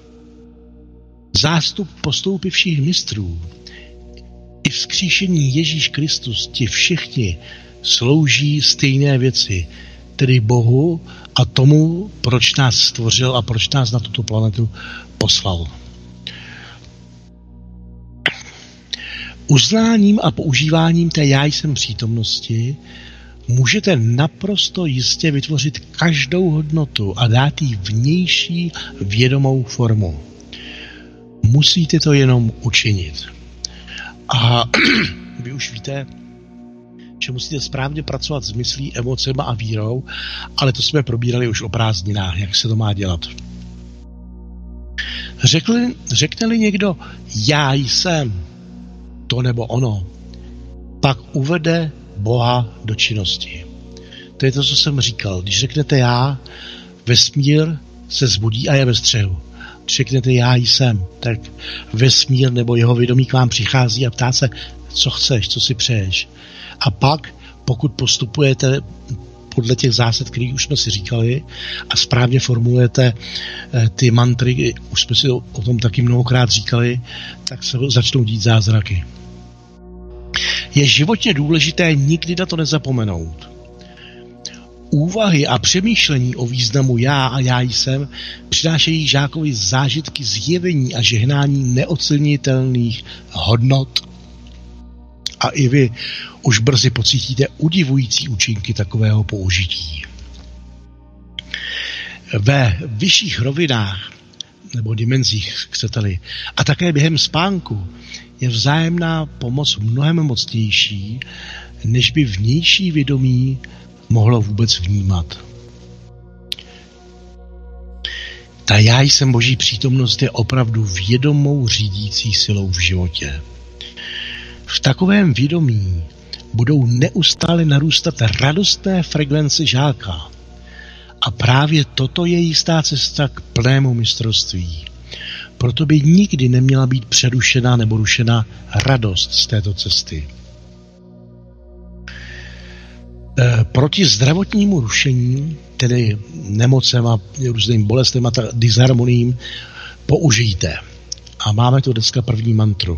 Zástup postoupivších mistrů i vzkříšení Ježíš Kristus, ti všichni slouží stejné věci, tedy Bohu a tomu, proč nás stvořil a proč nás na tuto planetu poslal. Uznáním a používáním té já jsem přítomnosti můžete naprosto jistě vytvořit každou hodnotu a dát jí vnější vědomou formu. Musíte to jenom učinit. A vy už víte, že musíte správně pracovat s myslí, emocema a vírou, ale to jsme probírali už o prázdninách, jak se to má dělat. Řekli, řekne-li někdo já jsem to nebo ono, pak uvede Boha do činnosti. To je to, co jsem říkal. Když řeknete já, vesmír se zbudí a je ve střehu. řeknete já jsem, tak vesmír nebo jeho vědomí k vám přichází a ptá se, co chceš, co si přeješ. A pak, pokud postupujete podle těch zásad, které už jsme si říkali a správně formulujete ty mantry, už jsme si o tom taky mnohokrát říkali, tak se začnou dít zázraky. Je životně důležité nikdy na to nezapomenout. Úvahy a přemýšlení o významu já a já jsem přinášejí žákovi zážitky zjevení a žehnání neocenitelných hodnot. A i vy už brzy pocítíte udivující účinky takového použití. Ve vyšších rovinách nebo dimenzích, chcete-li, a také během spánku je vzájemná pomoc mnohem mocnější, než by vnější vědomí mohlo vůbec vnímat. Ta já jsem Boží přítomnost je opravdu vědomou řídící silou v životě. V takovém vědomí budou neustále narůstat radostné frekvence žáka. A právě toto je jistá cesta k plnému mistrovství. Proto by nikdy neměla být přerušena nebo rušena radost z této cesty. E, proti zdravotnímu rušení, tedy nemocem a různým bolestem a disharmoniím, použijte. A máme tu dneska první mantru.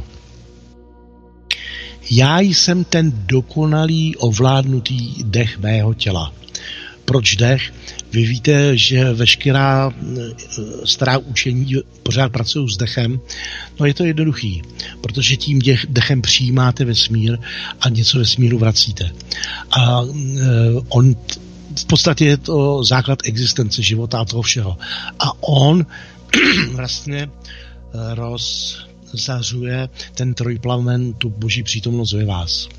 Já jsem ten dokonalý ovládnutý dech mého těla. Proč dech? Vy víte, že veškerá stará učení pořád pracují s dechem. No je to jednoduchý, protože tím dechem přijímáte vesmír a něco vesmíru vracíte. A on v podstatě je to základ existence života a toho všeho. A on vlastně roz... zařuje ten trojplamen, tu Boží přítomnost ve vás.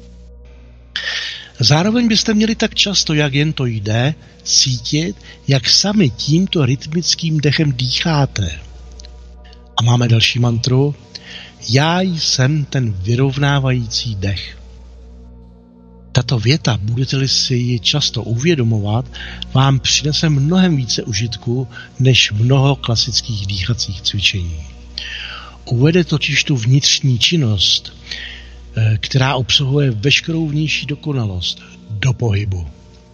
Zároveň byste měli tak často, jak jen to jde, cítit, jak sami tímto rytmickým dechem dýcháte. A máme další mantru. Já jsem ten vyrovnávající dech. Tato věta, budete-li si ji často uvědomovat, vám přinese mnohem více užitku než mnoho klasických dýchacích cvičení. Uvede totiž tu vnitřní činnost, která obsahuje veškerou vnější dokonalost, do pohybu.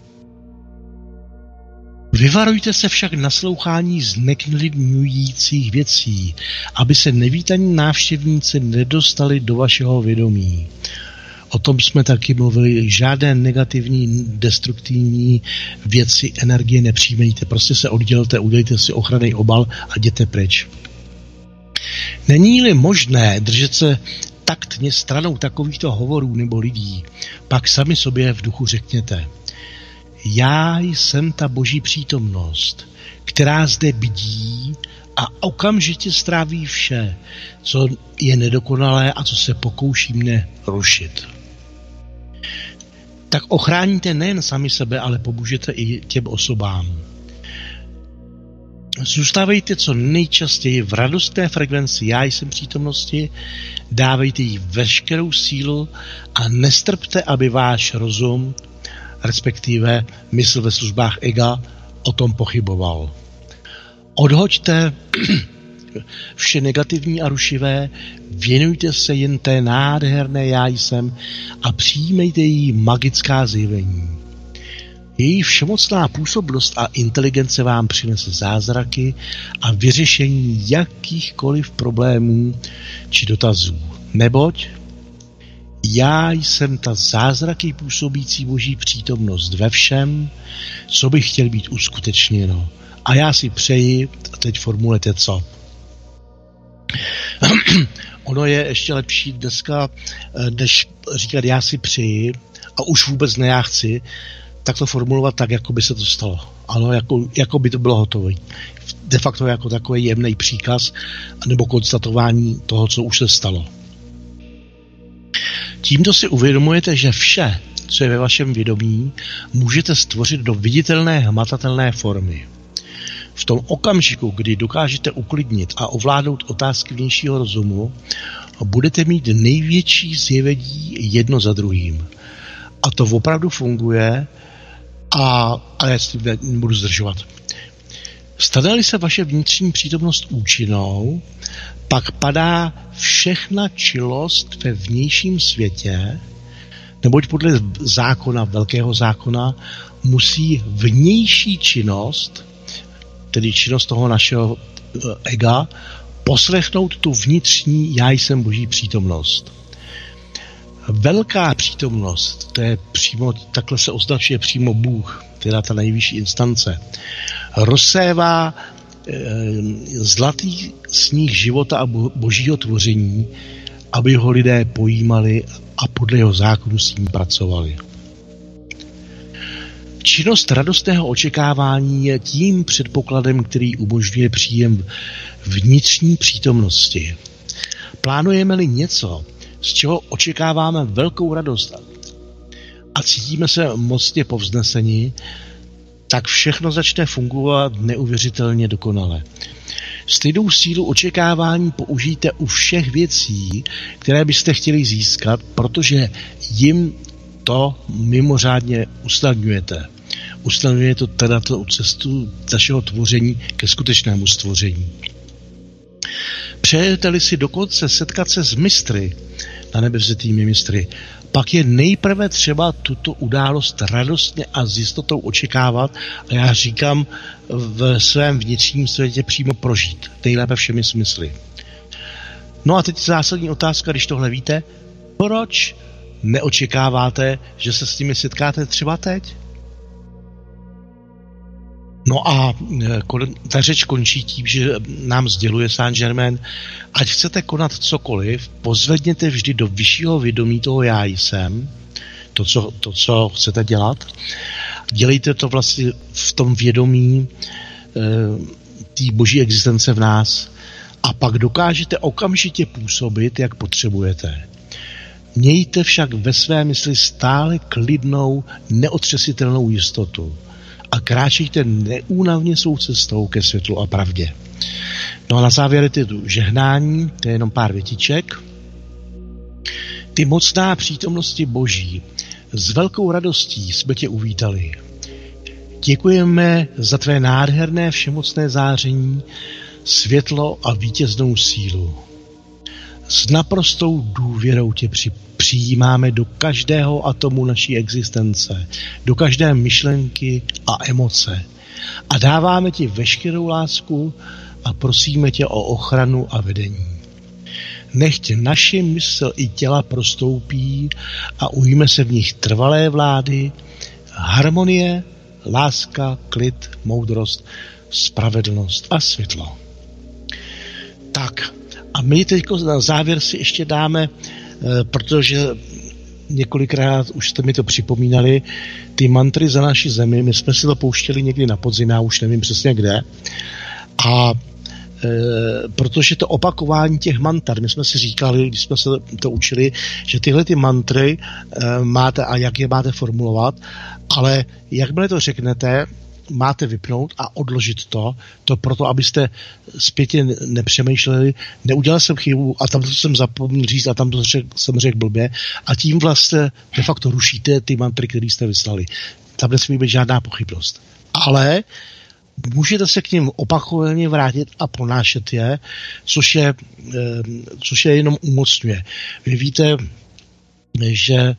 Vyvarujte se však naslouchání zneklidňujících věcí, aby se nevítaní návštěvníci nedostali do vašeho vědomí. O tom jsme taky mluvili, žádné negativní, destruktivní věci, energie nepřijmejte, prostě se oddělte, udělejte si ochranný obal a jděte pryč. Není-li možné držet se taktně stranou takovýchto hovorů nebo lidí, pak sami sobě v duchu řekněte: já jsem ta Boží přítomnost, která zde bdí a okamžitě stráví vše, co je nedokonalé a co se pokouší mne rušit. Tak ochráníte nejen sami sebe, ale pomůžete i těm osobám. Zůstávejte co nejčastěji v radostné frekvenci já jsem přítomnosti, dávejte jí veškerou sílu a nestrpte, aby váš rozum, respektive mysl ve službách ega, o tom pochyboval. Odhoďte vše negativní a rušivé, věnujte se jen té nádherné já jsem a přijmejte jí magická zjevení. Její všemocná působnost a inteligence vám přinese zázraky a vyřešení jakýchkoliv problémů či dotazů. Neboť já jsem ta zázraky působící Boží přítomnost ve všem, co by chtěl být uskutečněno. A já si přeji, a teď formulujete co. Ono je ještě lepší dneska, než říkat já si přeji a už vůbec ne já chci, tak to formulovat tak, jako by se to stalo. Ano, jako, jako by to bylo hotové. De facto jako takový jemný příkaz nebo konstatování toho, co už se stalo. Tímto si uvědomujete, že vše, co je ve vašem vědomí, můžete stvořit do viditelné, hmatatelné formy. V tom okamžiku, kdy dokážete uklidnit a ovládnout otázky vnějšího rozumu, budete mít největší zjevení jedno za druhým. A to opravdu funguje a, a já si nebudu zdržovat. Stane-li se vaše vnitřní přítomnost účinnou, pak padá všechna čilost ve vnějším světě, neboť podle zákona, velkého zákona, musí vnější činnost, tedy činnost toho našeho ega, poslechnout tu vnitřní já jsem Boží přítomnost. Velká přítomnost, to je přímo, takhle se označuje přímo Bůh, teda ta nejvyšší instance, rozsévá e, zlatý sníh života a božího tvoření, aby ho lidé pojímali a podle jeho zákonu s ním pracovali. Činnost radostného očekávání je tím předpokladem, který umožňuje příjem vnitřní přítomnosti. Plánujeme-li něco, z čeho očekáváme velkou radost a cítíme se mocně povzneseni, tak všechno začne fungovat neuvěřitelně dokonale. Stejnou sílu očekávání použijte u všech věcí, které byste chtěli získat, protože jim to mimořádně usnadňujete. Usnadňuje to teda tu cestu našeho tvoření ke skutečnému stvoření. Přejete-li si dokonce setkat se s mistry, na nebevzetými mistry, pak je nejprve třeba tuto událost radostně a s jistotou očekávat a já říkám v svém vnitřním světě přímo prožít. Nejlépe všemi smysly. No a teď zásadní otázka, když tohle víte, proč neočekáváte, že se s nimi setkáte třeba teď? No a ta řeč končí tím, že nám sděluje Saint-Germain, ať chcete konat cokoliv, pozvedněte vždy do vyššího vědomí toho já jsem, to, co, to, co chcete dělat. Dělejte to vlastně v tom vědomí e, té boží existence v nás a pak dokážete okamžitě působit, jak potřebujete. Mějte však ve své mysli stále klidnou, neotřesitelnou jistotu a kráčejte neúnavně svou cestou ke světlu a pravdě. No a na závěr je tu žehnání, to je jenom pár větiček. Ty mocná přítomnosti Boží, s velkou radostí jsme tě uvítali. Děkujeme za tvé nádherné všemocné záření, světlo a vítěznou sílu. S naprostou důvěrou tě při, přijímáme do každého atomu naší existence, do každé myšlenky a emoce. A dáváme ti veškerou lásku a prosíme tě o ochranu a vedení. Nechť naši mysl i těla prostoupí a ujme se v nich trvalé vlády, harmonie, láska, klid, moudrost, spravedlnost a světlo. Tak, a my teď na závěr si ještě dáme, protože několikrát už jste mi to připomínali, ty mantry za naši zemi, my jsme si to pouštěli někdy na podzim, já už nevím přesně kde, a e, protože to opakování těch mantr, my jsme si říkali, když jsme se to učili, že tyhle ty mantry e, máte a jak je máte formulovat, ale jakmile to řeknete, máte vypnout a odložit to, to proto, abyste zpětě nepřemýšleli, neudělal jsem chybu a tam to jsem zapomněl říct a tam to řek, jsem řekl blbě a tím vlastně de facto rušíte ty mantry, které jste vyslali. Tam nesmí být žádná pochybnost. Ale můžete se k nim opakovaně vrátit a ponášet je, což je, což je jenom umocňuje. Vy víte, že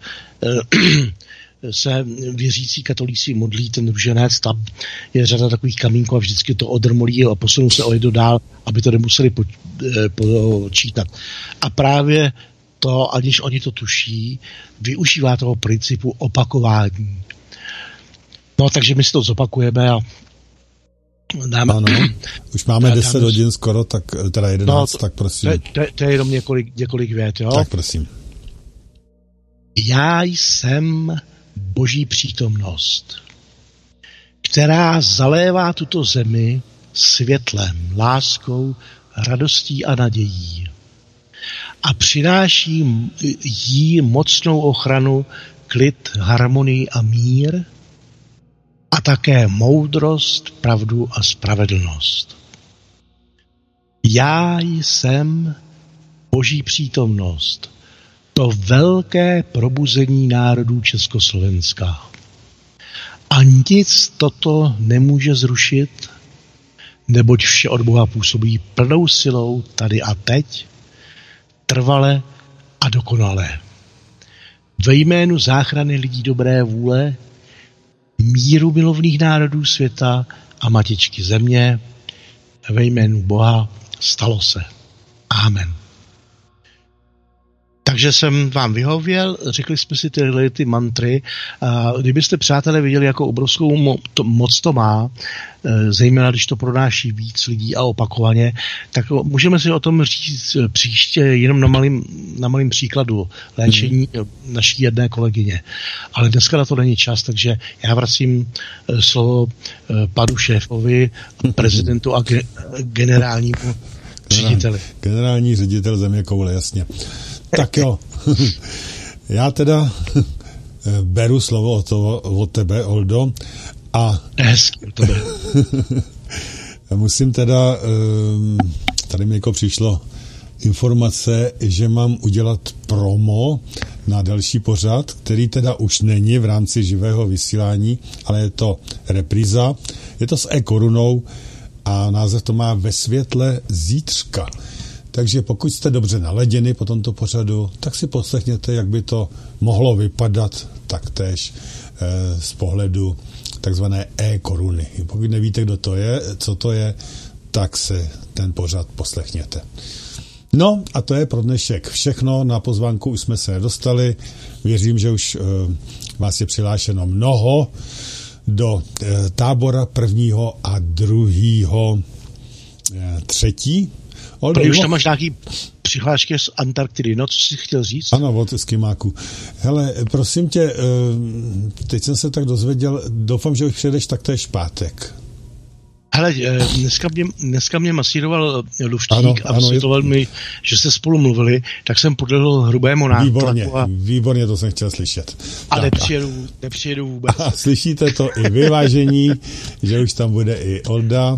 se věřící katolíci modlí ten růženec, tam je řada takových kamínků a vždycky to odrmolí a posunou se o jedno dál, aby to nemuseli počítat. A právě to, aniž oni to tuší, využívá toho principu opakování. No, takže my si to zopakujeme a dáme... Ano, už máme deset hodin skoro, tak teda jedenáct, no, tak prosím. To, to, to je jenom několik, několik vět, jo? Tak prosím. Já jsem Boží přítomnost, která zalévá tuto zemi světlem, láskou, radostí a nadějí a přináší jí mocnou ochranu, klid, harmonii a mír a také moudrost, pravdu a spravedlnost. Já jsem Boží přítomnost, to velké probuzení národů Československa. A nic toto nemůže zrušit, neboť vše od Boha působí plnou silou tady a teď, trvale a dokonale. Ve jménu záchrany lidí dobré vůle, míru milovných národů světa a matičky země, ve jménu Boha stalo se. Amen. Takže jsem vám vyhověl, řekli jsme si tyhle ty mantry a kdybyste, přátelé, viděli, jako obrovskou mo- to, moc to má, zejména když to pronáší víc lidí a opakovaně, tak můžeme si o tom říct příště jenom na malým, na malým příkladu léčení hmm. naší jedné kolegyně. Ale dneska na to není čas, takže já vracím slovo panu šéfovi, prezidentu a ge- generálnímu řediteli. Generální ředitel země koule, jasně. Tak jo, já teda beru slovo od, toho, od tebe, Oldo, a hezky od tebe. Musím teda, tady mi jako přišlo informace, že mám udělat promo na další pořad, který teda už není v rámci živého vysílání, ale je to repríza, je to s e-korunou a název to má Ve světle zítřka. Takže pokud jste dobře naladěni po tomto pořadu, tak si poslechněte, jak by to mohlo vypadat taktéž e, z pohledu takzvané e-koruny. Pokud nevíte, kdo to je, co to je, tak se ten pořad poslechněte. No a to je pro dnešek všechno. Na pozvánku už jsme se nedostali. Věřím, že už e, vás je přihlášeno mnoho do e, tábora prvního a druhého e, třetí. Oldo, už tam máš nějaký přihlášky z Antarktidy, no, co jsi chtěl říct? Ano, od Eskimáku. Hele, prosím tě, teď jsem se tak dozvěděl, doufám, že už přijedeš taktéž pátek. Hele, dneska mě, dneska mě masíroval Luftík ano, a vysvětloval mi, že jste spolu mluvili, tak jsem podlehl hrubému nátlaku. Výborně, a... výborně, to jsem chtěl slyšet. A tak, nepřijedu, nepřijedu vůbec. A slyšíte to i vyvážení, že už tam bude i Olda.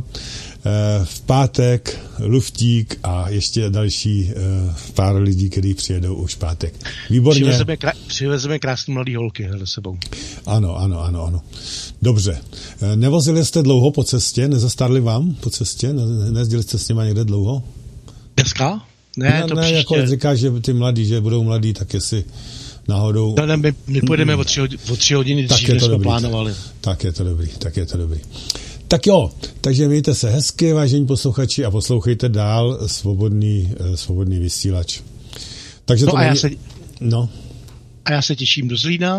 V pátek Luftík a ještě další pár lidí, kteří přijedou už v pátek. Výborně. Přivezeme, krá- přivezeme krásný mladý holky hele sebou. Ano, ano, ano, ano. Dobře. Nevozili jste dlouho po cestě? Nezastárli vám po cestě? Ne- nejezdili jste s nima někde dlouho? Dneska? Ne, ne to ne, příště. Jako říkáš, že ty mladí, že budou mladí, tak jestli náhodou... Ne, ne, my, my pojedeme mm. o, tři hodiny, o tři hodiny dřív, než jsme plánovali. Tak je to dobrý, tak je to dobrý. Tak jo, takže mějte se hezky, vážení posluchači, a poslouchejte dál svobodný, svobodný vysílač. Takže no to a, není... já se, no. a já se těším do Zlína.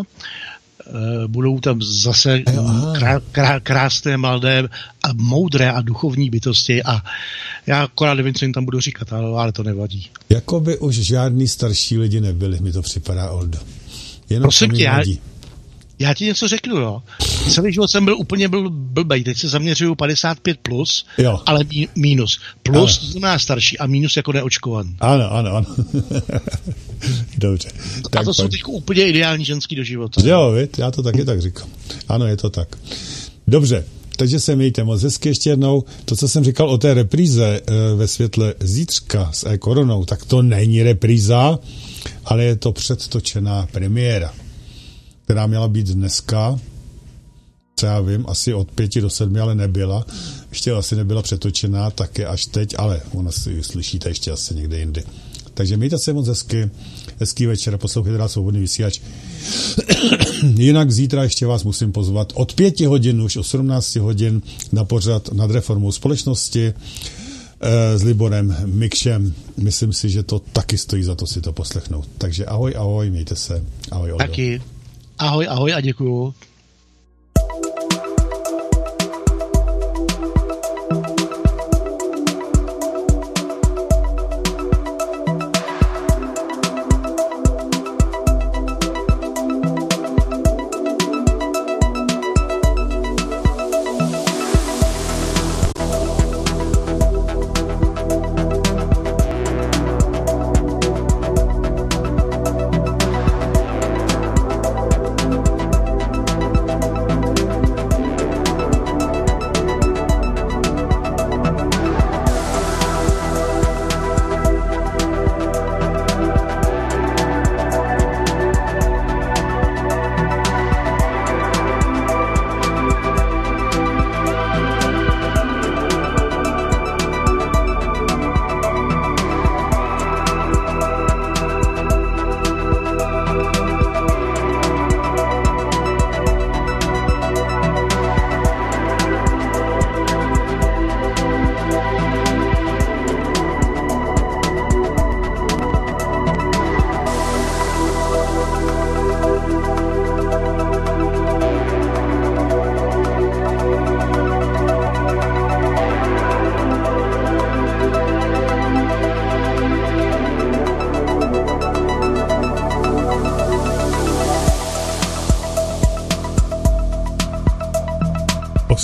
Budou tam zase krá, krá, krásné, mladé a moudré a duchovní bytosti a já akorát nevím, co jim tam budu říkat, ale, ale to nevadí. Jakoby už žádný starší lidi nebyli, mi to připadá, Oldo. Jenom prosím tě, já, já ti něco řeknu, jo. Celý život jsem byl úplně byl blbej, teď se zaměřuju padesát pět plus, jo. Ale mí, mínus. Plus to znamená starší a mínus jako neočkovaný. Ano, ano, ano. Dobře. A tak to pak jsou teď úplně ideální ženský do života. Jo, víte, já to taky tak říkám. Ano, je to tak. Dobře, takže se mějte moc hezky ještě jednou. To, co jsem říkal o té repríze e, ve světle zítřka s e-koronou, tak to není repríza, ale je to předtočená premiéra, která měla být dneska, co já vím, asi od pěti do sedmi, ale nebyla. Ještě asi nebyla přetočená, tak je až teď, ale ona si slyšíte ještě asi někde jindy. Takže mějte se moc hezky, hezký večer, poslouchejte dál svobodný vysílač. Jinak zítra ještě vás musím pozvat od pěti hodin, už o sedmnácti hodin na pořad Nad reformou společnosti s Liborem Mikšem. Myslím si, že to taky stojí za to si to poslechnout. Takže ahoj, ahoj, mějte se. Ahoj, Oldo. Taky. Ahoj, ahoj a děkuju.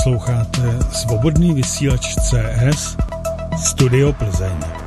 Posloucháte Svobodný vysílač C S Studio Plzeň.